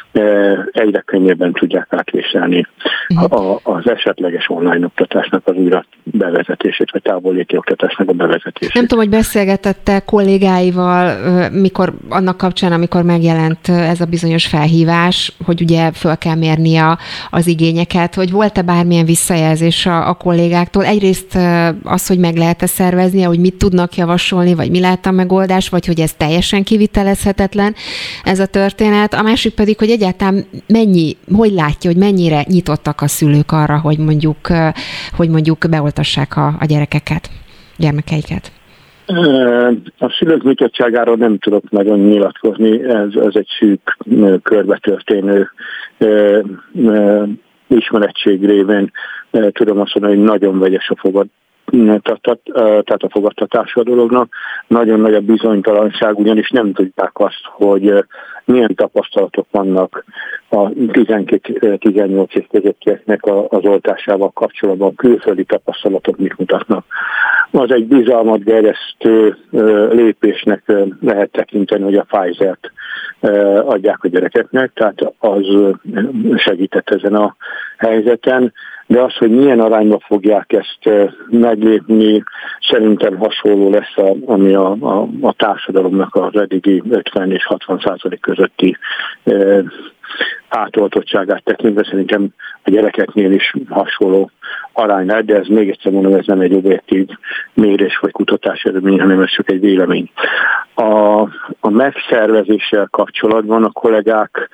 egyre könnyebben tudják átvészelni uh-huh. az esetleges online oktatásnak az újra bevezetését, vagy távolléti oktatásnak a bevezetését. Nem tudom, hogy beszélgetette kollégáival, mikor annak kapcsán, amikor megjelent ez a bizonyos felhívás, hogy ugye föl kell mérni a, az igényeket, hogy volt-e bármilyen visszajelzés a, a kollégáktól? Egyrészt az, hogy meg lehet-e szervezni, hogy mit tudnak javasolni, vagy mi lehet a megoldás, vagy hogy ez teljesen kivitelezhetetlen ez a történet. A másik pedig, hogy egyáltalán mennyi, hogy látja, hogy mennyire nyitottak a szülők arra, hogy mondjuk, hogy mondjuk beoltassák a, a gyerekeket, gyermekeiket. A szülők nyitottságáról nem tudok nagyon nyilatkozni, ez, ez egy szűk körbe történő ismerettség révén tudom azt mondani, hogy nagyon vegyes a fogad. Tehát a fogadtatása a dolognak. Nagyon nagy a bizonytalanság, ugyanis nem tudják azt, hogy milyen tapasztalatok vannak a tizenkét-tizennyolc év közöttieknek az oltásával kapcsolatban, külföldi tapasztalatok mit mutatnak. Az egy bizalmat gerjesztő lépésnek lehet tekinteni, hogy a Pfizer-t adják a gyerekeknek, tehát az segített ezen a helyzeten, de az, hogy milyen arányban fogják ezt meglépni, szerintem hasonló lesz, a, ami a, a, a társadalomnak az eddigi ötven és hatvan százalék közötti e, átoltottságát tekintve, szerintem a gyerekeknél is hasonló arány lehet, de ez még egyszer mondom, ez nem egy objektív mérés vagy kutatás eredmény, hanem ez csak egy vélemény. A, a megszervezéssel kapcsolatban a kollégák,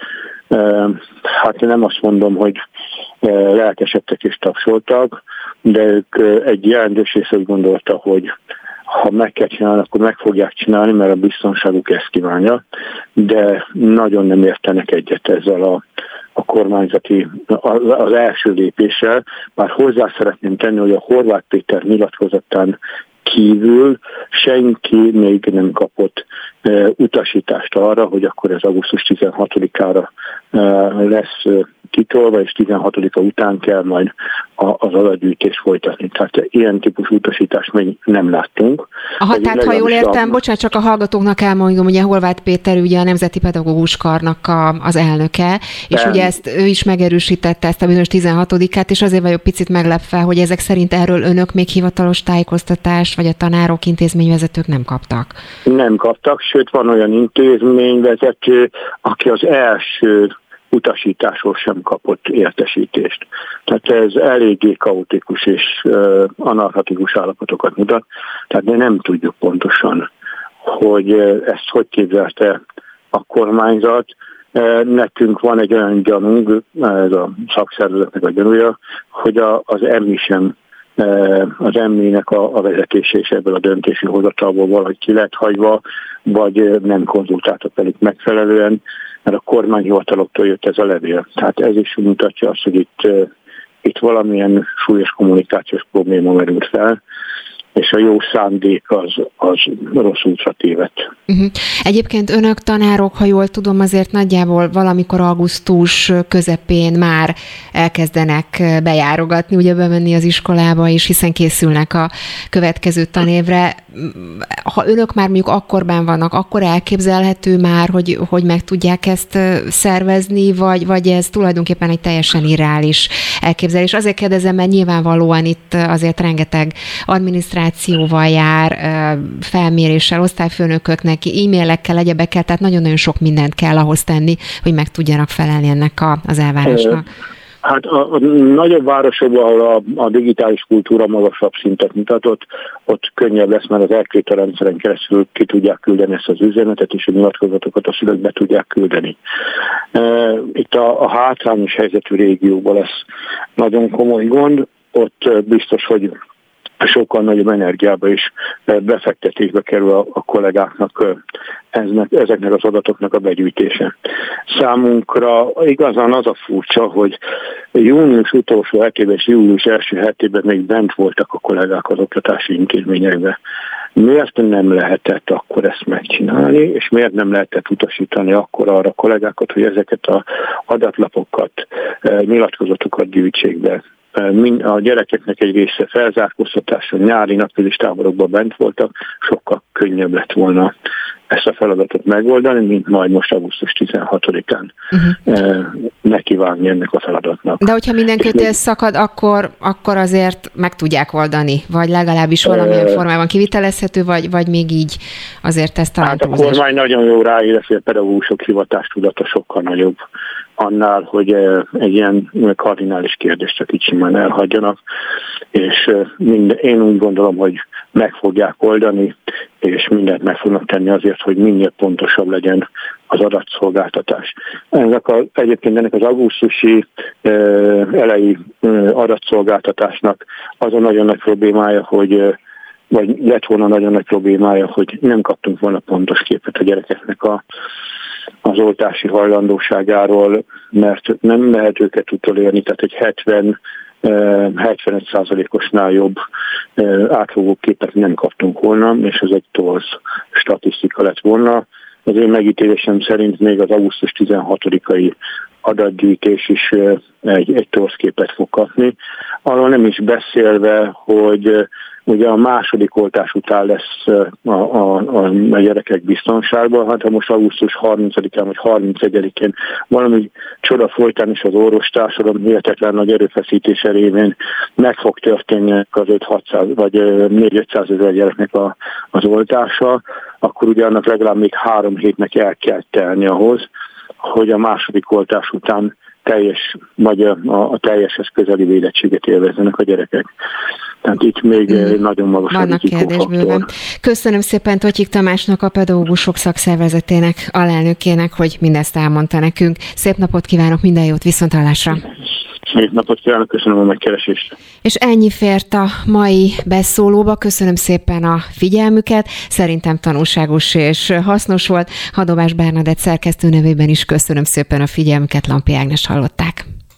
hát nem azt mondom, hogy lelkesedtek és tapsoltak, de ők egy jelentős része úgy gondolta, hogy ha meg kell csinálni, akkor meg fogják csinálni, mert a biztonságuk ezt kívánja, de nagyon nem értenek egyet ezzel a, a kormányzati, az első lépéssel. Bár hozzá szeretném tenni, hogy a Horváth Péter nyilatkozatán kívül senki még nem kapott e, utasítást arra, hogy akkor ez augusztus tizenhatodikára e, lesz e, kitolva, és tizenhatodika után kell majd a, az adatgyűjtést folytatni. Tehát ilyen típusú utasítást még nem láttunk. Aha, tehát ha jól értem, a... bocsánat, csak a hallgatóknak elmondom, ugye Horváth Péter ugye a Nemzeti Pedagógus Karnak a, az elnöke, és De... ugye ezt ő is megerősítette, ezt a bizonyos tizenhatodikát, és azért vagyok picit meglepve, hogy ezek szerint erről önök még hivatalos tájékoztatást, vagy a tanárok, intézményvezetők nem kaptak. Nem kaptak, sőt van olyan intézményvezető, aki az első utasításról sem kapott értesítést. Tehát ez eléggé kaotikus és uh, anarchatikus állapotokat mutat, tehát de nem tudjuk pontosan, hogy uh, ezt hogy képzelte a kormányzat. Uh, nekünk van egy olyan gyanunk, ez a szakszervezetnek a gyanúja, hogy a, az em i sem az em i-nek a, a vezetése és ebből a döntési hozatalból valahogy ki lett hagyva, vagy nem konzultáltak velük megfelelően, mert a kormányhivataloktól jött ez a levél. Tehát ez is mutatja azt, hogy itt itt valamilyen súlyos kommunikációs probléma merült fel, és a jó szándék az, az rossz útra tévedt. Uh-huh. Egyébként önök tanárok, ha jól tudom, azért nagyjából valamikor augusztus közepén már elkezdenek bejárogatni, ugye bemenni az iskolába, és hiszen készülnek a következő tanévre. Ha önök már mondjuk akkorban vannak, akkor elképzelhető már, hogy, hogy meg tudják ezt szervezni, vagy, vagy ez tulajdonképpen egy teljesen irreális elképzelés. Azért kérdezem, mert nyilvánvalóan itt azért rengeteg adminisztrációval jár, felméréssel, osztályfőnököknek, e-mailekkel, egyebekkel, tehát nagyon-nagyon sok mindent kell ahhoz tenni, hogy meg tudjanak felelni ennek a, az elvárásnak. Hát a, a nagyobb városokban, ahol a, a digitális kultúra magasabb szintet mutatott, ott könnyebb lesz, mert az elküldő rendszeren keresztül ki tudják küldeni ezt az üzenetet, és a nyilatkozatokat a szülők be tudják küldeni. Itt a, a hátrányos helyzetű régióban lesz nagyon komoly gond, ott biztos, hogy sokkal nagyobb energiába is befektetésbe kerül a, a kollégáknak eznek, ezeknek az adatoknak a begyűjtése. Számunkra igazán az a furcsa, hogy június utolsó hetében és július első hetében még bent voltak a kollégák az oktatási intézményekben. Miért nem lehetett akkor ezt megcsinálni, és miért nem lehetett utasítani akkor arra a kollégákat, hogy ezeket az adatlapokat, nyilatkozatokat gyűjtsék be. A gyerekeknek egy része felzárkóztatáson, nyári napközis táborokban bent voltak, sokkal könnyebb lett volna ezt a feladatot megoldani, mint majd most augusztus tizenhatodikán uh-huh. nekivágni ennek a feladatnak. De hogyha minden kötél szakad, akkor, akkor azért meg tudják oldani, vagy legalábbis valamilyen uh, formában kivitelezhető, vagy, vagy még így azért ezt talán hát túlzás. A kormány nagyon jó ráér, hogy a pedagógusok hivatástudata sokkal nagyobb annál, hogy egy ilyen kardinális kérdést csak így simán elhagyjanak, és minden, én úgy gondolom, hogy meg fogják oldani, és mindent meg fognak tenni azért, hogy minél pontosabb legyen az adatszolgáltatás. Ennek a, egyébként ennek az augusztusi elejé adatszolgáltatásnak az a nagyon nagy problémája, hogy vagy lett volna nagyon nagy problémája, hogy nem kaptunk volna pontos képet a gyerekeknek a az oltási hajlandóságáról, mert nem lehet őket utolérni, tehát egy hetven hetvenöt százalékosnál jobb átfogó képet nem kaptunk volna, és ez egy torz statisztika lett volna. Az én megítélésem szerint még az augusztus tizenhatodikai adatgyűjtés is egy, egy torz képet fog kapni. Arról nem is beszélve, hogy ugye a második oltás után lesz a, a, a, a gyerekek biztonságban, hát ha most augusztus harmincadikán vagy harmincegyedikén valami csoda folytán is az orvostársadalom hihetetlen nagy erőfeszítése révén meg fog történni az öt-hatszáz vagy négy-ötszáz ezer gyereknek a, az oltása, akkor ugye annak legalább még három hétnek el kell telni ahhoz, hogy a második oltás után teljes, vagy a, a teljeshez közeli védettséget élvezzenek a gyerekek. Tehát itt még mm. nagyon magas a rizikófaktor. Köszönöm szépen Totyik Tamásnak, a Pedagógusok Szakszervezetének alelnökének, hogy mindezt elmondta nekünk. Szép napot kívánok, minden jót, viszonthallásra! Szép napot kívánok, köszönöm a megkeresést! És ennyi fért a mai beszólóba. Köszönöm szépen a figyelmüket. Szerintem tanulságos és hasznos volt. Hadovás Bernadett szerkesztő nevében is köszönöm szépen a figyelmüket. Lampi Ágnes hallották.